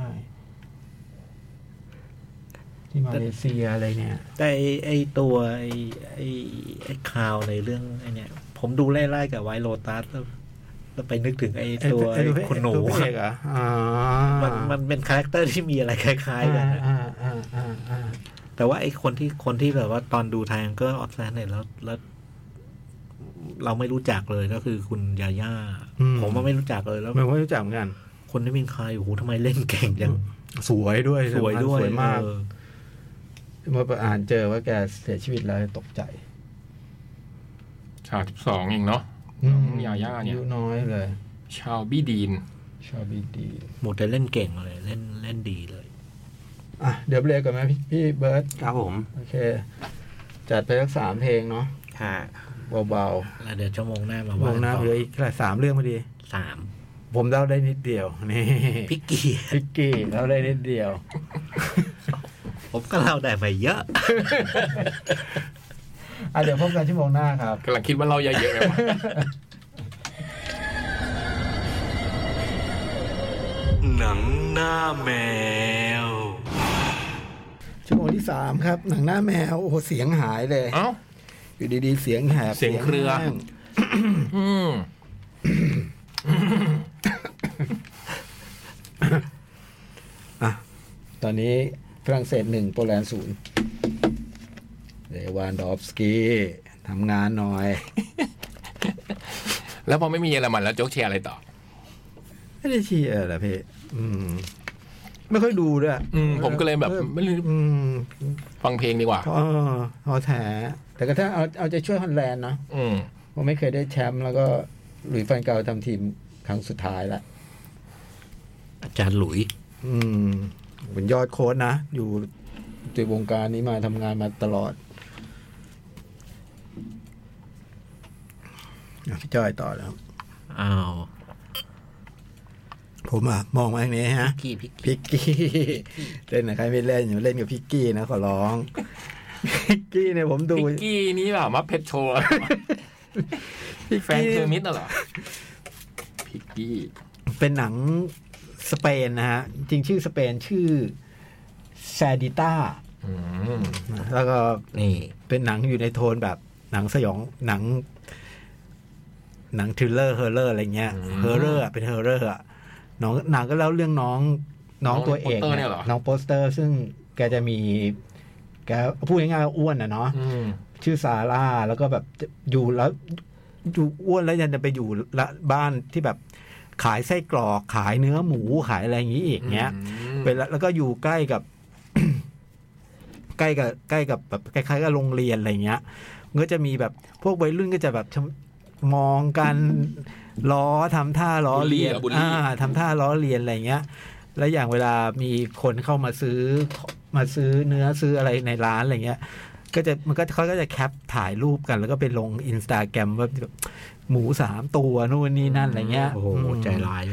ที่มาเลเซียอะไรเนี่ยแต่ไอไอตัวไอไอไอข่าวในเรื่องไอเนี่ยผมดูไล่ๆกับไวโรตัสแล้วแล้วไปนึกถึงไอตัวไอคุณหนูอ่ะมันมันเป็นคาแรคเตอร์ที่มีอะไรคล้ายๆกันแต่ว่าไอคนที่คนที่แบบว่าตอนดูไทยก็ออฟแลนด์เนี่ยแล้วแล้วเราไม่รู้จักเลยก็คือคุณยาย่าผมว่าไม่รู้จักเลยแล้วไม่รู้จักเหมือนกันคนที่เป็นใครโอ้โหทำไมเล่นเก่งจังสวยด้วยสวยด้วยสวยมากเมื่ออ่านเจอว่าแกเสียชีวิตแล้วตกใจชาติสองเองเนาะยาย่าเนี่ยอายุน้อยเลยชาวบี้ดีนชาวบี้ดีนหมดแต่เล่นเก่งเลยเล่นเล่นดีเลยอ่ะเดี๋ยวเบรกก่อนไหมพี่พี่เบิร์ตครับผมโอเคจัดไปสักสามเพลงเนาะค่ะเบาๆแล้วเดี๋ยวชั่วโมงหน้ามาว่าชั่วโมงหน้าเหลืออีกแค่สามเรื่องพอดีสามผมเล่าได้นิดเดียวนี่พิกกี้พิกกี้เล่าได้นิดเดียวผมก็เล่าได้ไปเยอะอ่ะเดี๋ยวพบกันชั่วโมงหน้าครับกำลังคิดว่าเราเยอะๆไงวะหนังหน้าแมวชั่วโมงที่สามครับหนังหน้าแมวโอ้โหเสียงหายเลยเอ้าอยู่ดีๆเสียงแหบเสียงเครืออืมอ่ะตอนนี้ฝรั่งเศสหนึ่งโปแลนด์ศูนย์เลวานดอฟสกี้ทำงานหน่อยแล้วพอไม่มีเยอรมันแล้วโจ๊กเชียร์อะไรต่อไม่ได้เชียร์เหรอพี่อืมไม่ค่อยดูด้วยอืมผมก็เลยแบบไม่รู้ฟังเพลงดีกว่าอ๋อพอแท้แต่ก็ถ้าเอาเอาใจช่วยฮอลแลนด์นะอืมผมไม่เคยได้แชมป์แล้วก็หลุยส์แฟนเก่าทำทีมครั้งสุดท้ายละอาจารย์หลุยอืมเป็นยอดโค้ชนะอยู่ในวงการนี้มาทำงานมาตลอดพี่จ้อยต่อแล้วอ้าวผมอ่ะมองมาอย่างนี้ฮะพิกกี้พิกกี้เล่นกับใครไม่เล่นอยู่เล่นกับพิกกี้นะขอร้องพิกกี้เนี่ยผมดูพิกกี้นี่แบบมาเพชรโชว์แฟนเทอร์มิสเหรอพิกกี้เป็นหนังสเปนนะฮะจริงชื่อสเปนชื่อแซดิต้าแล้วก็นี่เป็นหนังอยู่ในโทนแบบหนังสยองหนังหนังทริลเลอร์เฮอร์เรอร์อะไรเงี้ยเฮอร์เรอร์เป็นเฮอร์เรอร์อ่ะน้องหนังก็เล่าเรื่องน้องน้องตัวเอกเนี่ยน้องโปสเตอร์ซึ่งแกจะมีแกพูดง่ายๆอ้วนอ่ะเนาะชื่อซาร่าแล้วก็แบบอยู่แล้วอยู่อ้วนแล้วยังจะไปอยู่ละบ้านที่แบบขายไส้กรอกขายเนื้อหมูขายอะไรอย่างนี้อีกเงี้ยเป็นแล้วก็อยู่ใกล้กับ ใกล้กับใกล้กับแบบคล้ายๆกับโรงเรียนอะไรเงี้ยก็จะมีแบบพวกวัยรุ่นก็จะแบบมองกันล้อทำท่าล้อเลียนอ่าทำท่าล้อเลียนอะไรเงี้ยแล้วอย่างเวลามีคนเข้ามาซื้อมาซื้อเนื้อซื้ออะไรในร้านอะไรเงี้ยก็จะมันก็เขาก็จะแคปถ่ายรูปกันแล้วก็ไปลง Instagram ว่าหมูสามตัวนู่นนี่นั่นอะไรเงี้ยโอ้โหใจร้าย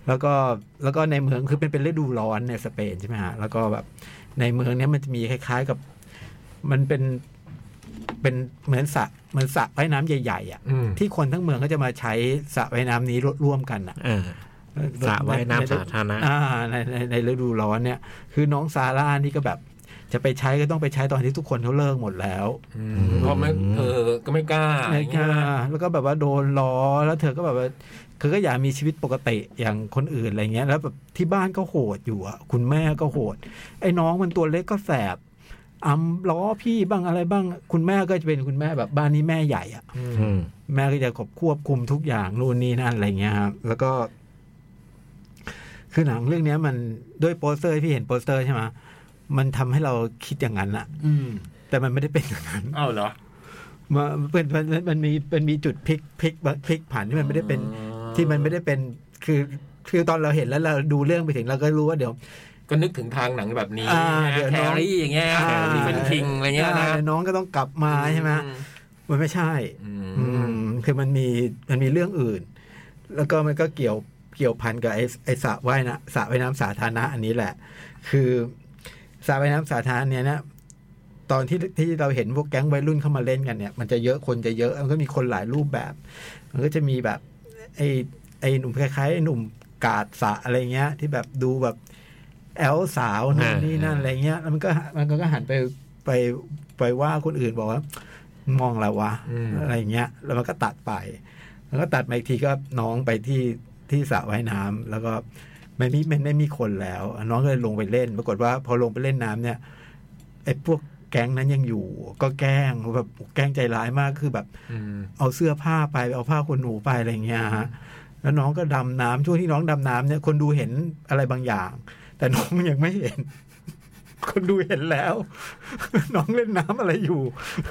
แล้วก็แล้วก็ในเมืองคือเป็นเป็นฤดูร้อนในสเปนใช่ไหมฮะแล้วก็แบบในเมืองเนี้ยมันจะมีคล้ายๆกับมันเป็นเป็นเหมือนสระเหมือนสระว่ายน้ำใหญ่ๆอ่ะที่คนทั้งเมืองก็จะมาใช้สระว่ายน้ำนี้ร่วมกันอ่ะสระว่ายน้ำสาธารณะในในในฤดูร้อนเนี่ยคือน้องซาร่านี่ก็แบบจะไปใช้ก็ต้องไปใช้ตอนที่ทุกคนเขาเลิกหมดแล้วเพราะไม่เธอก็ไม่กล้าไม่กล้าแล้วก็แบบว่าโดนล้อแล้วเธอก็แบบว่าเธอก็อยากมีชีวิตปกติอย่างคนอื่นอะไรเงี้ยแล้วแบบที่บ้านก็โหดอยู่อ่ะคุณแม่ก็โหดไอ้น้องมันตัวเล็กก็แสบอำล้อพี่บ้างอะไรบ้างคุณแม่ก็จะเป็นคุณแม่แบบบ้านนี้แม่ใหญ่อ่ะแม่ก็จะควบคุมทุกอย่างนู่นนี่นั่นอะไรเงี้ยครับแล้วก็คือหนังเรื่องนี้มันด้วยโปสเตอร์พี่เห็นโปสเตอร์ใช่ไหมมันทำให้เราคิดอย่างนั้นอะแต่มันไม่ได้เป็นอย่างนั้นอ้าวเหรอมันเป็นมันมันมีมันมีจุดพลิกพลิกพลิกผันที่มันไม่ได้เป็นที่มันไม่ได้เป็นคือคือตอนเราเห็นแล้วเราดูเรื่องไปถึงเราก็รู้ว่าเดี๋ยวก็นึกถึงทางหนังแบบนี้แครี่อย่างเงี้ยที่เป็นคิงอะไรเงี้ยนะน้องก็ต้องกลับมาใช่ไหมมันไม่ใช่คือมันมีมันมีเรื่องอื่นแล้วก็มันก็เกี่ยวเกี่ยวพันกับไอ้ไอ้สระว่ายนะสระว่ายน้ำสาธารณะอันนี้แหละคือสระว่ายน้ำสาธารณะเนี่ยนะตอนที่ที่เราเห็นพวกแก๊งวัยรุ่นเข้ามาเล่นกันเนี่ยมันจะเยอะคนจะเยอะมันก็มีคนหลายรูปแบบมันก็จะมีแบบไอ้ไอ้หนุ่มคล้ายๆไอ้หนุ่มกาดสระอะไรเงี้ยที่แบบดูแบบแอลสาวนู่นนี่นั่นอะไรเงี้ยแล้วมันก็มันก็หันไปไปไปว่าคนอื่นบอกว่ามองเราวะอะไรเงี้ยแล้วมันก็ตัดไปแล้วก็ตัดมาอีกทีก็น้องไปที่ที่สระว่ายน้ำแล้วก็ไม่มีไม่ไม่มีคนแล้วน้องก็เลยลงไปเล่นปรากฏว่าพอลงไปเล่นน้ำเนี่ยไอ้พวกแก๊งนั้นยังอยู่ก็แกล้งแบบแกล้งใจร้ายมากคือแบบเอาเสื้อผ้าไปเอาผ้าขนหนูไปอะไรเงี้ยฮะแล้วน้องก็ดำน้ำช่วงที่น้องดำน้ำเนี่ยคนดูเห็นอะไรบางอย่างแต่น้องยังไม่เห็นคนดูเห็นแล้วน้องเล่นน้ำอะไรอยู่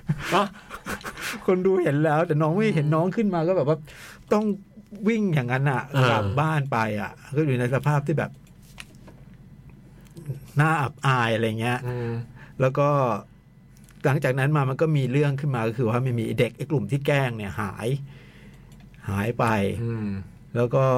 คนดูเห็นแล้วแต่น้องไม่เห็นน้องขึ้นมาก็แบบว่าต้องวิ่งอย่างนั้นอ่ะกลับบ้านไปอ่ะก็อยู่ในสภาพที่แบบน่าอับอายอะไรเงี้ยแล้วก็หลังจากนั้นมามันก็มีเรื่องขึ้นมาก็คือว่ามันมีเด็กไอ้กลุ่มที่แกล้งเนี่ยหายหายไปแล้วก็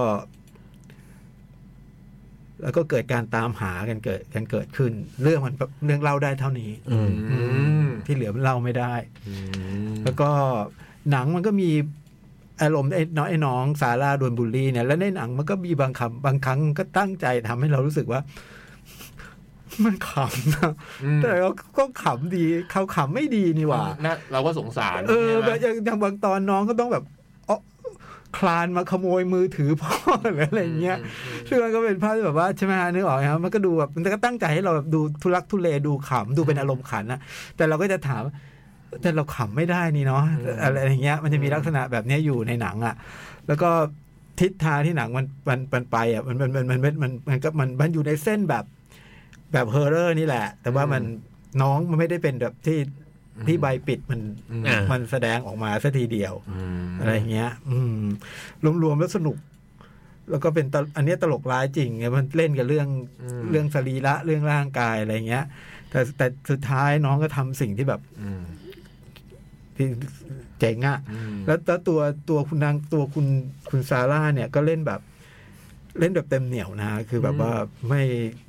แล้วก็เกิดการตามหากันเกิดกันเกิดขึ้นเรื่องมันเรื่องเล่าได้เท่านี้ที่เหลือมันเล่าไม่ได้แล้วก็หนังมันก็มีอารมณ์ไอ้น้องไอ้น้องซาร่าโดนบูลลี่เนี่ยแล้วในหนังมันก็มีบางคำบางครั้งก็ตั้งใจทำให้เรารู้สึกว่ามันขำนะแต่เราก็ขำดีเขาขำไม่ดีนี่หว่านะเราก็สงสารเออแบบอย่างบางตอนน้องก็ต้องแบบคลานมาขโมยมือถือพ่อหรืออะไรเงี้ยซึ่งมันก็เป็นภาพที่แบบว่าใช่ไหมฮะนึกออกไหมครับมันก็ดูแบบมันก็ตั้งใจให้เราแบบดูทุลักทุเลดูขำดูเป็นอารมณ์ขันนะแต่เราก็จะถามแต่เราขำไม่ได้นี่เนาะอะไรอย่างเงี้ยมันจะมีลักษณะแบบนี้อยู่ในหนังอ่ะแล้วก็ทิศทางที่หนังมันมันมันไปอ่ะมันมันมันมันมันมันก็มันมันอยู่ในเส้นแบบแบบฮอร์เรอร์นี่แหละแต่ว่ามันน้องมันไม่ได้เป็นแบบที่ที่ใบปิดมันมันแสดงออกมาสักทีเดียวอะไรเงี้ยรวมๆแล้วสนุกแล้วก็เป็นอันนี้ตลกร้ายจริงไงมันเล่นกับเรื่องเรื่องสรีระเรื่องร่างกายอะไรเงี้ยแต่แต่สุดท้ายน้องก็ทำสิ่งที่แบบที่เจ๋งอ่ะแล้วตัวตัวคุณนางตัวคุณคุณซาร่าเนี่ยก็เล่นแบบเล่นแบบเต็มเหนี่ยวนะคือแบบว่าไม่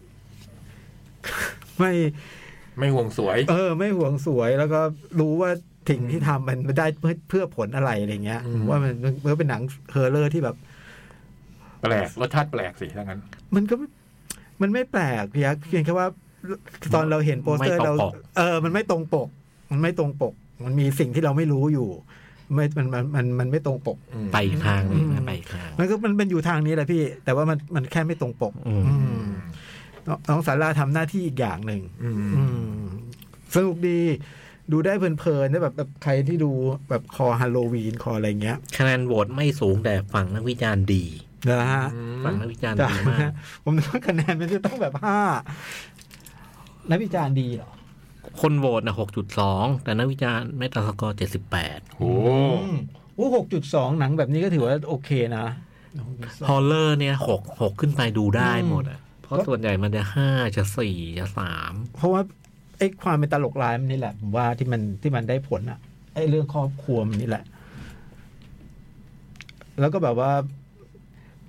ไม่ไม่ห่วงสวยเออไม่ห่วงสวยแล้วก็รู้ว่าสิ่งที่ทำมันได้เพื่อเพื่อผลอะไรอะไรเงี้ยว่ามันมันเป็นหนังเฮอร์เรอร์ที่แบบแปลกรสชาติแปลกสิถ้างั้นมันก็มันไม่แปลกเพียงเพียงแค่ว่าตอนเราเห็นโปสเตอร์เราเออมันไม่ตรงปกมันไม่ตรงปกมันมีสิ่งที่เราไม่รู้อยู่ไม่มันมันมันมันไม่ตรงปกไปทางนี้ไปทางมันก็มันเป็นอยู่ทางนี้แหละพี่แต่ว่ามันมันแค่ไม่ตรงปกน้องสาราทำหน้าที่อีกอย่างหนึ่งสนุกดีดูได้เพลินๆได้แบบแบบใครที่ดูแบบคอฮาโลวีนคออะไรเงี้ยคะแนนโหวตไม่สูงแต่ฝั่งนักวิจารณ์ดีนะฮะฝั่งนักวิจารณ์ดีมากผมนึกว่าคะแนนมันจะต้องแบบห้านักวิจารณ์ดีเหรอคนโหวตนะหกจุดสองแต่นักวิจารณ์เมตาสกอร์เจ็ดสิบแปดโอ้โหหกจุดสองหนังแบบนี้ก็ถือว่าโอเคนะฮอลเลอร์เนี่ยหกหกขึ้นไปดูได้หมดอ่ะเพราะส่วนใหญ่มันจะห้าจะสี่จะสามเพราะว่าไอ้ความเป็นตลกร้ายมันนี่แหละผมว่าที่มันที่มันได้ผลอ่ะไอ้เรื่องครอบครัวมันนี่แหละแล้วก็แบบว่า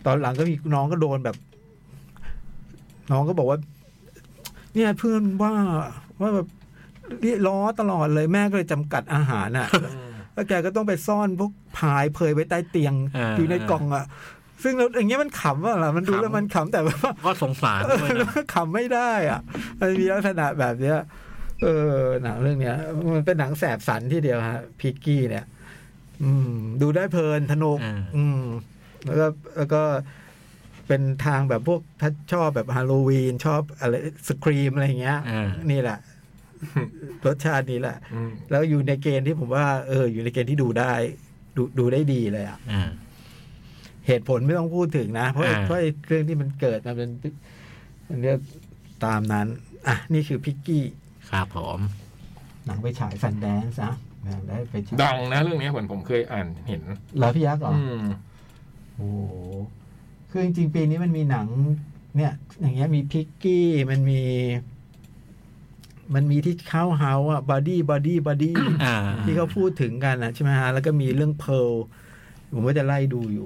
ตอนหลังก็มีน้องก็โดนแบบ น้องก็บอกว่า เนี่ยเพื่อนว่าว่าแบบล้อตลอดเลยแม่ก็เลยจำกัดอาหารอ่ะ แล้วแกก็ต้องไปซ่อนพวกพายเพยไว้ใต้เตียง อยู่ในกล่องอ่ะซึ่งเราอย่างเงี้ยมันขำว่าล่ะมันดูแล้วมันขำแต่ว่าก็สงสารด้วยนะขำไม่ได้อ่ะมันมีลักษณะแบบเนี้ยเออหนังเรื่องเนี้ยมันเป็นหนังแสบสันที่เดียวฮะพิกกี้เนี่ย อืม ดูได้เพลินสนุกอืมแล้วก็แล้วก็เป็นทางแบบพวกถ้าชอบแบบฮาโลวีนชอบอะไรสครีมอะไรอย่างเงี้ยนี่แหละรสชาตินี้แหละแล้วอยู่ในเกณฑ์ที่ผมว่าเอออยู่ในเกณฑ์ที่ดูได้ ดูดูได้ดีเลยอ่ะเหตุผลไม่ต้องพูดถึงนะเพราะเพราะเรื่องที่มันเกิดมันเป็นมันเรียกตามนั้นอ่ะนี่คือพิกกี้ครับผมหนังไปฉายซันแดนซ์นะได้ไปฉายดังนะเรื่องนี้เหมือนผมเคยอ่านเห็นเหรอพี่ยักษ์เหรอโอ้คือจริงๆปีนี้มันมีหนังเนี่ยอย่างเงี้ยมีพิกกี้มันมีมันมีที่เข้าเฮาอ่ะบอดี้บอดี้บอดี้ที่เขาพูดถึงกันนะใช่ไหมฮะแล้วก็มีเรื่องเพร์ลผมก็จะไล่ดูอยู่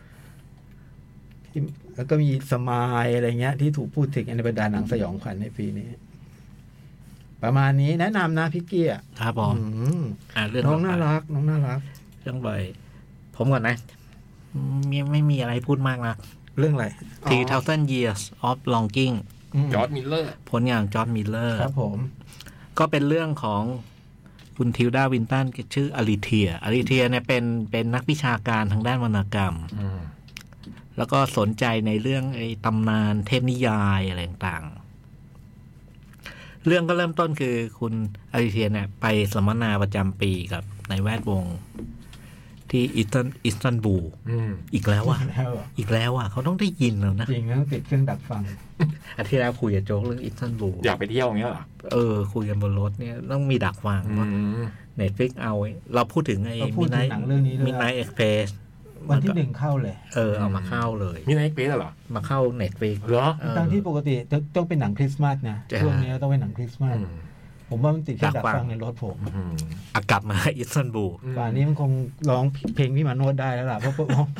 แล้วก็มีสมายอะไรเงี้ยที่ถูกพูดถึงในบรรดาหนังสยองขวัญในปีนี้ประมาณนี้แนะนำนะพิกกี้อ่ะครับผมอ่าเรื่องน้องน่ารักน้องน่ารักเรื่องบ่อยผมก่อนนะไม่ไม่มีอะไรพูดมากนักเรื่องอะไร Three Thousand Years of Longing จอร์จมิลเลอร์ผลงานจอร์จมิลเลอร์ครับผมก็เป็นเรื่องของคุณทิลดาวินตันชื่ออลิเทียอลิเทียเนี่ยเป็นเป็นนักวิชาการทางด้านวรรณกรรมแล้วก็สนใจในเรื่องไอ้ตำนานเทพนิยายอะไรต่างๆเรื่องก็เริ่มต้นคือคุณอลิเทียเนี่ยไปสัมมนาประจำปีกับในแวดวงที่อิสตันอิสตันบูลอีกแล้วอ่ะอีกแล้วอ่ะเขาต้องได้ยินแล้วนะจริงต้องติดเครื่องดักฟังอาทิตย์แล้วคุยกับโจ๊กเรื่องอิสตันบูลอยากไปเที่ยวอย่างเงี้ยเหรอเออคุยกันบนรถเนี่ยต้องมีดักฟังว่าเน็ตฟลิกเอาเราพูดถึงไอ้มินไนท์มินไนท์เอ็กเพรสวันที่หนึ่งเข้าเลยเออเอามาเข้าเลยมินไนท์เอ็กเพรสเหรอมาเข้าเน็ตฟลิกเหรอตั้งที่ปกติต้องเป็นหนังคริสต์มาสนะช่วงนี้ต้องเป็นหนังคริสต์มาสผมว่ามันติดเครื่องดักฟังในรถผมอ่ะกลับมาอิสตันบูลป่านนี้มันคงร้องเพลงพี่มาโนดได้แล้วล่ะเพราะร้อง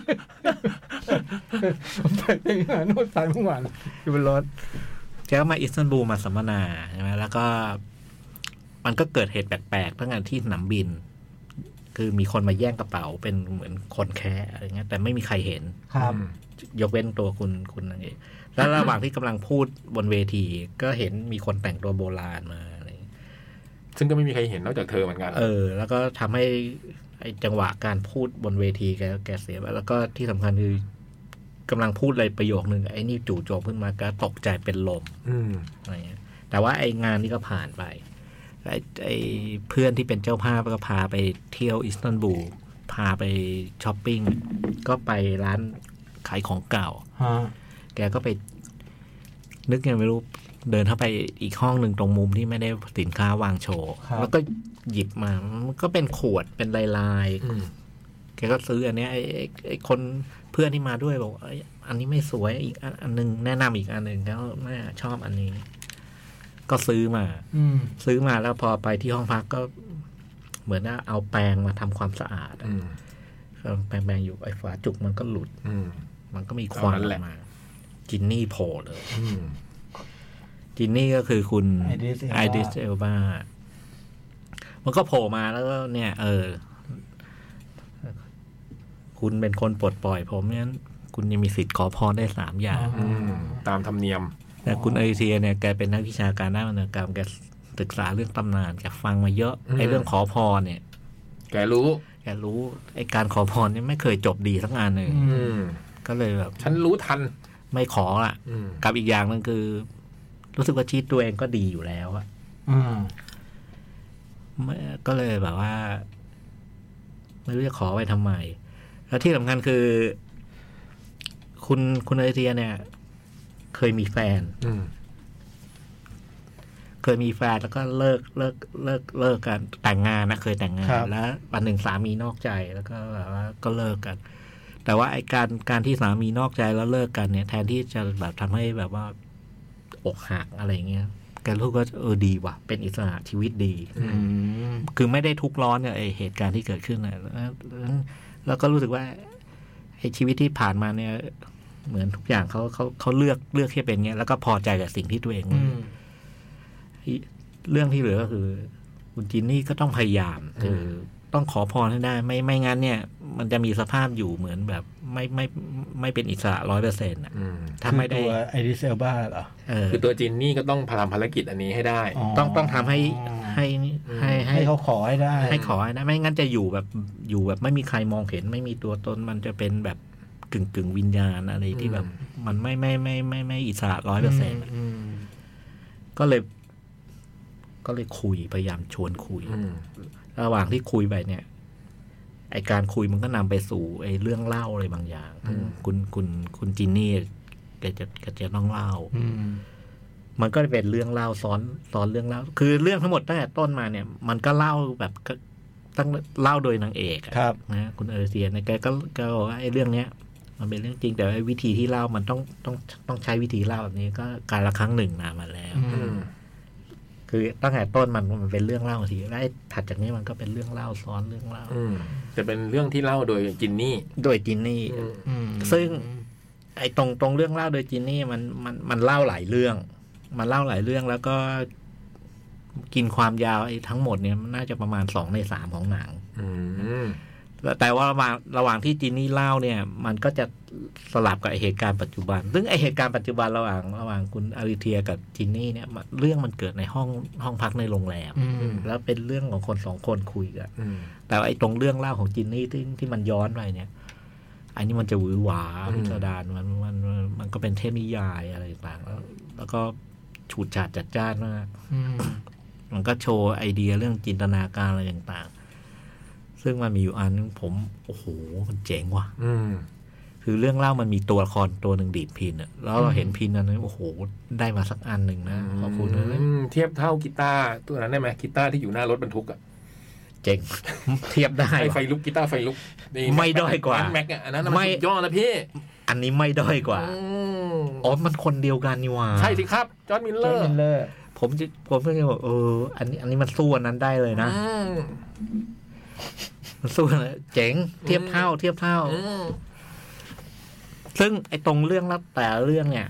เพลงพี่มาโนดฟังทุกวันอยู่บนรถแกก็มาอิสตันบูลมาสัมมนาใช่ไหมแล้วก็มันก็เกิดเหตุแปลกๆตั้งแต่ที่สนามบินคือมีคนมาแย่งกระเป๋าเป็นเหมือนคนแค่อะไรเงี้ยแต่ไม่มีใครเห็นครับยกเว้นตัวคุณคุณนั่นเองแล้วระหว่างที่กำลังพูดบนเวทีก็เห็นมีคนแต่งตัวโบราณมาอะไรซึ่งก็ไม่มีใครเห็นนอกจากเธอเหมือนกันเออแล้วก็ทำให้ไอ้จังหวะการพูดบนเวทีแกแกเสียไปแล้วก็ที่สำคัญคือกำลังพูดอะไรประโยคนึงไอ้นี่จู่โจมขึ้นมาก็ตกใจเป็นลมอะไรเงี้ยแต่ว่าไอ้งานนี้ก็ผ่านไปไอ้ไอ้เพื่อนที่เป็นเจ้าภาพก็พาไปเที่ยวอิสตันบูลพาไปช้อปปิ้งก็ไปร้านขายของเก่าแกก็ไปนึกยังไม่รู้เดินเข้าไปอีกห้องหนึ่งตรงมุมที่ไม่ได้สินค้าวางโชว์แล้วก็หยิบมามันก็เป็นขวดเป็นลายๆแกก็ซื้ออันนี้ไอ้ไอ้คนเพื่อนที่มาด้วยบอกไอ้อันนี้ไม่สวยอีกอันนึงแนะนำอีกอันหนึ่งแล้วแม่ชอบอันนี้ก็ซื้อมาซื้อมาแล้วพอไปที่ห้องพักก็เหมือนว่าเอาแปรงมาทำความสะอาดแปรงแปรงอยู่ไอ้ฝาจุกมันก็หลุดมันก็มีควันออกมาจินนี่โผล่เลยจินนี่ก็คือคุณไอดิสเอลบามันก็โผล่มาแล้วก็เนี่ยเออคุณเป็นคนปลดปล่อยผมงั้นคุณยังมีสิทธิ์ขอพรได้สามอย่างตามธรรมเนียมแต่คุณไอเทียเนี่ยแกเป็นนักวิชาการด้านวรรณกรรมแกศึกษาเรื่องตำนานแกฟังมาเยอะไอ้เรื่องขอพรเนี่ยแกรู้แกรู้ไอ้การขอพรเนี่ยไม่เคยจบดีสักงานเลยก็เลยแบบฉันรู้ทันไม่ขออ่ะกับอีกอย่างนึงคือรู้สึกว่าชีวิตตัวเองก็ดีอยู่แล้วอ่ะก็เลยแบบว่าไม่รู้จะขอไปทำไมแล้วที่สำคัญคือคุณคุณไอเทียเนี่ยเคยมีแฟนเคยมีแฟนแล้วก็เลิกเลิกเลิกเลิกกันแต่งงานนะเคยแต่งงานแล้ววันหนึ่งสามีนอกใจแล้วก็แบบว่าก็เลิกกันแต่ว่าไอ้การการที่สามีนอกใจแล้วเลิกกันเนี่ยแทนที่จะแบบทำให้แบบว่าอกหักอะไรเงี้ยแกรู้ก็เออดีว่ะเป็นอิสระชีวิตดีคือไม่ได้ทุกข์ร้อนกับไอ้เหตุการณ์ที่เกิดขึ้นนะแล้วก็รู้สึกว่าอ้ชีวิตที่ผ่านมาเนี่ย เหมือนทุกอย่างเขาเขาเขาเลือกเลือกที่เป็นเงี้ยแล้วก็พอใจกับสิ่งที่ตัวเองเรื่องที่เหลือก็คือคุณจินนี่ก็ต้องพยายามคือต้องขอพรให้ได้ไม่ไม่งั้นเนี่ยมันจะมีสภาพอยู่เหมือนแบบไม่ไม่ไม่เป็นอิสระร้อยเปอร์เซ็นต์อ่ะถ้าไม่ได้ตัวไอริสเอลบ้าเหรอคือตัวจินนี่ก็ต้องทำภารกิจอันนี้ให้ได้ต้องต้องทำให้ให้ให้ให้เขาขอให้ได้ให้ขอให้ได้ไม่งั้นจะอยู่แบบอยู่แบบไม่มีใครมองเห็นไม่มีตัวตนมันจะเป็นแบบกึ่งกึ่งวิญญาณอะไรที่แบบมันไม่ไม่ไม่ไม่ไม่อิสระร้อยเปอร์เซ็นต์ก็เลยก็เลยคุยพยายามชวนคุยระหว่างที่คุยไปเนี่ยไอการคุยมันก็นำไปสู่ไอเรื่องเล่าอะไรบางอย่างคุณคุณคุณจินนี่แกจะแกจะต้องเล่ามันก็เป็นเรื่องเล่าซ้อนซ้อนเรื่องเล่าคือเรื่องทั้งหมดตั้งแต่ต้นมาเนี่ยมันก็เล่าแบบตั้งเล่าโดยนางเอกนะคุณเอเซียเนี่ยแกก็ก็บอกว่าไอเรื่องเนี้ยมันเป็นเรื่องจริงแต่วิธีที่เล่ามันต้องต้องต้องใช้วิธีเล่าแบบนี้ก็การละครั้งหนึ่งนานมาแล้วคือตั้งแต่ต้นมันมันเป็นเรื่องเล่าทีแล้วถัดจากนี้มันก็เป็นเรื่องเล่าซ้อนเรื่องเล่าจะเป็นเรื่องที่เล่าโดยจินนี่โดยจินนี่ซึ่งไอ้ตรงตรงเรื่องเล่าโดยจินนี่มันมันมันเล่าหลายเรื่องมันเล่าหลายเรื่องแล้วก็กินความยาวไอ้ทั้งหมดเนี่ยมันน่าจะประมาณสองในสามของหนังแต่ว่าระหว่างระหว่างที่จินนี่เล่าเนี่ยมันก็จะสลับกับเหตุการณ์ปัจจุบันซึ่งไอเหตุการณ์ปัจจุบันระหว่างระหว่างคุณอาริเทียกับจินนี่เนี่ยเรื่องมันเกิดในห้องห้องพักในโรงแรมแล้วเป็นเรื่องของคนสองคนคุยกันแต่ไอตรงเรื่องเล่าของจินนี่ที่ที่มันย้อนไปเนี่ยอันนี้มันจะหวือหวาพิสดารมันมันมันก็เป็นเทพนิยายอะไรต่างแล้วแล้วก็ฉูดฉาดจัดจ้านมากมันก็โชว์ไอเดียเรื่องจินตนาการอะไรต่างซึ่งมันมีอยู่อันนึงผมโอ้โหมันเจ๋งว่ะคือเรื่องเล่ามันมีตัวละครตัวหนึ่งดีดพินอ่ะแล้วเราเห็นพินนั้นโอ้โหได้มาสักอันหนึ่งนะขอบคุณเลยเทียบเท่ากีตาร์ตัวนั้นได้ไหมกีตาร์ที่อยู่หน้ารถบรรทุกอ่ะเจ๋งเทียบได้ไฟลุกกีตาร์ไฟลุกไม่ด้อยกว่าแม็กอันนั้นมันสุดยอดนะพี่อันนี้ไม่ด้อยกว่าอ๋อมันคนเดียวกันนี่ว่าใช่สิครับจอห์นมิลเลอร์ผมจะผมก็จะบอกเอออันนี้อันนี้มันสู้อันนั้นได้เลยนะสู้เจ๋งเทียบเท่าเทียบเท่าซึ่งไอ้ตรงเรื่องแล้วแต่เรื่องเนี่ย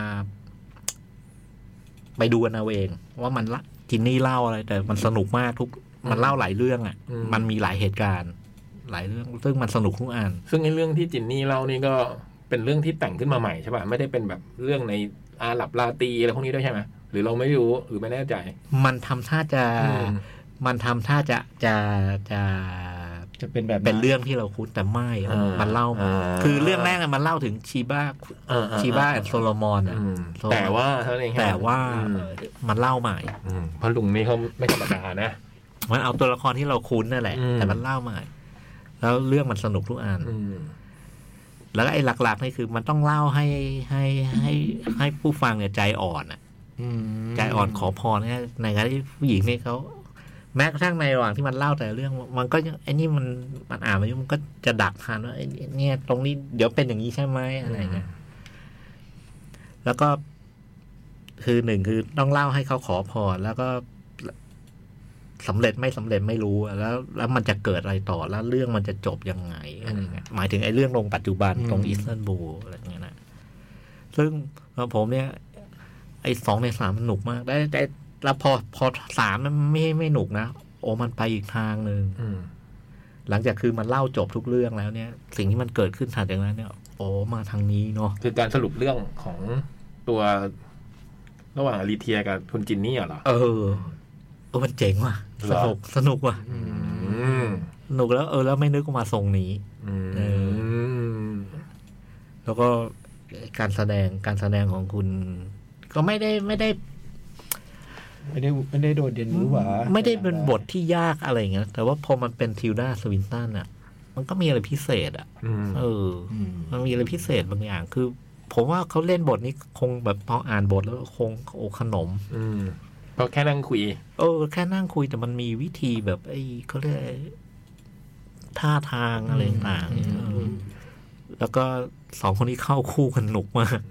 ไปดูกันเอาเองว่ามันละจินนี่เล่าอะไรแต่มันสนุกมากทุกมันเล่าหลายเรื่องอ่ะมันมีหลายเหตุการณ์หลายเรื่องซึ่งมันสนุกทุกอันซึ่งไอ้เรื่องที่จินนี่เล่านี่ก็เป็นเรื่องที่แต่งขึ้นมาใหม่ใช่ป่ะไม่ได้เป็นแบบเรื่องในอาหรับลาตีอะไรพวกนี้ด้วยใช่ไหมหรือเราไม่รู้หรือไม่แน่ใจมันทำท่าจะมันทำท่าจะจะจะจะเป็นแบบเป็นเรื่องที่เราคุ้นแต่ไม่มันเล่าคือเรื่องแรกมันเล่าถึงชีบ้าชีบ้าโซโลมอนอ่ะแต่ว่าเท่านั้นเองแต่ว่ามันเล่าใหม่เพราะลุงนี่เขาไม่ธรรมดานะมันเอาตัวละครที่เราคุ้นนั่นแหละแต่มันเล่าใหม่แล้วเรื่องมันสนุกทุกอันแล้วไอ้หลักๆนี่คือมันต้องเล่าให้ให้ให้ให้ผู้ฟังเนี่ยใจอ่อนอ่ะใจอ่อนขอพรเนี่ยในการที่ผู้หญิงนี่เขาแม้กระทั่งในระหว่างที่มันเล่าแต่เรื่องมันก็ไอ้นี่มันมันอ่านไปมันก็จะดักทันว่าไอ้เนี่ยตรงนี้เดี๋ยวเป็นอย่างนี้ใช่ไหมอะไรเงี้ยแล้วก็คือหนึ่งคือต้องเล่าให้เขาขอพรแล้วก็สำเร็จไม่สำเร็จไม่รู้แล้วแล้วมันจะเกิดอะไรต่อแล้วเรื่องมันจะจบยังไงอะไรเงี้ยหมายถึงไอ้เรื่องลงปัจจุบันตรงอิสตันบูลอะไรเงี้ยนะซึ่งผมเนี่ยไอ้สองในสามมันหนุกมากได้แต่แล้วพอพอสามมันไม่ไม่หนุกนะโอ้มันไปอีกทางหนึ่งหลังจากคือมันเล่าจบทุกเรื่องแล้วเนี่ยสิ่งที่มันเกิดขึ้นถัดจากนั้นเนี่ยโอ้มาทางนี้เนาะคือการสรุปเรื่องของตัวระหว่างอลิเทียกับคุณจินนี่เหรอเออเออมันเจ๋งว่ะสนุกสนุกว่ะสนุกแล้วเออแล้วไม่นึกว่ามาทรงนี้เออแล้วก็การแสดงการแสดงของคุณก็ไม่ได้ไม่ได้ไม่ได้ไม่ได้โดดเด่นหรือว่าไม่ได้เป็นบทที่ยากอะไรอย่างเงี้ยแต่ว่าพอมันเป็นทิลดาสวินตันอ่ะมันก็มีอะไรพิเศษอ่ะเออมันมีอะไรพิเศษบางอย่างคือผมว่าเขาเล่นบทนี้คงแบบพออ่านบทแล้วคงโอ้ขนมเพราะแค่นั่งคุยเออแค่นั่งคุยแต่มันมีวิธีแบบไอ้เขาเรียกท่าทางอะไรต่างๆแล้วก็สองคนนี้เข้าคู่กันหนุกมาก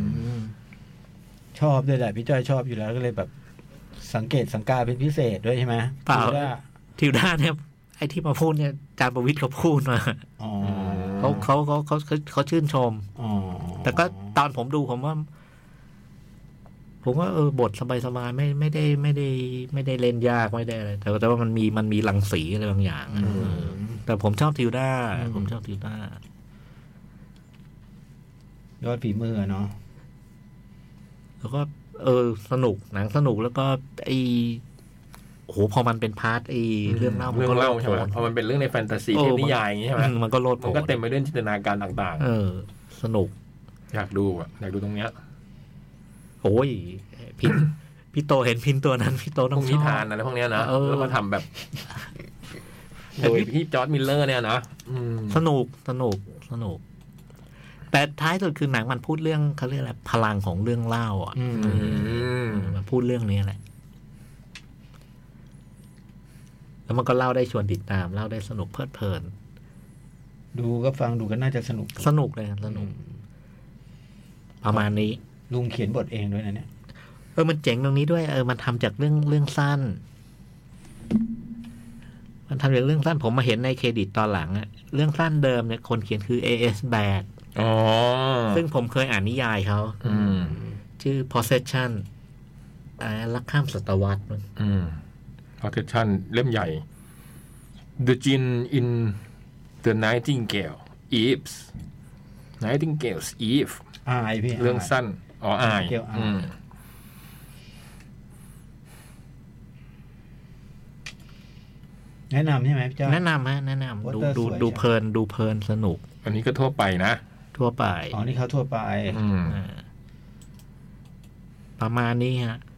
ชอบด้วยแหละพี่จ้อยชอบอยู่แล้วก็เลยแบบสังเกตสังกาเป็นพิเศษด้วยใช่ไหมเปล่าทิวด้าเนี่ยไอ้ที่มาพูดเนี่ยจารย์ประวิตรเขาพูดมาอ๋อเขาเขาเขาเขาเขาชื่นชมอ๋อแต่ก็ตอนผมดูผมว่า ผมว่าเออบทสบายๆไม่ไม่ได้ไม่ได้ไม่ได้เล่นยากไม่ได้อะไรแต่แต่ว่ามันมีมันมีรังสีอะไรบางอย่างอะเออแต่ผมชอบทิวด้าผมชอบทิวด้ายอดฝีมือเนาะแล้วก็เออสนุกหนังสนุกแล้วก็ไอโอ้โหพอมันเป็นพาร์ทไอเรื่องเล่ามันเรื่องก็เล่าโลดใช่ไหมโผนพอมันเป็นเรื่องในแฟนตาซีเออเทพนิยายอย่างงี้ใช่ไหมอืมมันก็โลดโผมันนก็เต็มไปด้วยจินตนาการต่างเออ สนุกๆ อยากดูอ่ะอยากดูตรงเนี้ยโอ้ยพี่พี่โตเห็นพินตัวนั้นพี่โตพต้อวงกชนิอบทานอะไรพวกเนี้ยนะเออแล้วมาทำแบบ โดยพี่จอร์จมิลเลอร์เนี่ยนะอืมสนุกสนุกสนุก แต่ท้ายสุดคือหนังมันพูดเรื่องเขาเรียกอะไรพลังของเรื่องเล่าอ่ะอืมอืมมันพูดเรื่องนี้แหละแล้วมันก็เล่าได้ชวนติดตามเล่าได้สนุกเพลิดเพลินดูก็ฟังดูก็น่าจะสนุกสนุกเลยสนุก ประมาณนี้ลุงเขียนบทเองด้วยนะเนี่ยเออมันเจ๋งตรงนี้ด้วยเออมันทำจากเรื่องเรื่องสั้น มันทำจากเรื่องสั้นผมมาเห็นในเครดิตตอนหลังอะเรื่องสั้นเดิมเนี่ยคนเขียนคือ เอ เอส Bad อ๋อซึ่งผมเคยอ่านนิยายเขาอืมชื่อ Possession อ่าลักข้ามศตวรรษมั้งอืม Protection เล่มใหญ่ The Gin in the Nightingale Eves Nightingale's Eve อายพี่เรื่องสั้น อ๋ออายเกี่ยวอายอืมแนะนำใช่ไหมพี่เจ้าแนะนำฮะแนะนำดู Water ดูสวยดูจังเพลินดูเพลินสนุกอันนี้ก็ทั่วไปนะทั่วไปอ๋อนี่เขาทั่วไปอืมอ่าประมาณนี้ฮะ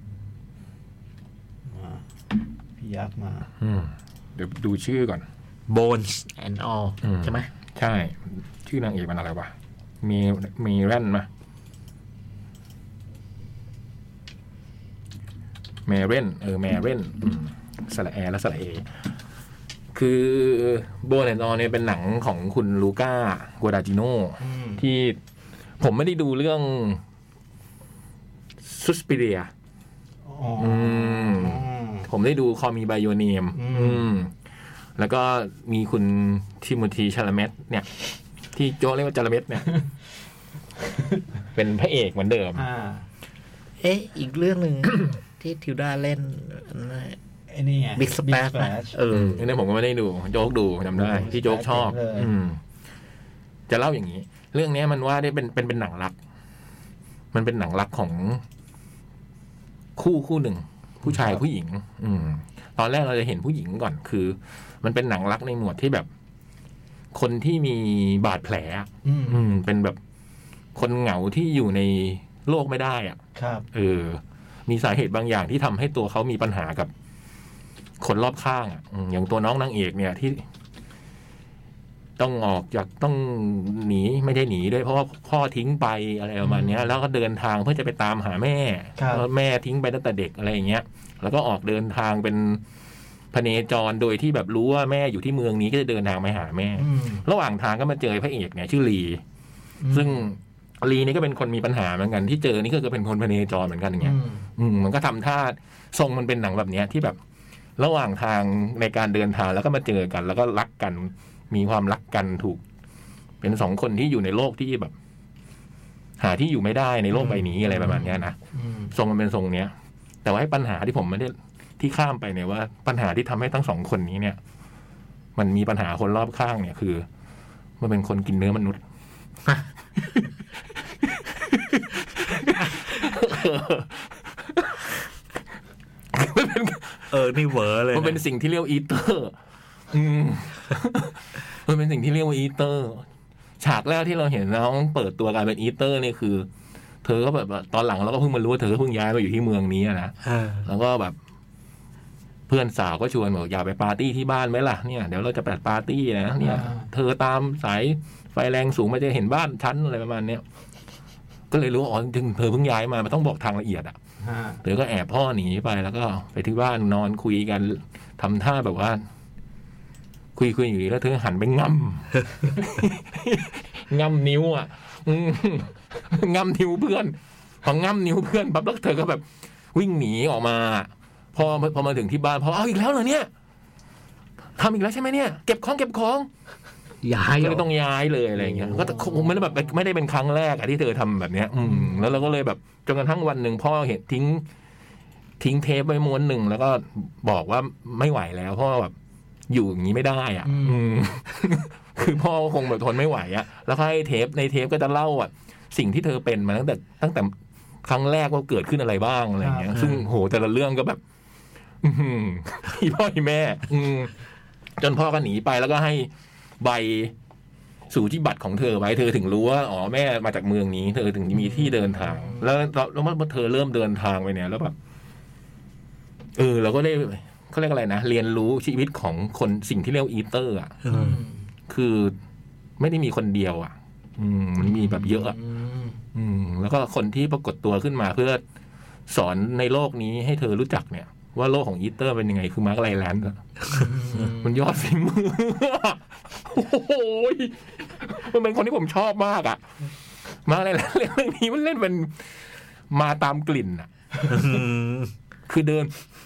มาพี่ยักษ์มาอืม เดี๋ยวดูชื่อก่อน Bones and all อืมใช่ไหมใช่ ชื่อนางเอกมันอะไรวะ มีมีแร่นไหมแมเรนเออแมเรนอืมสระแอและสระเอ คือโบนแอนอเนี่ยเป็นหนังของคุณลูก้ากัวดาจิโนอืมที่ผมไม่ได้ดูเรื่องซุสปิเรียอ๋ออม ผมได้ดูคอมีไบโอเนียมอืมแล้วก็มีคุณทิโมธีชาลาเมตเนี่ย ที่โจเรียกว่าจาลาเมตเนี่ย เป็นพระเอกเหมือนเดิมอ่าเอ๊ะ อีกเรื่องหนึ่ง ที่ทิวดาเล่นไอ้นี่ไงบิ๊กสเปซ Splash เอออันนี้ผมก็ไม่ได้ดู โจ๊กดูจำได้โอ้โหที่โจ๊กชอบเลยอืม จะเล่าอย่างนี้ เรื่องนี้มันว่าได้เป็นเป็นเป็นหนังรัก มันเป็นหนังรักของ คู่คู่หนึ่ง ผู้ชายผู้หญิง อืม ตอนแรกเราจะเห็นผู้หญิงก่อน คือ มันเป็นหนังรักในหมวดที่แบบ คนที่มีบาดแผลอืมอืม เป็นแบบคนเหงาที่อยู่ในโลกไม่ได้อ่ะครับเออ มีสาเหตุบางอย่างที่ทำให้ตัวเขามีปัญหากับคนรอบข้างอ่ะอืมอย่างตัวน้องนางเอกเนี่ยที่ ต้องออกจากต้องหนีไม่ได้หนีด้วยเพราะว่าพ่อทิ้งไปอะไรประมาณเนี้ย แล้วก็เดินทางเพื่อจะไปตามหาแม่ครับแล้วแม่ทิ้งไปตั้งแต่เด็กอะไรอย่างเงี้ย แล้วก็ออกเดินทางเป็นพเนจรโดยที่แบบรู้ว่าแม่อยู่ที่เมืองนี้ก็จะเดินทางไปหาแม่อืมระหว่างทางก็มาเจอพระเอกเนี่ยชื่อลี ซึ่งลีนี่ก็เป็นคนมีปัญหาเหมือนกันที่เจอนี่ก็คือเป็นคนพเนจรเหมือนกันอย่างเงี้ยอืมอืมมันก็ทำท่าทรงมันเป็นหนังแบบเนี้ยที่แบบ ระหว่างทางในการเดินทางแล้วก็มาเจอกัน แล้วก็รักกัน มีความรักกันถูก เป็นสองคนที่อยู่ในโลกที่แบบ หาที่อยู่ไม่ได้ในโลกใบนี้อะไรประมาณเนี้ยนะอืมทรงมันเป็นทรงเนี้ย แต่ว่าไอ้ปัญหาที่ผมไม่ได้ที่ข้ามไปเนี่ยว่า ปัญหาที่ทำให้ทั้งสองคนนี้เนี่ย มันมีปัญหาคนรอบข้างเนี่ยคือ มันเป็นคนกินเนื้อมนุษย์เออ นี่เวอร์เลยะมันเป็นสิ่งที่เรียกว่าอีเตอร์ อืม มันเป็นสิ่งที่เรียกว่าอีเตอร์ ฉากแรกที่เราเห็นน้องเปิดตัวการเป็นอีเตอร์นี่คือ เธอก็แบบว่าตอนหลังเราก็เพิ่งมารู้ว่าเธอก็เพิ่งย้ายมาอยู่ที่เมืองนี้อะนะเออแล้วก็แบบ เพื่อนสาวก็ชวนบอกอย่าไปปาร์ตี้ที่บ้านไหมล่ะเนี่ยเดี๋ยวเราจะไปปาร์ตี้นะเนี่ย เธอตามสายไฟแรงสูงมาจะเห็นบ้านชั้นอะไรประมาณเนี้ยก็เลยรู้ว่าอ๋อจริงเธอเพิ่งย้ายมามันต้องบอกทางละเอียดอ่ะฮะเธอก็แอบพ่อหนีไปแล้วก็ไปที่บ้านนอนคุยกันทำท่าแบบว่า คุยคุยอยู่ดีแล้วเธอหันไปง่ำ ง่ำนิ้วอ่ะอืมง่ำนิ้วเพื่อนพอง่ำนิ้วเพื่อนปั๊บแล้วเธอก็แบบ วิ่งหนีออกมาพอพอมาถึงที่บ้านพอเอาอีกแล้วเหรอเนี่ยทำอีกแล้วใช่ไหมเนี่ยเก็บของเก็บของย้ายก็เลยต้องย้ายเลยอะไรอย่างเงี้ยก็คงไม่ได้แบบไม่ได้เป็นครั้งแรกอะที่เธอทำแบบเนี้ย อืมแล้วเราก็เลยแบบจนกระทั่งวันหนึ่งพ่อเห็นทิ้งทิ้งเทปไว้ม้วนหนึ่งแล้วก็บอกว่าไม่ไหวแล้วเพราะแบบอยู่อย่างนี้ไม่ได้อ่ะ อืม คือพ่อคงแบบทนไม่ไหวอ่ะแล้วให้เทปในเทปก็จะเล่าอ่ะสิ่งที่เธอเป็นมาตั้งแต่ตั้งแต่ครั้งแรกว่าเกิดขึ้นอะไรบ้างอะไรอย่างเงี้ยซึ่งโหแต่ละเรื่องก็แบบ อืมพี่พ่อพี่แม่ อืมจนพ่อก็หนีไปแล้วก็ให้ใบสูจิบัตรของเธอไว้เธอถึงรู้ว่าอ๋อแม่มาจากเมืองนี้เธอถึงมีที่เดินทาง แล้วแล้วเมื่อเธอเริ่มเดินทางไปเนี่ยแล้วแบบเออเราก็ได้เขาเรียกอะไรนะเรียนรู้ชีวิตของคนสิ่งที่เรียกอีเตอร์อ่ะคือไม่ได้มีคนเดียวอ่ะ อืมมันมีแบบเยอะอ่ะอืมแล้วก็คนที่ปรากฏตัวขึ้นมาเพื่อสอนในโลกนี้ให้เธอรู้จักเนี่ยว่าโลกของอีเตอร์เป็นยังไงคือมาร์คไลแลนด์มันยอดฝีมือโอ้โหมันเป็นคนที่ผมชอบมากอ่ะมาร์คไลแลนด์เรื่องนี้มันเล่นเป็นมาตามกลิ่นอ่ะคือเดิน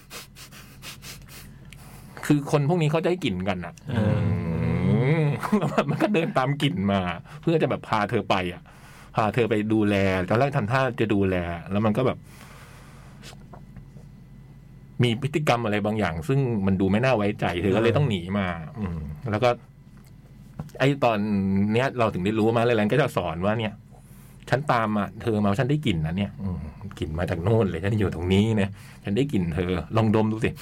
คือคนพวกนี้เขาได้กลิ่นกันอ่ะแล้วมันก็เดินตามกลิ่นมาเพื่อจะแบบพาเธอไปอ่ะพาเธอไปดูแลตอนแรกทำท่าจะดูแลแล้วมันก็แบบมีพฤติกรรมอะไรบางอย่างซึ่งมันดูไม่น่าไว้ใจเธอก็เลยต้องหนีมาอืมแล้วก็ไอ้ตอนเนี้ยเราถึงได้รู้มาเลยแลนก็จะสอนว่าเนี่ยฉันตามมาเธอมาฉันได้กลิ่นนะเนี่ยกลิ่นมาจากโน่นเลยฉันอยู่ตรงนี้เนี่ยฉันได้กลิ่นเธอลองดมดูสิ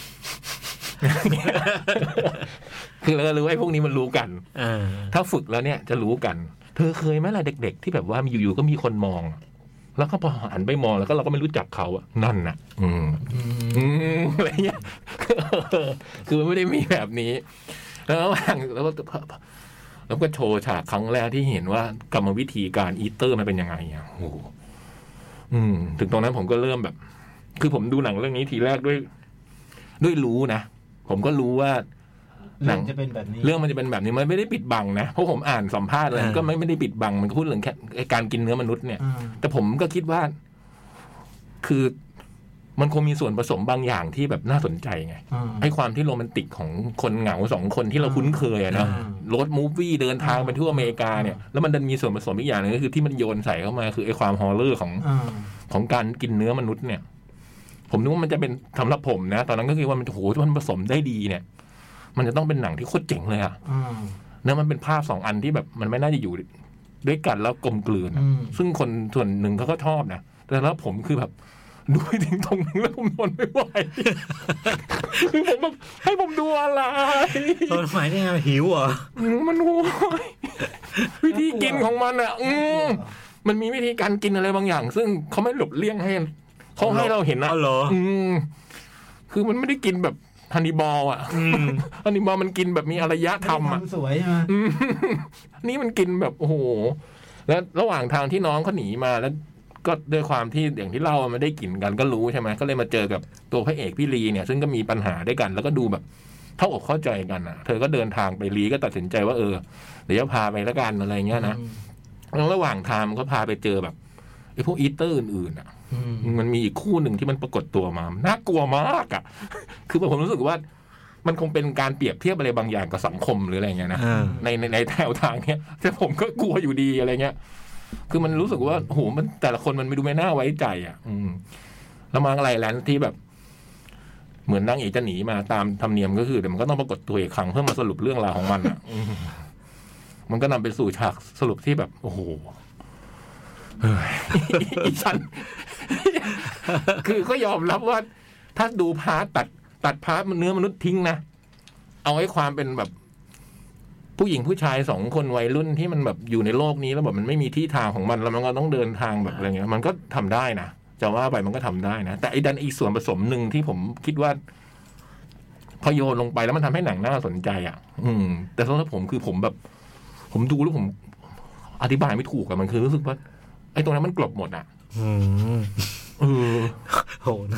คือเราก็รู้ไอ้พวกนี้มันรู้กันถ้าฝึกแล้วเนี่ยจะรู้กันเธอเคยไหมล่ะเด็กๆที่แบบว่าอยู่ๆก็มีคนมองแล้วก็พอหันไปมองแล้วก็เราก็ไม่รู้จักเขาอะนั่นน่ะ อืมอืมอะไรเงี้ยคือมันไม่ได้มีแบบนี้แล้วแล้วก็แล้วก็โชว์ฉากครั้งแรกที่เห็นว่ากรรมวิธีการอีเตอร์มันเป็นยังไงอ่ะโอ้โหอืมถึงตรงนั้นผมก็เริ่มแบบ คือผมดูหนังเรื่องนี้ทีแรกด้วยด้วยรู้นะผมก็รู้ว่าหนังจะเป็นแบบนี้เรื่องมันจะเป็นแบบนี้มันไม่ได้ปิดบังนะเพราะผมอ่านสัมภาษณ์อะไรก็ไม่ไม่ได้ปิดบังมันก็พูดเรื่องแค่การกินเนื้อมนุษย์เนี่ยแต่ผมก็คิดว่าคือมันคงมีส่วนผสมบางอย่างที่แบบน่าสนใจไงไอ้ความที่โรแมนติกของคนเหงาสองคนที่เราคุ้นเคยอะนะโรดมูฟวี่เดินทางไปทั่วอเมริกาเนี่ยแล้วมันดันมีส่วนผสมอีกอย่างนึงก็คือที่มันโยนใส่เข้ามาคือไอ้ความฮอร์เรอร์ของของการกินเนื้อมนุษย์เนี่ยผมนึกว่ามันจะเป็นสำหรับผมนะตอนนั้นก็คือว่ามันโหมันผสมได้ดีเนี่ยมันจะต้องเป็นหนังที่โคตรเจ๋งเลยอะแล้วมันเป็นภาพสองอันที่แบบมันไม่น่าจะอยู่ด้วยกันแล้วกลมกลืนซึ่งคนส่วนหนึ่งเขาก็ชอบนะแต่แล้วผมคือแบบดูไปถึงตรงนึงแล้วผมทนไม่ไหวคือผมแบบให้ผมดูอะไรทนไหวได้ไงหิวเหรอมันโว้ยวิธีกินของมันอ่ะอืมมันมีวิธีการกินอะไรบางอย่าง ซึ่งเขาไม่หลบเลี่ยงให้เขาให้เราเห็นนะอืมคือมันไม่ได้กินแบบฮันนิบอลอ่ะฮันนิบอลมันกินแบบมีอารยธรรมอ่ะสวยใช่ไหมนี่มันกินแบบโอ้โหแล้วระหว่างทางที่น้องเขาหนีมาแล้วก็ด้วยความที่อย่างที่เล่ามันได้กลิ่นกันก็รู้ใช่ไหมก็เลยมาเจอกับตัวพระเอกพี่ลีเนี่ยซึ่งก็มีปัญหาด้วยกันแล้วก็ดูแบบเท่าอกเข้าใจกันอ่ะเธอก็เดินทางไปลีก็ตัดสินใจว่าเออเดี๋ยวจะพาไปละกันอะไรเงี้ยนะแล้วระหว่างทางก็พาไปเจอแบบไอ้พวกอีเตอร์อื่นๆอ่ะมันมีอีกคู่หนึ่งที่มันปรากฏตัวมาน่ากลัวมากอ่ะคือผมรู้สึกว่ามันคงเป็นการเปรียบเทียบอะไรบางอย่างกับสังคมหรืออะไรเงี้ยนะในในในแถวทางเนี้ยแต่ผมก็กลัวอยู่ดีอะไรเงี้ยคือมันรู้สึกว่าโหมันแต่ละคนมันไม่ดูไม่น่าไว้ใจอ่ะอืมแล้วมาอะไรแล้วที่แบบเหมือนนางเอกจะหนีมาตามธรรมเนียมก็คือเดี๋ยวมันก็ต้องปรากฏตัวอีกครั้งเพื่อมาสรุปเรื่องราวของมันอ่ะมันก็นำไปสู่ฉากสรุปที่แบบโอ้โหอีฉันคือก็ยอมรับว่าถ้าดูพาร์ทตัดตัดพาร์ทเนื้อมนุษย์ทิ้งนะเอาไว้ความเป็นแบบผู้หญิงผู้ชายสองคนวัยรุ่นที่มันแบบอยู่ในโลกนี้แล้วแบบมันไม่มีที่ทางของมันแล้วมันก็ต้องเดินทางแบบอะไรเงี้ยมันก็ทำได้นะจะว่าไปมันก็ทำได้นะแต่ไอ้ดันอีกส่วนผสมหนึ่งที่ผมคิดว่าพอโยนลงไปแล้วมันทำให้หนังน่าสนใจอ่ะอืมแต่สำหรับผมคือผมแบบผมดูแล้วผมอธิบายไม่ถูกอะมันคือรู้สึกว่าไอ้ตรงนั้นมันกลบหมดอ่ะอืมเออโหนะ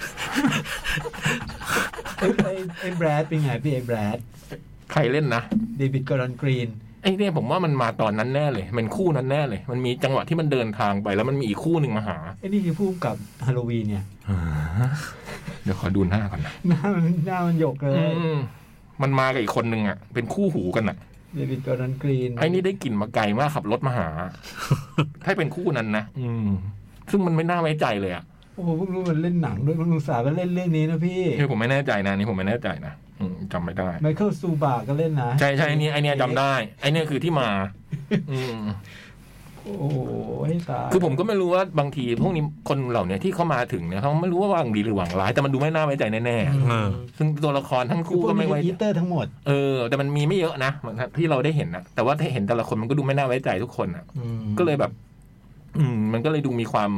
ไอ้ไอ้แบรดเป็นไงพี่ไอ้แบรดใครเล่นนะเดวิดกอร์ดอนกรีนไอ้เนี่ยผมว่ามันมาตอนนั้นแน่เลยมันคู่นั้นแน่เลยมันมีจังหวะที่มันเดินทางไปแล้วมันมีอีกคู่หนึ่งมาหาไอ้นี่คือผู้กับฮาโลวีนเนี่ยเดี๋ยวขอดูหน้าก่อนนะหน้ามันหน้ามันหยกเลยมันมากับอีกคนนึงอ่ะเป็นคู่หูกันอ่ะเดวิดกอร์ดอนกรีนไอ้นี่ได้กลิ่นมาไกลมากขับรถมาหา ให้เป็นคู่นั้นนะอืมซึ่งมันไม่น่าไว้ใจเลยอ่ะโอ้โหเพิ่งรู้มันเล่นหนังด้วยมันอุตส่าห์ไปเล่นเรื่องนี้นะพี่นี่ผมไม่แน่ใจนะนี่ผมไม่แน่ใจนะจำไม่ได้ไมเคิลซูบาก็เล่นนะใช่ใช่ไอ้นี่ไอ้นี่จำได้ไอ้นี่คือที่มาอืมโอ้ยตายคือผมก็ไม่รู้ว่าบางทีพวกนี้คนเหล่านี้ที่เขามาถึงเนี่ยเขาไม่รู้ว่าหวังดีหรือหวังร้ายแต่มันดูไม่น่าไว้ใจแน่ๆซึ่งตัวละครทั้งคู่ก็ไม่ไว้ใจเตอร์ทั้งหมดเออแต่มันมีไม่เยอะนะที่เราได้เห็นนะแต่ว่าถ้าเห็นแต่ละคนมันก็ดูไม่น่าไว้ใจทุกคนอ่ะก็เลยแบบ อืมมันก็เลยดูมีความ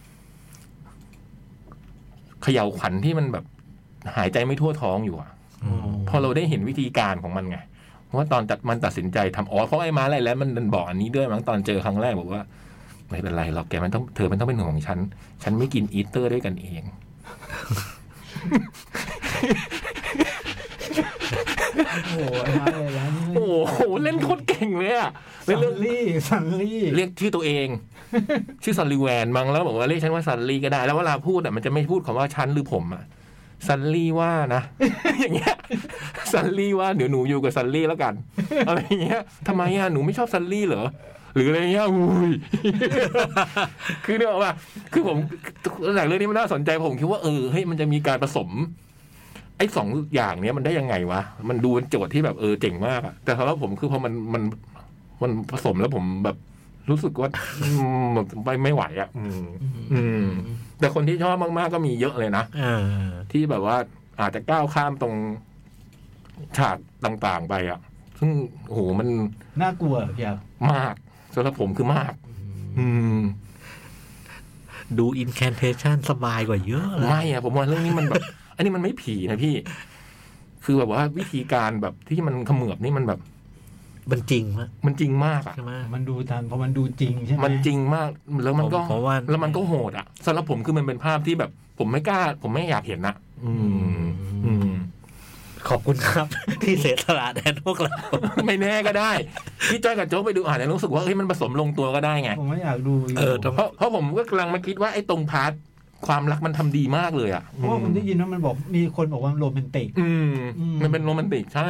เขย่าขวัญที่มันแบบหายใจไม่ทั่วท้องอยู่อ่ะพอเราได้เห็นวิธีการของมันไงเพราะว่าตอนตัดมันตัดสินใจทำอ๋อเพราะไอ้มาอะไรแล้วมันบอกอันนี้ด้วยมั้งตอนเจอครั้งแรกบอกว่าไม่เป็นไรหรอกแกมันต้องเธอมันต้องเป็นห่วงของฉันฉันไม่กินอีเตอร์ด้วยกันเองโอ้โหอะไรแล้วนี่โอ้โหเล่นโคตรเก่งเลยอ่ะซันลี่ซันลี่เรียกชื่อตัวเองชื่อซันลีแวนมั้งแล้วบอกว่าเรียกฉันว่าซันลี่ก็ได้แล้วเวลาพูดอ่ะมันจะไม่พูดคำว่าฉันหรือผมอ่ะซันลี่ว่านะอย่างเงี้ยซันลี่ว่าเดี๋ยวหนูอยู่กับซันลี่แล้วกันอะไรอย่างเงี้ยทำไมอ่ะหนูไม่ชอบซันลี่เหรอหรืออะไรเงี้ยอุ้ยคือเนี่ยว่าคือผมหนังเรื่องนี้มันน่าสนใจผมคิดว่าเออเฮ้ยมันจะมีการผสมไอ้สองอย่างเนี้ยมันได้ยังไงวะมันดูเป็นโจทย์ที่แบบเออเจ๋งมากอะแต่สำหรับผมคือพอมันมันมันผสมแล้วผมแบบรู้สึกว่าไม่ไม่ไหวอ่ะอืมอืมแต่คนที่ชอบมากๆก็มีเยอะเลยนะที่แบบว่าอาจจะก้าวข้ามตรงฉากต่างๆไปอ่ะซึ่งโอ้โหมันน่ากลัวอย่ามากสำหรับผมคือมากอืมดู incantation สบายกว่าเยอะไม่อ่ะผมว่าเรื่องนี้มันแบบอันนี้มันไม่ผีนะพี่คือแบบว่าวิธีการแบบที่มันเขมือบนี่มันแบบมันจริงมากมันจริงมากอ่ะใช่ไหมมันดูทันเพราะมันดูจริงใช่ไหมมันจริงมากแล้วมันก็แล้วมันก็โหดอ่ะสำหรับผมคือมันเป็นภาพที่แบบผมไม่กล้าผมไม่อยากเห็นนะอืมอืมขอบคุณครับที่เสียสละแทนพวกเราไม่แน่ก็ได้พี่จ้อยกับโจ๊กไปดูอาจจะรู้สึกว่าเฮ้ยมันผสมลงตัวก็ได้ไงผมไม่อยากดูเออเพราะเพราะผมก็กำลังมาคิดว่าไอ้ตรงพาร์ทความรักมันทำดีมากเลยอ่ะเพราะว่าผมได้ยินว่ามันบอกมีคนบอกว่าโรแมนติกอืมมันเป็นโรแมนติกใช่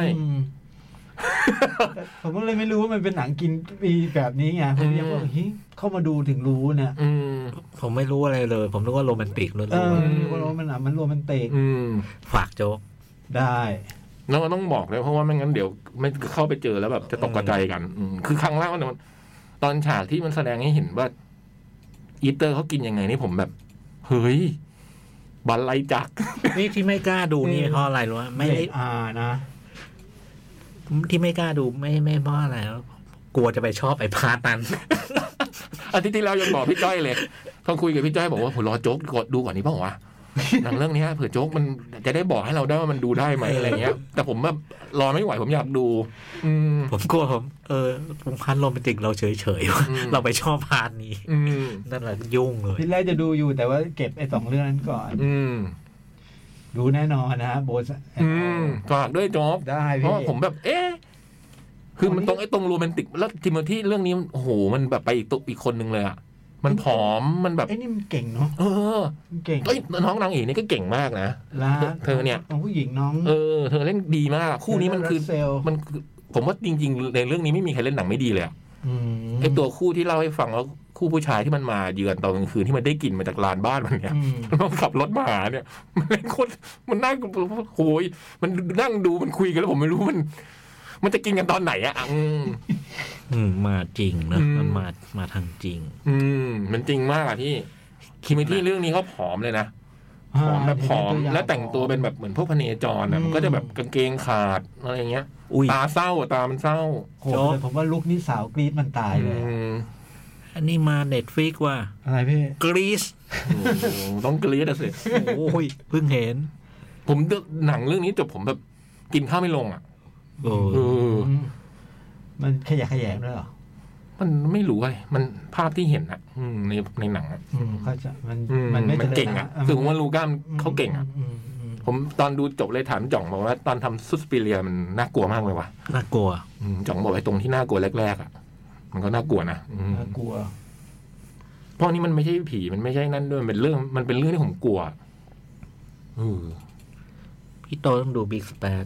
ผมก็เลยไม่รู้ว่ามันเป็นหนังกินปีแบบนี้ไงผมยังว่าเฮ้ยเข้ามาดูถึงรู้เนี่ยผมไม่รู้อะไรเลยผมนึกว่าโรแมนติกเลยเออว่ามันมันโรแมนติกฝากโจ๊กได้แล้วก็ต้องบอกเลยเพราะว่าไม่งั้นเดี๋ยวไม่เข้าไปเจอแล้วแบบจะตกใจกันคือครั้งแรกมันตอนฉากที่มันแสดงให้เห็นว่าอีเตอร์เขากินยังไงนี่ผมแบบเฮ้ยบัลไลจักนี่ที่ไม่กล้าดูนี่เพราะอะไรรู้ไหมไม่อ่านะที่ไม่กล้าดูไม่ไม่เพราะอะไรกลัวจะไปชอบไอ้พาร์ทนั้นอาทิตย์ที่แล้วยังบอกพี่จ้อยเลยต้องคุยกับพี่จ้อยบอกว่าผมรอโจ๊กกดดูก่อนนี้เปล่าวะหนังเรื่องนี้เผื่อโจ๊กมันจะได้บอกให้เราได้ว่ามันดูได้ไหมอะไรเงี้ยแต่ผมแบบรอไม่ไหวผมอยากดูผมกลัวผมเออผมพันโรแมนติกเราเฉยเฉยเราไปชอบพาร์ทนี้นั่นแหละยุ่งเลยที่แรกจะดูอยู่แต่ว่าเก็บไอ้สองเรื่องนั้นก่อนดูแน่นอนนะโบสฝากด้วยจ๊อบได้เพราะผมแบบเอ๊ะคือมันตรงไอ้ตรงโรแมนติกแล้วทิโมธีเรื่องนี้โอ้โหมันแบบไปอีกตัวอีกคนนึงเลยอ่ะมันผอมมันแบบไอ้นี่มันเก่งเนาะเออเก่งเอ้ยน้องนางเอกนี่ก็เก่งมากนะเธอเนี่ยน้องผู้หญิงน้องเออเธอเล่นดีมากคู่นี้มันคือมันผมว่าจริงๆในเรื่องนี้ไม่มีใครเล่นหนังไม่ดีเลยไอ้ตัวคู่ที่เล่าให้ฟังแล้วคู่ผู้ชายที่มันมาเยือนตอนกลางคืนที่มันได้กลิ่นมาจากลานบ้านมันเนี่ยมันขับรถมาหาเนี่ยมันเล่นโคตรมันนั่งโอยมันนั่งดูมันคุยกันแล้วผมไม่รู้มันมันจะกินกันตอนไหนอ่ะอืมมาจริงนะมันมามาทางจริงอืมมันจริงมากอ่ะที่คิมที่เรื่องนี้เขาผอมเลยนะผอมแบบผอมแล้วแต่งตัวเป็นแบบเหมือนพวกพเนจรอ่ะมันก็จะแบบกางเกงขาดอะไรเงี้ยตาเศร้าตามันเศร้าโอ้ยผมว่าลุคนี้สาวกรี๊ดมันตายเลยอันนี้มาเน็ตฟลิกว่าอะไรพี่กรี๊ดต้องกรี๊ดอะสิโอ้ยเพิ่งเห็นผมหนังเรื่องนี้จบผมแบบกินข้าวไม่ลงอ่ะเออมันขยะขยะด้วยเหรอมันไม่รู้เลยมันภาพที่เห็นอ่ะในในหนังอ่ะเขาจะมันมันไม่เก่งอ่ะคือผมว่าลูก้าเขาเก่งอ่ะผมตอนดูจบเลยถามจ่องบอกว่าตอนทำซุสปิเรียมันน่ากลัวมากเลยว่ะน่ากลัวจ่องบอกไอ้ตรงที่น่ากลัวแรกๆอ่ะมันก็น่ากลัวนะน่ากลัวเพราะนี่มันไม่ใช่ผีมันไม่ใช่นั่นด้วยมันเป็นเรื่องมันเป็นเรื่องที่ผมกลัวพี่โตต้องดูบิ๊กสเปซ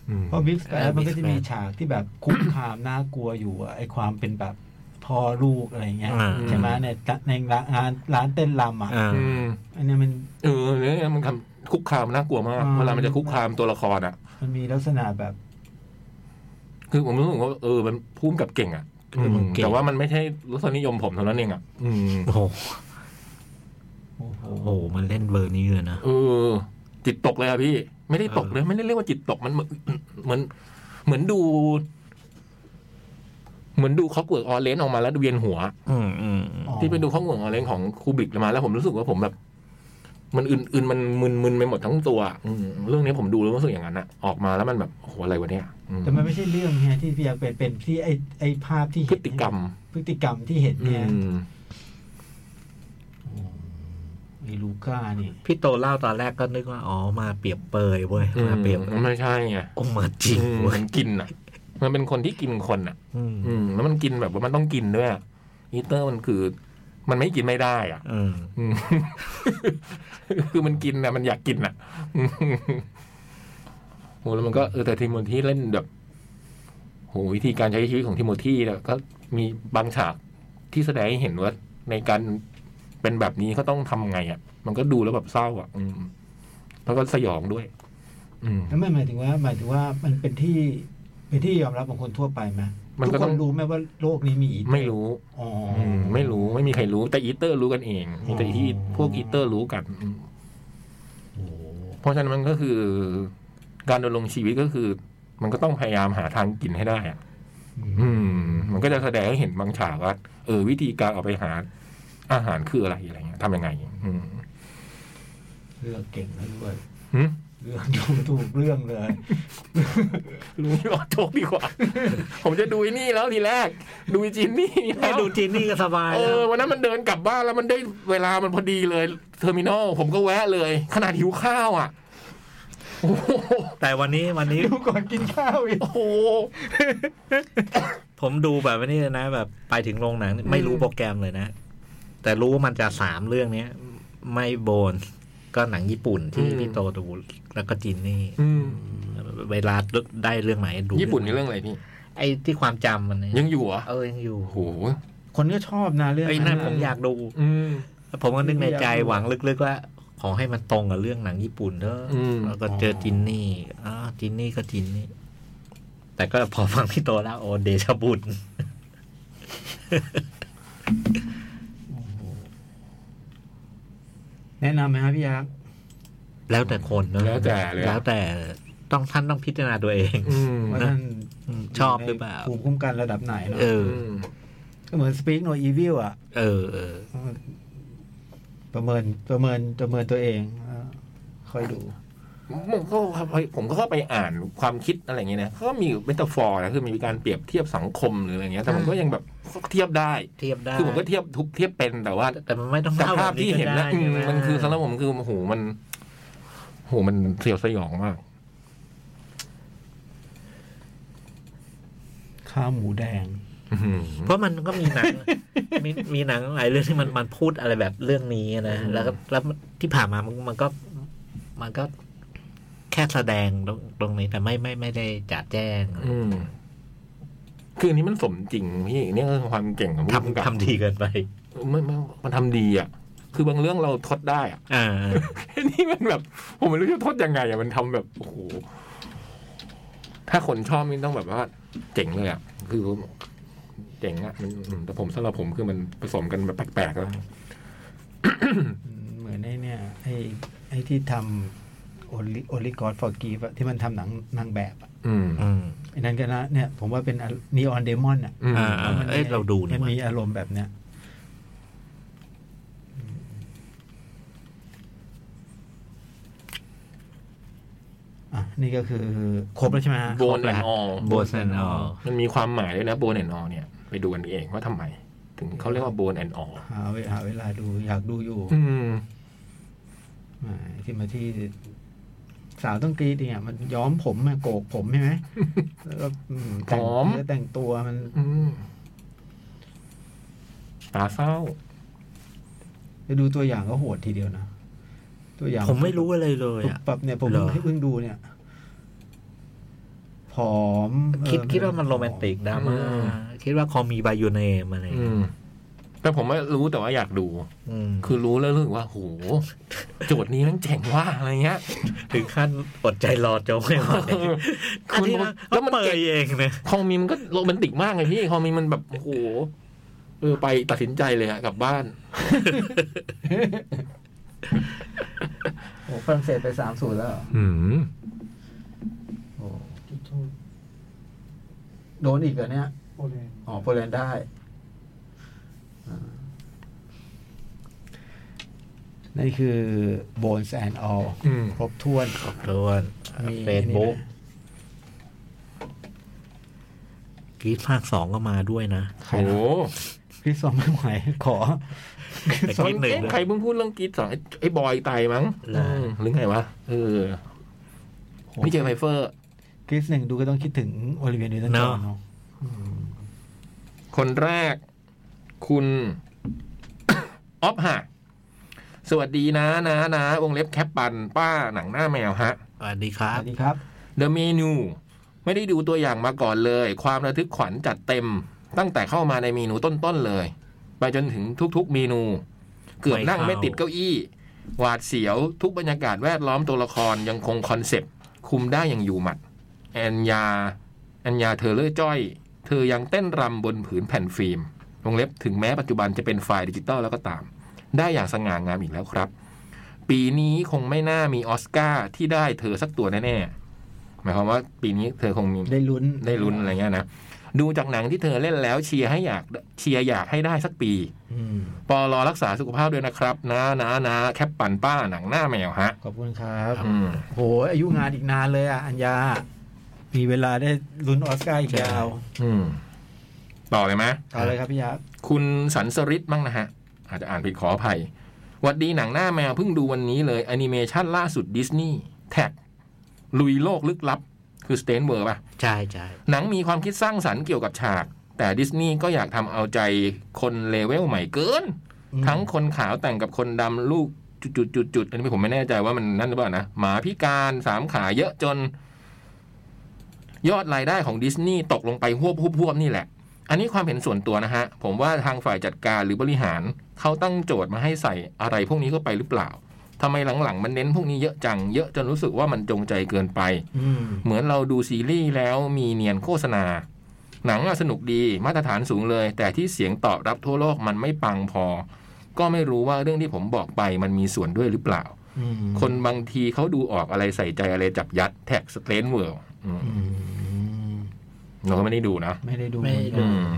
เพราะบิ๊กแปเออมันก็ Big จะมี Bang ฉากที่แบบคุกคามน่ากลัวอยู่อะไอความเป็นแบบพ่อลูกอะไรเงี้ยอ่าใช่ไหมในในร้านร้านเต้นรำอ่ะอ่าอืมอันเนี้ยมันเออเนี่ยมันทำคุกคามน่ากลัวมากอ่าเวลามันจะคุกคามตัวละครอ่ะมันมีลักษณะแบบคือผมรู้สึกว่าเออมันพุ่มกับเก่งอ่ะอืมเก่งแต่ว่ามันไม่ใช่รสนิยมผมเท่านั้นเองอ่ะ อืมโอ้โหโอ้โหโอ้โหมันเล่นเบอร์นี้เลยนะเออ จิตตกเลยอะพี่ ไม่ได้ตกเลยไม่ได้เรียกว่าจิตตกมันเหมือนเหมือนเหมือนดู เหมือนดูคอกเวิร์กออเรนจ์ออกมาแล้วเวียนหัวอืมอืมอ๋อที่ไปดูคอกเวิร์กออเรนจ์ของคูบริกมาแล้วผมรู้สึกว่าผมแบบ มันอื่นๆมันมึนๆไปหมดทั้งตัวอืมเรื่องนี้ผมดูแล้วรู้สึกอย่างนั้นอะออกมาแล้วมันแบบโอ้โหอะไรวะเนี่ยอืมแต่มันไม่ใช่เรื่องไงที่พี่อยากเป็นเป็นที่ไอไอภาพที่พเห็ฤนติกรรมพฤติกรรมที่เห็นอืเนี่ยมโอ้ไอลูก้านี่พี่โตเล่าตอนแรกก็นึกว่าอ๋อมาเปรียบเปยเว้ยมาเปรียบไม่ใช่ไงโอ้มาจริงอืมเว้มัยนกินอ่ะ มันเป็นคนที่กินคนอ่ะอืมอืม แล้วมันกินแบบว่ามันต้องกินด้วยอะอีเตอร์มันคือ มันไม่กินไม่ได้อ่ะอืมอืม คือมันกินนะมันอยากกินอ่ะอืมโหแล้วมันก็เออแต่ทิโมธีเล่นแบบโหวิธีการใช้ชีวิตของทิโมธีเนี่ยก็มีบางฉากที่แสดงให้เห็นว่าในการเป็นแบบนี้เขาต้องทำไงอ่ะ มันก็ดูแล้วแบบเศร้าอ่ะ อืม แล้วก็สยองด้วย อืมแล้วไม่หมายถึงว่า หมายถึงว่ามันเป็นที่เป็นที่ยอมรับของคนทั่วไปไหมมันทุกก็คต้อน งรู้ไหมว่าโลกนี้มีอีเตอร์ไม่รู้อ๋ออืมไม่รู้ไม่มีใครรู้แต่อีเตอร์รู้กันเองมีแต่ที่พวกอีเตอร์รู้กันอืมโอ้โหเพราะฉะนั้นมันก็คือ การดำรงชีวิตก็คือ มันก็ต้องพยายามหาทางกินให้ได้อะอืม มันก็จะแสดงให้เห็นบางฉากว่าเออ วิธีการเอาไปหาอาหารคืออะไรอะไรเงี้ยทำยังไง อืมเลือกเก่งแล้วด้วยหึเลือกดูถูกเรื่องเลยลุงรอโชคดีกว่า ผมจะดูไอ้นี่แล้วทีแรก ดูไอ้จินนี่ให้แล้วดูจีนี่ก็สบายเอแล้วอวันนั้นมันเดินกลับบ้านแล้วมันได้เวลามันพอดีเลยเทอร์มินอลผมก็แวะเลย ขนาดหิวข้าวอ่ะ โอ้โหแต่วันนี้วันนี้ดูก่อนกินข้าวอีกโอ้โหผมดูแบบนี้เลยนะ แบบไปถึงโรงหนังไม่รู้โปรแกรมเลยนะ แต่รู้ว่ามันจะสามเรื่องเนี้ย ไม่โบนก็หนังญี่ปุ่นที่อืมพี่โตดูแล้วก็จีนนี่อืมเวลาได้เรื่องไหนดูญี่ปุ่นนี่เรื่องอะไรพี่ไอ้ที่ความจำมันเนี่ยยังอยู่เหรอเออยังอยู่โอ้โหคนก็ชอบนะเรื่องไอ้นั่นผมอยากดูอืมผมก็นึกในใจหวังลึกๆว่า ขอให้มันตรงกับเรื่องหนังญี่ปุ่นเถอะอืมแล้วก็เจอจินนี่อ๋อจินนี่ก็จินนี่ แต่ก็พอฟังพี่โตแล้วโอเดชะบุญแนะนำไหมครับพี่ยักษ์แล้วแต่คนเนอะแล้วแต่เลยอะแล้วแต่ต้องท่านต้องพิจารณาตัวเองอืมว่าท่านชอบหรือเปล่าภูมิคุ้มกันระดับไหนเนาะเอออืมก็เหมือน Speak No Evil อ่ะเออเออประเมินประเมินประเมินตัวเองแล้วค่อยดูผมก็ผมก็เข้าไปอ่านความคิดอะไรอย่างเงี้ยนะเขาก็มีเมตาฟอร์นะคือมีการเปรียบเทียบสังคมหรืออะไรเงี้ยแต่ผมก็ยังแบบเทียบได้เทียบได้คือผมก็เทียบทุกเทียบเป็นแต่ว่าแต่มันไม่ต้องสเล่าภาพที่เห็นนะแบบอืมก็ได้มันคือสำหรับผมคือโอ้โหมันโหมันเสียวสยองมากข้าวหมูแดงอื้อหือเพราะมันก็มีหนัง มีมีหนังหลายเรื่องที่มันมันพูดอะไรแบบเรื่องนี้นะแล้วก็แล้วที่ผ่านมามันมันก็ มันก็แค่แสดงตรงตรงนี้แต่ไม่ไม่ไม่ได้จัดแจ้งอืมคืออันนี้มันสมจริงพี่นี่คือความเก่งของผู้กำกับทำทำดีเกินไปไม่ไม่มันทำดีอ่ะ คือบางเรื่องเราทดได้อ่ะอ่าอันนี้มันแบบ ผมไม่รู้จะทดยังไงอ่ะมันทำแบบโอ้โหถ้าคนชอบนี่ต้องแบบว่า เจ๋งเลยอ่ะ คือเจ๋งอ่ะมันอืมแต่ผมสำหรับผมคือมันผสมกันแบบแปลกๆแล้วเหมือนไอ้เนี่ยไอ้ไอ้ที่ทำโอลิโอลิกอดฟอร์กีฟที่มันทำหนังนางแบบอะอืมอืมไอ้นั้นก็นะเนี่ย ผมว่าเป็นนีออนเดมอนอ่ะอืมอ่ามันเอ้ยเราดูมันี่นว่ามีอารมณ์แบบเนี้ยอ่ะนี่ก็คือครบแล้วใช่ไหมฮะโบนแอนออโบสแอนออมันมีความหมายด้วยนะโบนแอนออเนี่ยไปดูกันเองว่าทำไม ถึงเขาเรียกว่าโบนแอนออหาเวหาเวลาดูอยากดูอยู่อืมแหมที่มาที่สาวต้องกรีดเนี่ยมันย้อมผมมาโกกผมใช่ไหม แล้วก็อืมแต่งหอมเนื้อแต่งตัวมันอืมตาเศร้าไปดูตัวอย่างก็โหดทีเดียวนะ ตัวอย่างผมไม่รู้อะไรเลยปุ๊บอ่ะปั๊บเนี่ยผมเหรอเพิ่งเพิ่งดูเนี่ยผอมคิดคิดว่ามันโรแมนติกดราม่าคิดว่าคอมีบายูเนมอะไรอืมแต่ผมไม่รู้แต่ว่าอยากดูอืมคือรู้แล้วรู้สึกว่าโหโจทย์นี้มันเจ๋งว่าอะไรเงี้ยถึงขั้นอดใจรอโจ้ไม่ไหวอันนี้นะแล้แล้ว วมัมัน นเปิดเองนะคอมีมันก็โรแมนติกมากไงพี่คอมีมันแบบโอ้โหเออไปตัดสินใจเลยอะกลับบ้านโอ้ฝรั่งเศสไปสามศูนย์แล้วเหรออืมโอ้โดนอีกเหรอเนี่ยโปแลนด์อ๋อโปแลนด์ได้อ่านั่นคือ Bones and All อืมครบถ้วนขอบคุณเฟซบุ๊กกรีดภาคสองก็มาด้วยนะใครโอ้นะพี่สองไม่ไหวขอแต่กรีดหนึ่งเอ๊ะใครเพิ่งพูดเรื่องกรีดสองไอ้ไอ้บอยไตมั้งเหรออืมหรือไงวะเออพี่เจไฟเฟอร์คริสหนึ่งดูก็ต้องคิดถึงโอลิเวียนิวตันจอห์นเนาะคนแรก คุณ ออฟฮะสวัสดีนะนะนะวงเล็บแคปปันป้าหนังหน้าแมวฮะสวัสดีครัสบวัสดีครับ The Menu ไม่ได้ดูตัวอย่างมาก่อนเลย ความระทึกขวัญจัดเต็ม ตั้งแต่เข้ามาในเมนูต้นๆเลย ไปจนถึงทุกๆเมนู เกือบนั่งไม่ติดเก้าอี้หวาดเสียวทุกบรรยากาศแวดล้อมตัวละครยังคงคอนเซปต์คุมได้อย่างอยู่หมัด แอนยาแอนยาเธอเลอร์จ้อย เธอยังเต้นรำบนผืนแผ่นฟิล์มวงเล็บถึงแม้ปัจจุบันจะเป็นไฟล์ดิจิตอลแล้วก็ตาม ได้อย่างสง่างามอีกแล้วครับ ปีนี้คงไม่น่ามีออสการ์ที่ได้เธอสักตัวแน่ๆหมายความว่าปีนี้เธอคงมีได้ลุ้นได้ลุ้นอะไรเงี้ยนะดูจากหนังที่เธอเล่นแล้วเชียร์ให้อยากเชียร์อยากให้ได้สักปีอืมปอรอรักษาสุขภาพด้วยนะครับนะนะนะแคปปันป้าหนังหน้าแมวฮะขอบคุณครับอืมโหอายุงานอีกนานเลยอ่ะ อัญญา มีเวลาได้ลุ้นออสการ์อีกยาวอืมต่อเลยไหมเอาเลยครับพี่ยักษ์คุณสันสริตมั้งนะฮะ อาจจะอ่านผิดขออภัยหวัดดีหนังหน้าแมวเพิ่งดูวันนี้เลยแอนิเมชันล่าสุดดิสนีย์แท็กลุยโลกลึกลับ คือสเตนเวอร์ป่ะใช่ใช่หนังมีความคิดสร้างสรรค์เกี่ยวกับฉาก แต่ดิสนีย์ก็อยากทำเอาใจคนเลเวลใหม่เกิน ทั้งคนขาวแต่งกับคนดำลูกจุดๆๆอันนี้ผมไม่แน่ใจว่ามันนั่นหรือเปล่านะหมาพิการสามขาเยอะจน ยอดรายได้ของดิสนีย์ตกลงไปหวบหวบๆนี่แหละ อันนี้ความเห็นส่วนตัวนะฮะ ผมว่าทางฝ่ายจัดการหรือบริหาร เขาตั้งโจทย์มาให้ใส่อะไรพวกนี้เข้าไปหรือเปล่าทำไมหลังๆมันเน้นพวกนี้เยอะจังเยอะจนรู้สึกว่ามันจงใจเกินไปอืมเหมือนเราดูซีรีส์แล้วมีเนียนโฆษณา หนังอะสนุกดีมาตรฐานสูงเลย แต่ที่เสียงตอบรับทั่วโลกมันไม่ปังพอ ก็ไม่รู้ว่าเรื่องที่ผมบอกไปมันมีส่วนด้วยหรือเปล่าอืมคนบางทีเขาดูออกอะไรใส่ใจอะไรจับยัดแท็กสเตนเวิร์อืมเราก็ไม่ได้ดูนะไม่ได้ดูไม่ได้เหมือนดูกันอืม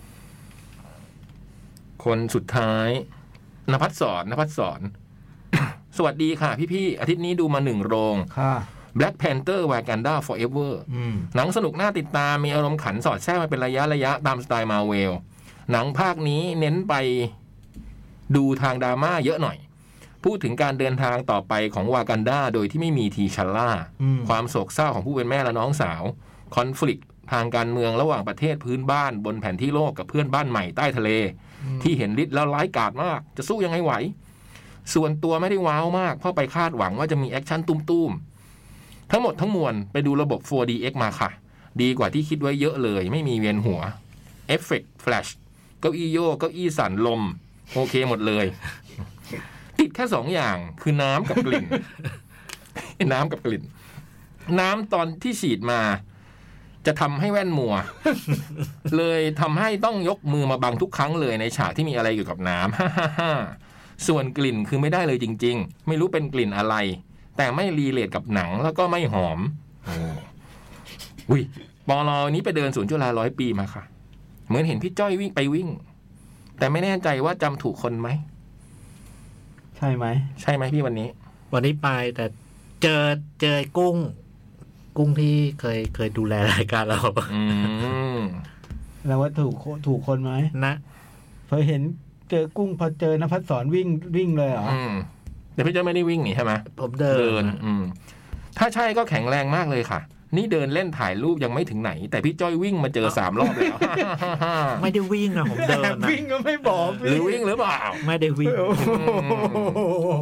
คนสุดท้ายนภัสสรนภัสสร สวัสดีค่ะพี่ๆอาทิตย์นี้ดูมาหนึ่งโรงค่ะ Black Panther Wakanda Forever อืมหนังสนุกน่าติดตามมีอารมณ์ขันสอดแทรกมาเป็นระยะระยะตามสไตล์มาเวลหนังภาคนี้เน้นไปดูทางดราม่าเยอะหน่อย พูดถึงการเดินทางต่อไปของวากันดาโดยที่ไม่มีทีชัลล่าอืมความโศกเศร้าของผู้เป็นแม่และน้องสาวคอนฟ lict ทางการเมืองระหว่างประเทศพื้นบ้านบนแผนที่โลกกับเพื่อนบ้านใหม่ใต้ทะเล ที่เห็นฤทธิ์แล้วร้ายกาจมาก จะสู้ยังไงไหว ส่วนตัวไม่ได้ว้าวมากเพราะไปคาดหวังว่าจะมีแอคชั่นตุ้มๆ ทั้งหมดทั้งมวลไปดูระบบ โฟร์ ดี เอ็กซ์ มาค่ะ ดีกว่าที่คิดไว้เยอะเลยไม่มีเวียนหัวเอฟเฟกต์แฟลชเก้าอี้โยกเก้าอี้สั่นลม โอเคหมดเลย ติดแค่สองอย่างคือน้ำกับกลิ่น น้ำกับกลิ่น น้ำตอนที่ฉีดมา จะทำให้แว่นมัว เลยทำให้ต้องยกมือมาบังทุกครั้งเลยในฉากที่มีอะไรเกี่ยวกับน้ำ ฮ่าฮ่าฮ่าส่วนกลิ่นคือไม่ได้เลยจริง ๆ ไม่รู้เป็นกลิ่นอะไร แต่ไม่รีเลทกับหนังแล้วก็ไม่หอมโอ้อุ้ยปอลอนี้ไปเดินสวนจุฬาร้อยปีมาค่ะ เหมือนเห็นพี่จ้อยวิ่งไปวิ่ง แต่ไม่แน่ใจว่าจำถูกคนไหมใช่ไหมใช่ไหมพี่วันนี้วันนี้ไปแต่เจอเจอกุ้ง กุ้งที่เคยเคยดูแลรายการเราอืมแล้วว่าถูกถูกคนไหมนะพอเห็นเจอกุ้งพอเจอนภัสสรวิ่งวิ่งเลยเหรออืมแต่พี่จ้อยไม่ได้วิ่งหนีใช่ไหมผมเดิเดินนอืม ถ้าใช่ก็แข็งแรงมากเลยค่ะ นี่เดินเล่นถ่ายรูปยังไม่ถึงไหน แต่พี่จ้อยวิ่งมาเจอสามรอบแล้วไม่ได้วิ่งนะผมเดินนะวิ่งก็ไม่บอกหรือวิ่งหรือเปล่าไม่ได้วิ่งโอ้โห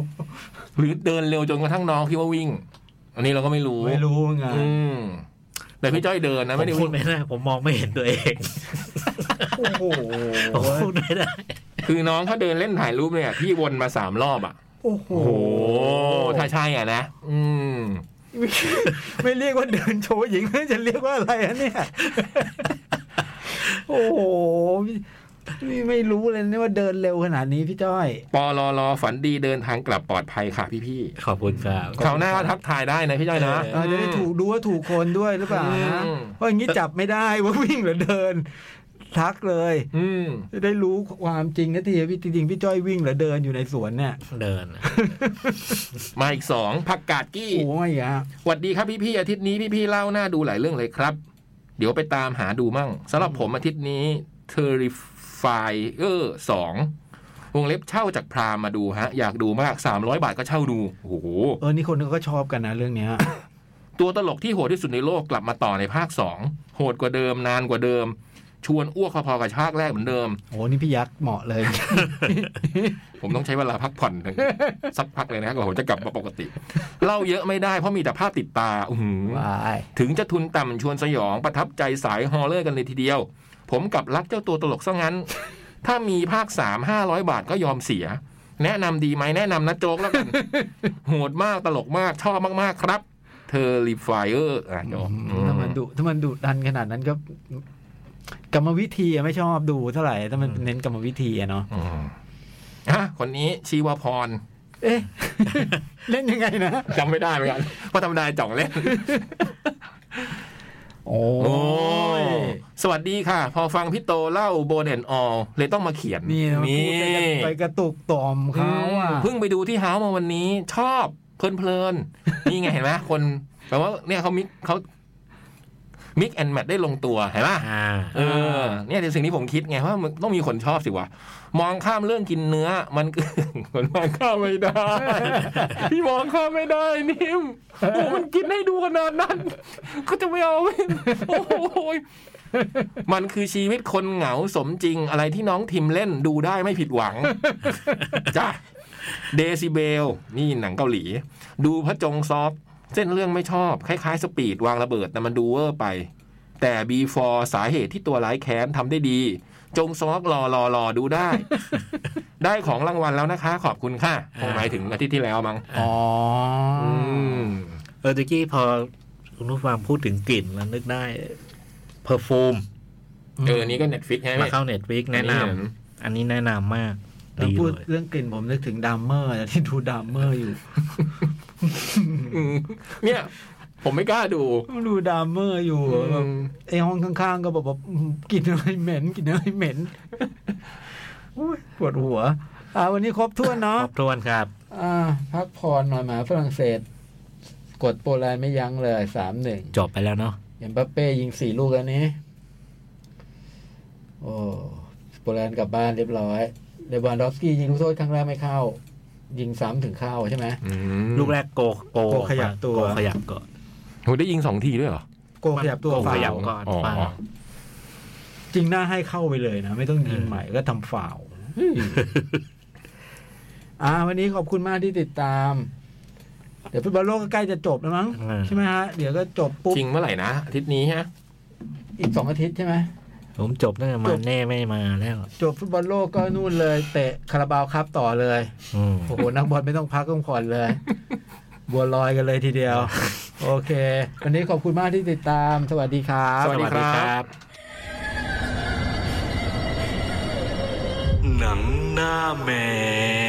หรือเดินเร็วจนกระทั่งน้องคิดว่าวิ่ง อันนี้เราก็ไม่รู้ไม่รู้ไงอืมแต่พี่จ้อยเดินนะผไม่มได้พูวิ่ดงไม่ได้ผมมองไม่เห็นตัวเองโอ้โหผมพูดไม่ได้คือน้องเขาเดินเล่นถ่ายรูปเนี่ยพี่วนมาสามรอบอ่ะโอ้โหโอ้โหถ้าใช่อ่ะนะอืมไม่เรียกว่าเดินโชว์หญิงไม่จะเรียกว่าอะไรอะเนี่ยโอ้โหนี่ไม่รู้เลยนี่ว่าเดินเร็วขนาดนี้พี่จ้อยปลอรอฝันดีเดินทางกลับปลอดภัยค่ะพี่ๆขอบคุณครับคราวหน้าก็ทักทายได้นะพี่จ้อยนะเออจะได้ถูกดูว่าถูกคนด้วยหรือเปล่านะอืมเพราะอย่างนี้จับไม่ได้ว่าวิ่งหรือเดิน ทักเลยอืมจะได้รู้ความจริงนะทีพี่จริงๆพี่จ้อยวิ่งหรือเดินอยู่ในสวนเนี่ยเดินมาอีกสองผักกาดกี้โอ้ยอ่ะสวัสดีครับพี่ๆอาทิตย์นี้พี่ๆเล่าหน้าดูหลายเรื่องเลยครับ เดี๋ยวไปตามหาดูมั่งสำหรับผมอาทิตย์นี้ Terrifier สองวงเล็บเช่าจากพรามมาดูฮะอยากดูมากสามร้อยบาทก็เช่าดูโอ้โหเออนี่คนก็ชอบกันนะเรื่องเนี้ยตัวตลกที่โหดที่สุดในโลกกลับมาต่อในภาคสองโหดกว่าเดิมนานกว่าเดิม ชวนอ้วกพอๆกับภาคแรกเหมือนเดิมโอ้นี่พี่ยักษ์เหมาะเลยผมต้องใช้เวลาพักผ่อนสักพักเลยนะก่อนผมจะกลับมาปกติเล่าเยอะไม่ได้เพราะมีแต่ภาพติดตาอื้อหือว้ายถึงจะทุนต่ำชวนสยองประทับใจสายฮอลเลอร์กันเลยทีเดียว ผมกลับรักเจ้าตัวตลกซะงั้น ถ้ามีภาคสามห้าร้อยบาทก็ยอมเสีย แนะนำดีไหมแนะนำนะโจ๊กแล้วกัน โหดมากตลกมากชอบมากๆครับ เธอรีไฟเออร์อ่ะโยมถ้ามันดุถ้ามันดุดันขนาดนั้นก็ กรรมวิธีอะไม่ชอบดูเท่าไหร่ถ้ามันเน้นกรรมวิธีอะเนาะอืมอ่ะคนนี้ชีวพรเอ๊ะ เล่นยังไงนะจำไม่ได้เหมือนกันเพราะธรรมดาจ่องเล่นโอ้โอ้ยสวัสดีค่ะ พอฟังพี่โตเล่าโบเดนออลเลยต้องมาเขียนนี่นะพูดไปกระไปกระตุกต่อมเขาอ่ะเพิ่งไปดูที่เฮาส์มาวันนี้ ชอบเพลินๆ นี่ไงเห็นไหมคนแปลว่าเนี่ยเขามิกเขามิกแอนแมทได้ลงตัวเห็นไหมอ่าเออเนี่ยเป็นสิ่งที่ผมคิดไงว่ามันต้องมีคนชอบสิวะมองข้ามเรื่องกินเนื้อมันคือ คนมองข้ามไม่ได้ พี่มองข้ามไม่ได้นิ่มโอ้มันกินให้ดูขนาดนั้น ก็จะไม่เอาโอ้โหมันคือชีวิตคนเหงาสมจริงอะไรที่น้องทิมเล่นดูได้ไม่ผิดหวัง จ้ะเดซิเบลนี่หนังเกาหลี ดูพระจงซอกเส้นเรื่องไม่ชอบคล้ายๆสปีดวางระเบิดแต่มันดูเวอร์ไป แต่ Before สาเหตุที่ตัวร้ายแค้นทำได้ดี จงซอกรอรอรอดูได้ ได้ของรางวัลแล้วนะคะ ขอบคุณค่ะคงหมายถึงอาทิตย์ที่แล้วมั้งอ๋ออมเออตะกี้พอคุณผู้ฟังพูดถึงกลิ่นแล้วนึกได้เพอร์ฟูมเออนี่ก็ Netflix ใช่ไหมมาเข้าเน็ตฟิกแนะนำอันนี้แนะนำมากแล้วดีพูดเลยเรื่องกลิ่นผมนึกถึงดัมเมอร์ที่ดูดัมเมอร์อยู่อืมเนี่ย ผมไม่กล้าดูดูดัมเมอร์อยู่อืมแบบไอห้องข้างๆก็บอกว่าอืมกลินอะไรเหม็นกลินอะไรเหม็นอุ๊ยปวดหัว อ่าวันนี้ครบถ้วนคเนาะรบถ้วนครับอ่าพักผ่อนหน่อยหมาฝรั่งเศส กดโปแลนด์ไม่ยั้งเลยสามหนึ่งจบไปแล้วเนาะเอ็มบัปเป้ยิงสี่ลูกแล้วนี้ โอ้โปแลนด์กลับบ้านเรียบร้อยเลวานดอฟสกี้ยิงลูกโทษครั้งแรกไม่เข้า ยิงซ้ำถึงเข้าใช่ไหมอืมลูกแรกโกโกโกขยับตัวโกขยับก่อนโหได้ยิงสองทีด้วยเหรอโกขยับตัวโกฟาขยับวล์ก่อนอ๋อฟาวล์จริงหน้าให้เข้าไปเลยนะ ไม่ต้องยิงใหม่ก็ทำฟาวล์อ่า วันนี้ขอบคุณมากที่ติดตาม เดี๋ยวฟุตบอลโลกก็ใกล้จะจบแล้วมั้งอ่าใช่ไหมฮะ เดี๋ยวก็จบปุ๊บจริงเมื่อไหร่นะอาทิตย์นี้ฮะอีกสองอาทิตย์ใช่ไหมผมจบตั้งแต่มาแน่ไม่มาแล้วจบฟุตบอลโลกก็นู่นเลย เตะคาราบาวครับต่อเลยอืมโอ้โห นักบอลไม่ต้องพักต้องผ่อนเลย บัวลอยกันเลยทีเดียว โอเค วันนี้ขอบคุณมากที่ติดตาม สวัสดีครับสวัสดีครับหนังหน้าแมว